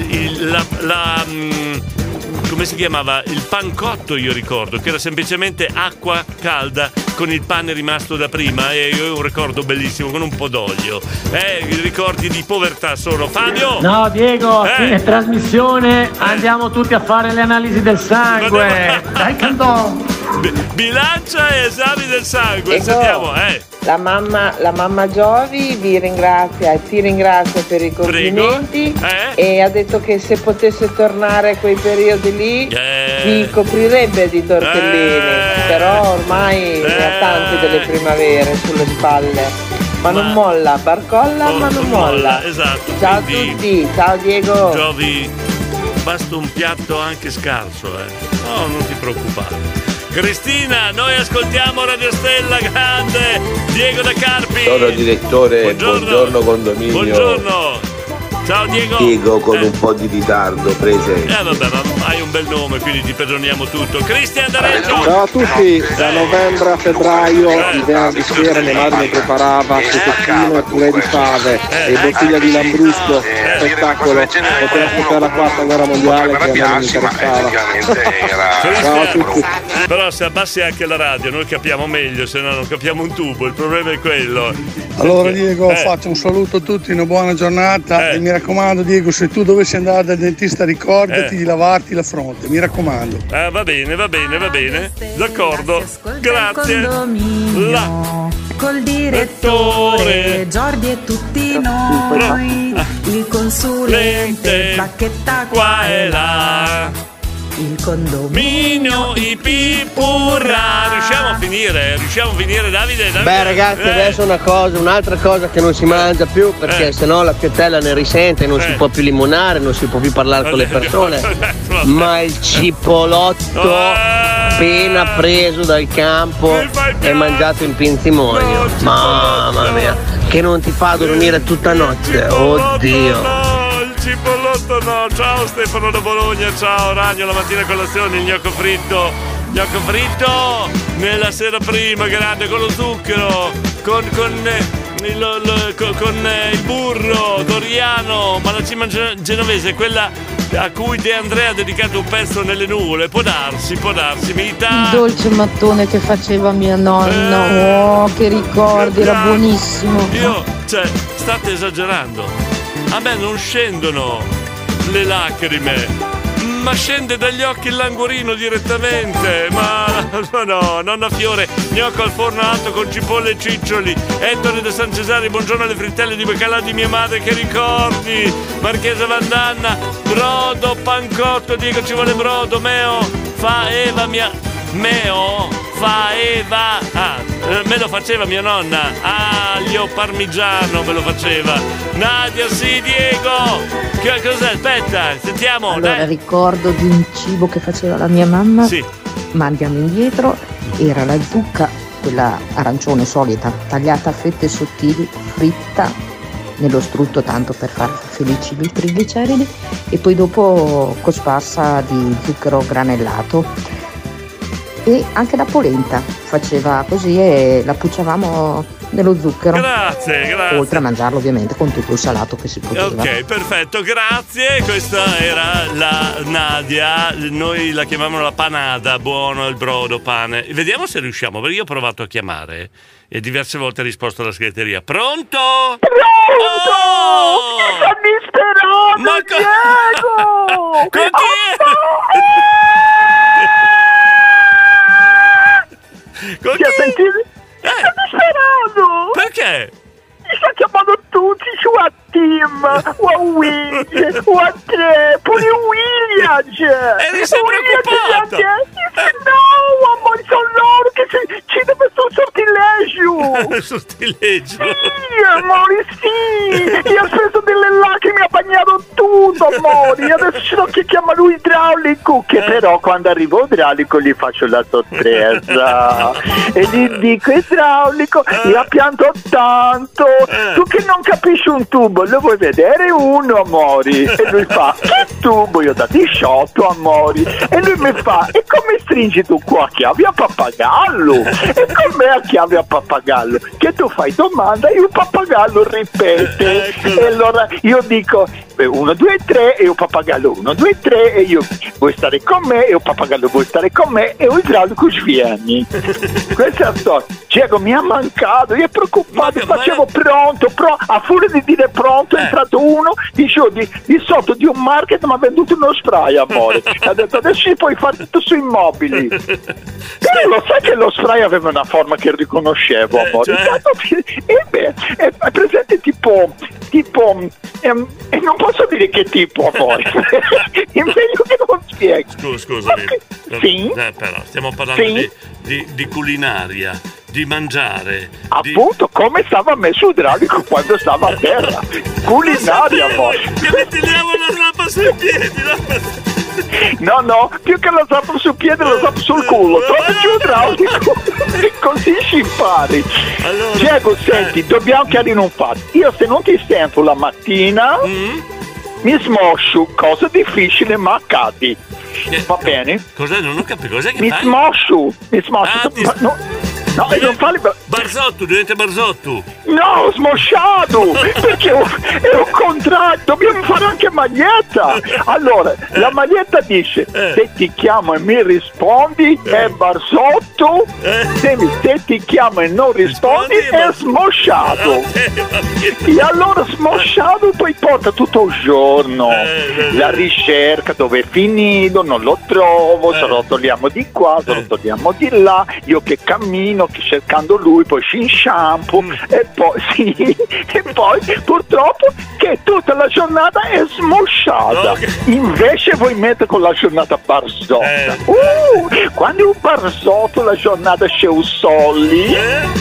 come si chiamava? Il pancotto, io ricordo, che era semplicemente acqua calda con il pane rimasto da prima, e io ho un ricordo bellissimo con un po' d'olio. I ricordi di povertà sono. Fabio! No, Diego, fine trasmissione, andiamo tutti a fare le analisi del sangue. Dai, Candò! Bilancia e esami del sangue. Ecco, sentiamo. La mamma Giovi vi ringrazia e ti ringrazia per i complimenti. E ha detto che se potesse tornare a quei periodi lì vi coprirebbe di tortellini, però ormai ne ha tante delle primavere sulle spalle. Ma non molla, barcolla ma non molla. Esatto. Ciao a tutti, ciao Diego. Giovi, basta un piatto anche scarso, no, non ti preoccupare. Cristina, noi ascoltiamo Radio Stella, grande Diego Da Carpi. Sono direttore, buongiorno condominio. Buongiorno. Ciao Diego. Diego con un po' di ritardo presente. Vabbè, ma hai un bel nome, quindi ti perdoniamo tutto. Cristian da Reggio. Ciao a tutti, da novembre a febbraio il venerdì sera mia madre mi preparava cecchino e purè di fave e bottiglia di lambrusco, spettacolo. Potevo aspettare la quarta guerra mondiale che a me non mi interessava. Ciao a tutti. Però se abbassi anche la radio noi capiamo meglio, se no non capiamo un tubo, il problema è quello. Allora Diego, faccio un saluto a tutti, una buona giornata e mi raccomando Diego, se tu dovessi andare dal dentista ricordati di lavarti la fronte, mi raccomando. Va bene, d'accordo, grazie. Col direttore Giordi e tutti noi, il consulente, bacchetta qua e là. Il condominio, i pipurra. Riusciamo a finire, Davide? Beh ragazzi, adesso un'altra cosa che non si mangia più, perché sennò la piattella ne risente, non si può più limonare, non si può più parlare con le persone. Ma il cipolotto appena preso dal campo e mangiato in pinzimonio, mamma mia, che non ti fa dormire tutta notte, oddio. Cipollotto no. Ciao Stefano da Bologna, ciao Ragno, la mattina colazione il gnocco fritto nella sera prima, grande, con lo zucchero, con il burro doriano, ma la cima genovese, quella a cui De Andrea ha dedicato un pezzo nelle nuvole. Può darsi il dolce mattone che faceva mia nonna, che ricordi, era buonissimo. State esagerando. A me non scendono le lacrime, ma scende dagli occhi il languorino direttamente. Ma no, nonna Fiore, gnocco al forno alto con cipolle e ciccioli. Ettore de San Cesare, buongiorno alle frittelle di baccalà di mia madre, che ricordi. Marchesa Vandanna, brodo, pancotto, Diego ci vuole brodo. Meo, fa Eva me lo faceva mia nonna. Aglio parmigiano me lo faceva. Nadia, sì, Diego. Che cos'è? Aspetta, sentiamo. Allora, ricordo di un cibo che faceva la mia mamma. Sì. Ma andiamo indietro. Era la zucca, quella arancione solita, tagliata a fette sottili, fritta nello strutto tanto per far felici i trigliceridi, e poi dopo cosparsa di zucchero granellato. E anche la polenta faceva così e la pucciavamo nello zucchero. Grazie. Oltre a mangiarlo ovviamente con tutto il salato che si poteva. Ok, perfetto, grazie. Questa era la Nadia, noi la chiamavamo la panada, buono il brodo, pane. Vediamo se riusciamo, perché io ho provato a chiamare e diverse volte ha risposto alla segreteria. Pronto? Pronto! Sta disperando, Diego! Con chi è? Chi ha sentito? Sto disperando! Perché? Mi sta chiamando tutti su a team, o a Will, o a te, pure William! Eri sempre occupata! No, amore, sono loro che ci deve essere un sortilegio! Sortilegio? Sì, amore, sì! Io ho speso delle lacrime, ha bagnato tutto, amore! Adesso ce l'ho che chiama lui idraulico, che però quando arrivo idraulico gli faccio la sorpresa! E gli dico, idraulico, mi ha pianto tanto! Tu che non capisci un tubo, lo vuoi vedere uno, amori? E lui fa, che tubo? Io ho dato 18, amori. E lui mi fa, e come stringi tu qua a chiavi a pappagallo? E com'è a chiavi a pappagallo? Che tu fai domanda e il pappagallo ripete. E allora io dico, 1, 2, 3 e il pappagallo 1, 2, 3 e io vuoi stare con me e il pappagallo vuoi stare con me e il idraulico svieni. Questa è la storia. Diego mi ha mancato, io è preoccupato, facevo pronto, a furia di dire pronto è entrato uno, dicevo di sotto di un market mi ha venduto uno spray, amore. Ha detto adesso ci puoi fare tutto sui mobili. Però lo sai che lo spray aveva una forma che riconoscevo, amore. E beh, è presente tipo e non posso dire che tipo, amore. È meglio che non spiego. Scusami. Sì? Però stiamo parlando di culinaria, di mangiare. Appunto, come stava messo idraulico quando stava a terra. Culinaria, amore. Che mettiamo la zappa sui piedi, no? No, più che la zappa sul piede, la zappa sul culo. Trovi giù idraulico. Così ci impari. Allora, Diego, senti, dobbiamo chiarire un fatto. Io se non ti sento la mattina mi smoscio, cosa difficile ma accadi. Va bene? Cos'è? Non ho capito, cos'è che mi fai? Smoscio. No, non fare. Barzotto, diventa Barzotto. No, smosciato! Perché è un contratto, dobbiamo fare anche maglietta. Allora, la maglietta dice: se ti chiamo e mi rispondi, è Barzotto. Se ti chiamo e non rispondi, è smosciato. E allora smosciato poi porta tutto il giorno la ricerca dove è finito, non lo trovo, se lo togliamo di qua, se lo togliamo di là, io che cammino, che cercando lui, poi si shampoo e poi purtroppo che tutta la giornata è smosciata. Invece voi mettete con la giornata barzotta. Quando un barzotto la giornata c'è un soli,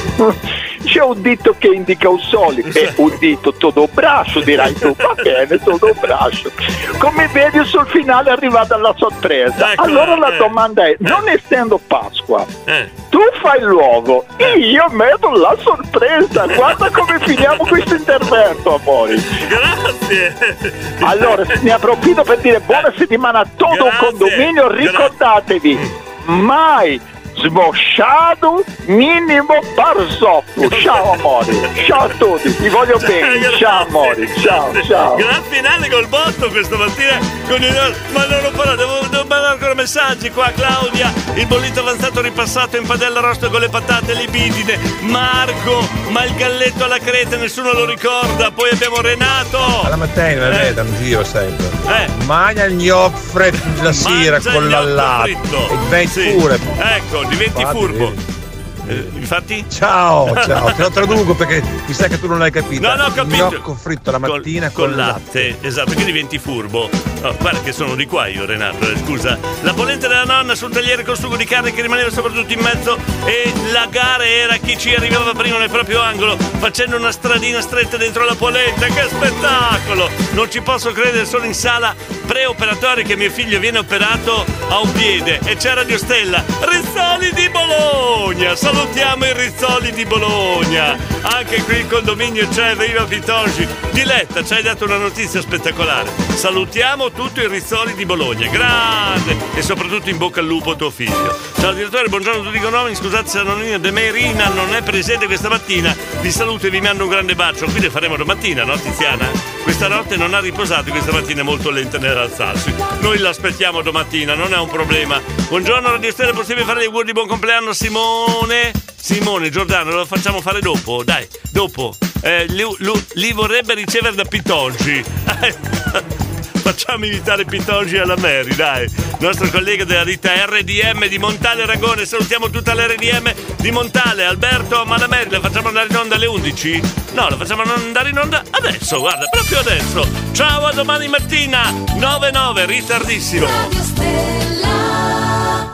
c'è un dito che indica un soli e un dito todo braccio, dirai tu. Va bene, todo braccio. Come vedi sul finale è arrivata la sorpresa. Allora la domanda è, non essendo Pasqua, tu fai l'uovo e io metto la sorpresa. Guarda come finiamo questo intervento, amori. Grazie. Allora ne approfitto per dire buona settimana a tutto il condominio. Ricordatevi, mai smosciato, minimo barzotto. Ciao amori, ciao a tutti, vi voglio bene. Ciao amori, ciao. Gran finale col botto questa mattina con ma non ho parlato, devo mandare ancora messaggi qua. Claudia, il bollito avanzato ripassato in padella rossa con le patate, libidine. Marco, ma il galletto alla creta nessuno lo ricorda. Poi abbiamo Renato. Alla mattina vedo un giro sempre. Mangia il gnocco fritto la sera con l'allato. E ben pure. Ecco, diventi furbo. Infatti? Ciao, te lo traduco perché mi sa che tu non l'hai capito. No, ho capito. Gnocco fritto la mattina con latte. Esatto, perché diventi furbo. No, guarda che sono di qua io, Renato, scusa. La polenta della nonna sul tagliere con sugo di carne che rimaneva soprattutto in mezzo e la gara era chi ci arrivava prima nel proprio angolo facendo una stradina stretta dentro la polenta. Che spettacolo! Non ci posso credere, sono in sala preoperatoria che mio figlio viene operato a un piede e c'è Radio Stella. Rizzoli di Bologna! Salutiamo i Rizzoli di Bologna. Anche qui il condominio c'è, viva Pitongi. Diletta, ci hai dato una notizia spettacolare. Salutiamo tutti i Rizzoli di Bologna. Grande! E soprattutto in bocca al lupo tuo figlio. Ciao direttore, buongiorno a tutti i condomini. Scusate se Anonino De Merina non è presente questa mattina. Vi saluto e vi mando un grande bacio. Qui le faremo domattina, no Tiziana? Questa notte non ha riposato, questa mattina è molto lenta nell'alzarsi. Noi l'aspettiamo domattina, non è un problema. Buongiorno Radio Stella, è possibile fare gli auguri di buon compleanno Simone Giordano, lo facciamo fare dopo, dai, dopo. Li vorrebbe ricevere da Pitongi. Facciamo imitare Pitongi alla Mary, dai. Nostro collega della Rita RDM di Montale Ragone. Salutiamo tutta l'RDM di Montale. Alberto Malameri, la facciamo andare in onda alle 11? No, la facciamo andare in onda adesso, guarda, proprio adesso. Ciao, a domani mattina 9:09, ritardissimo.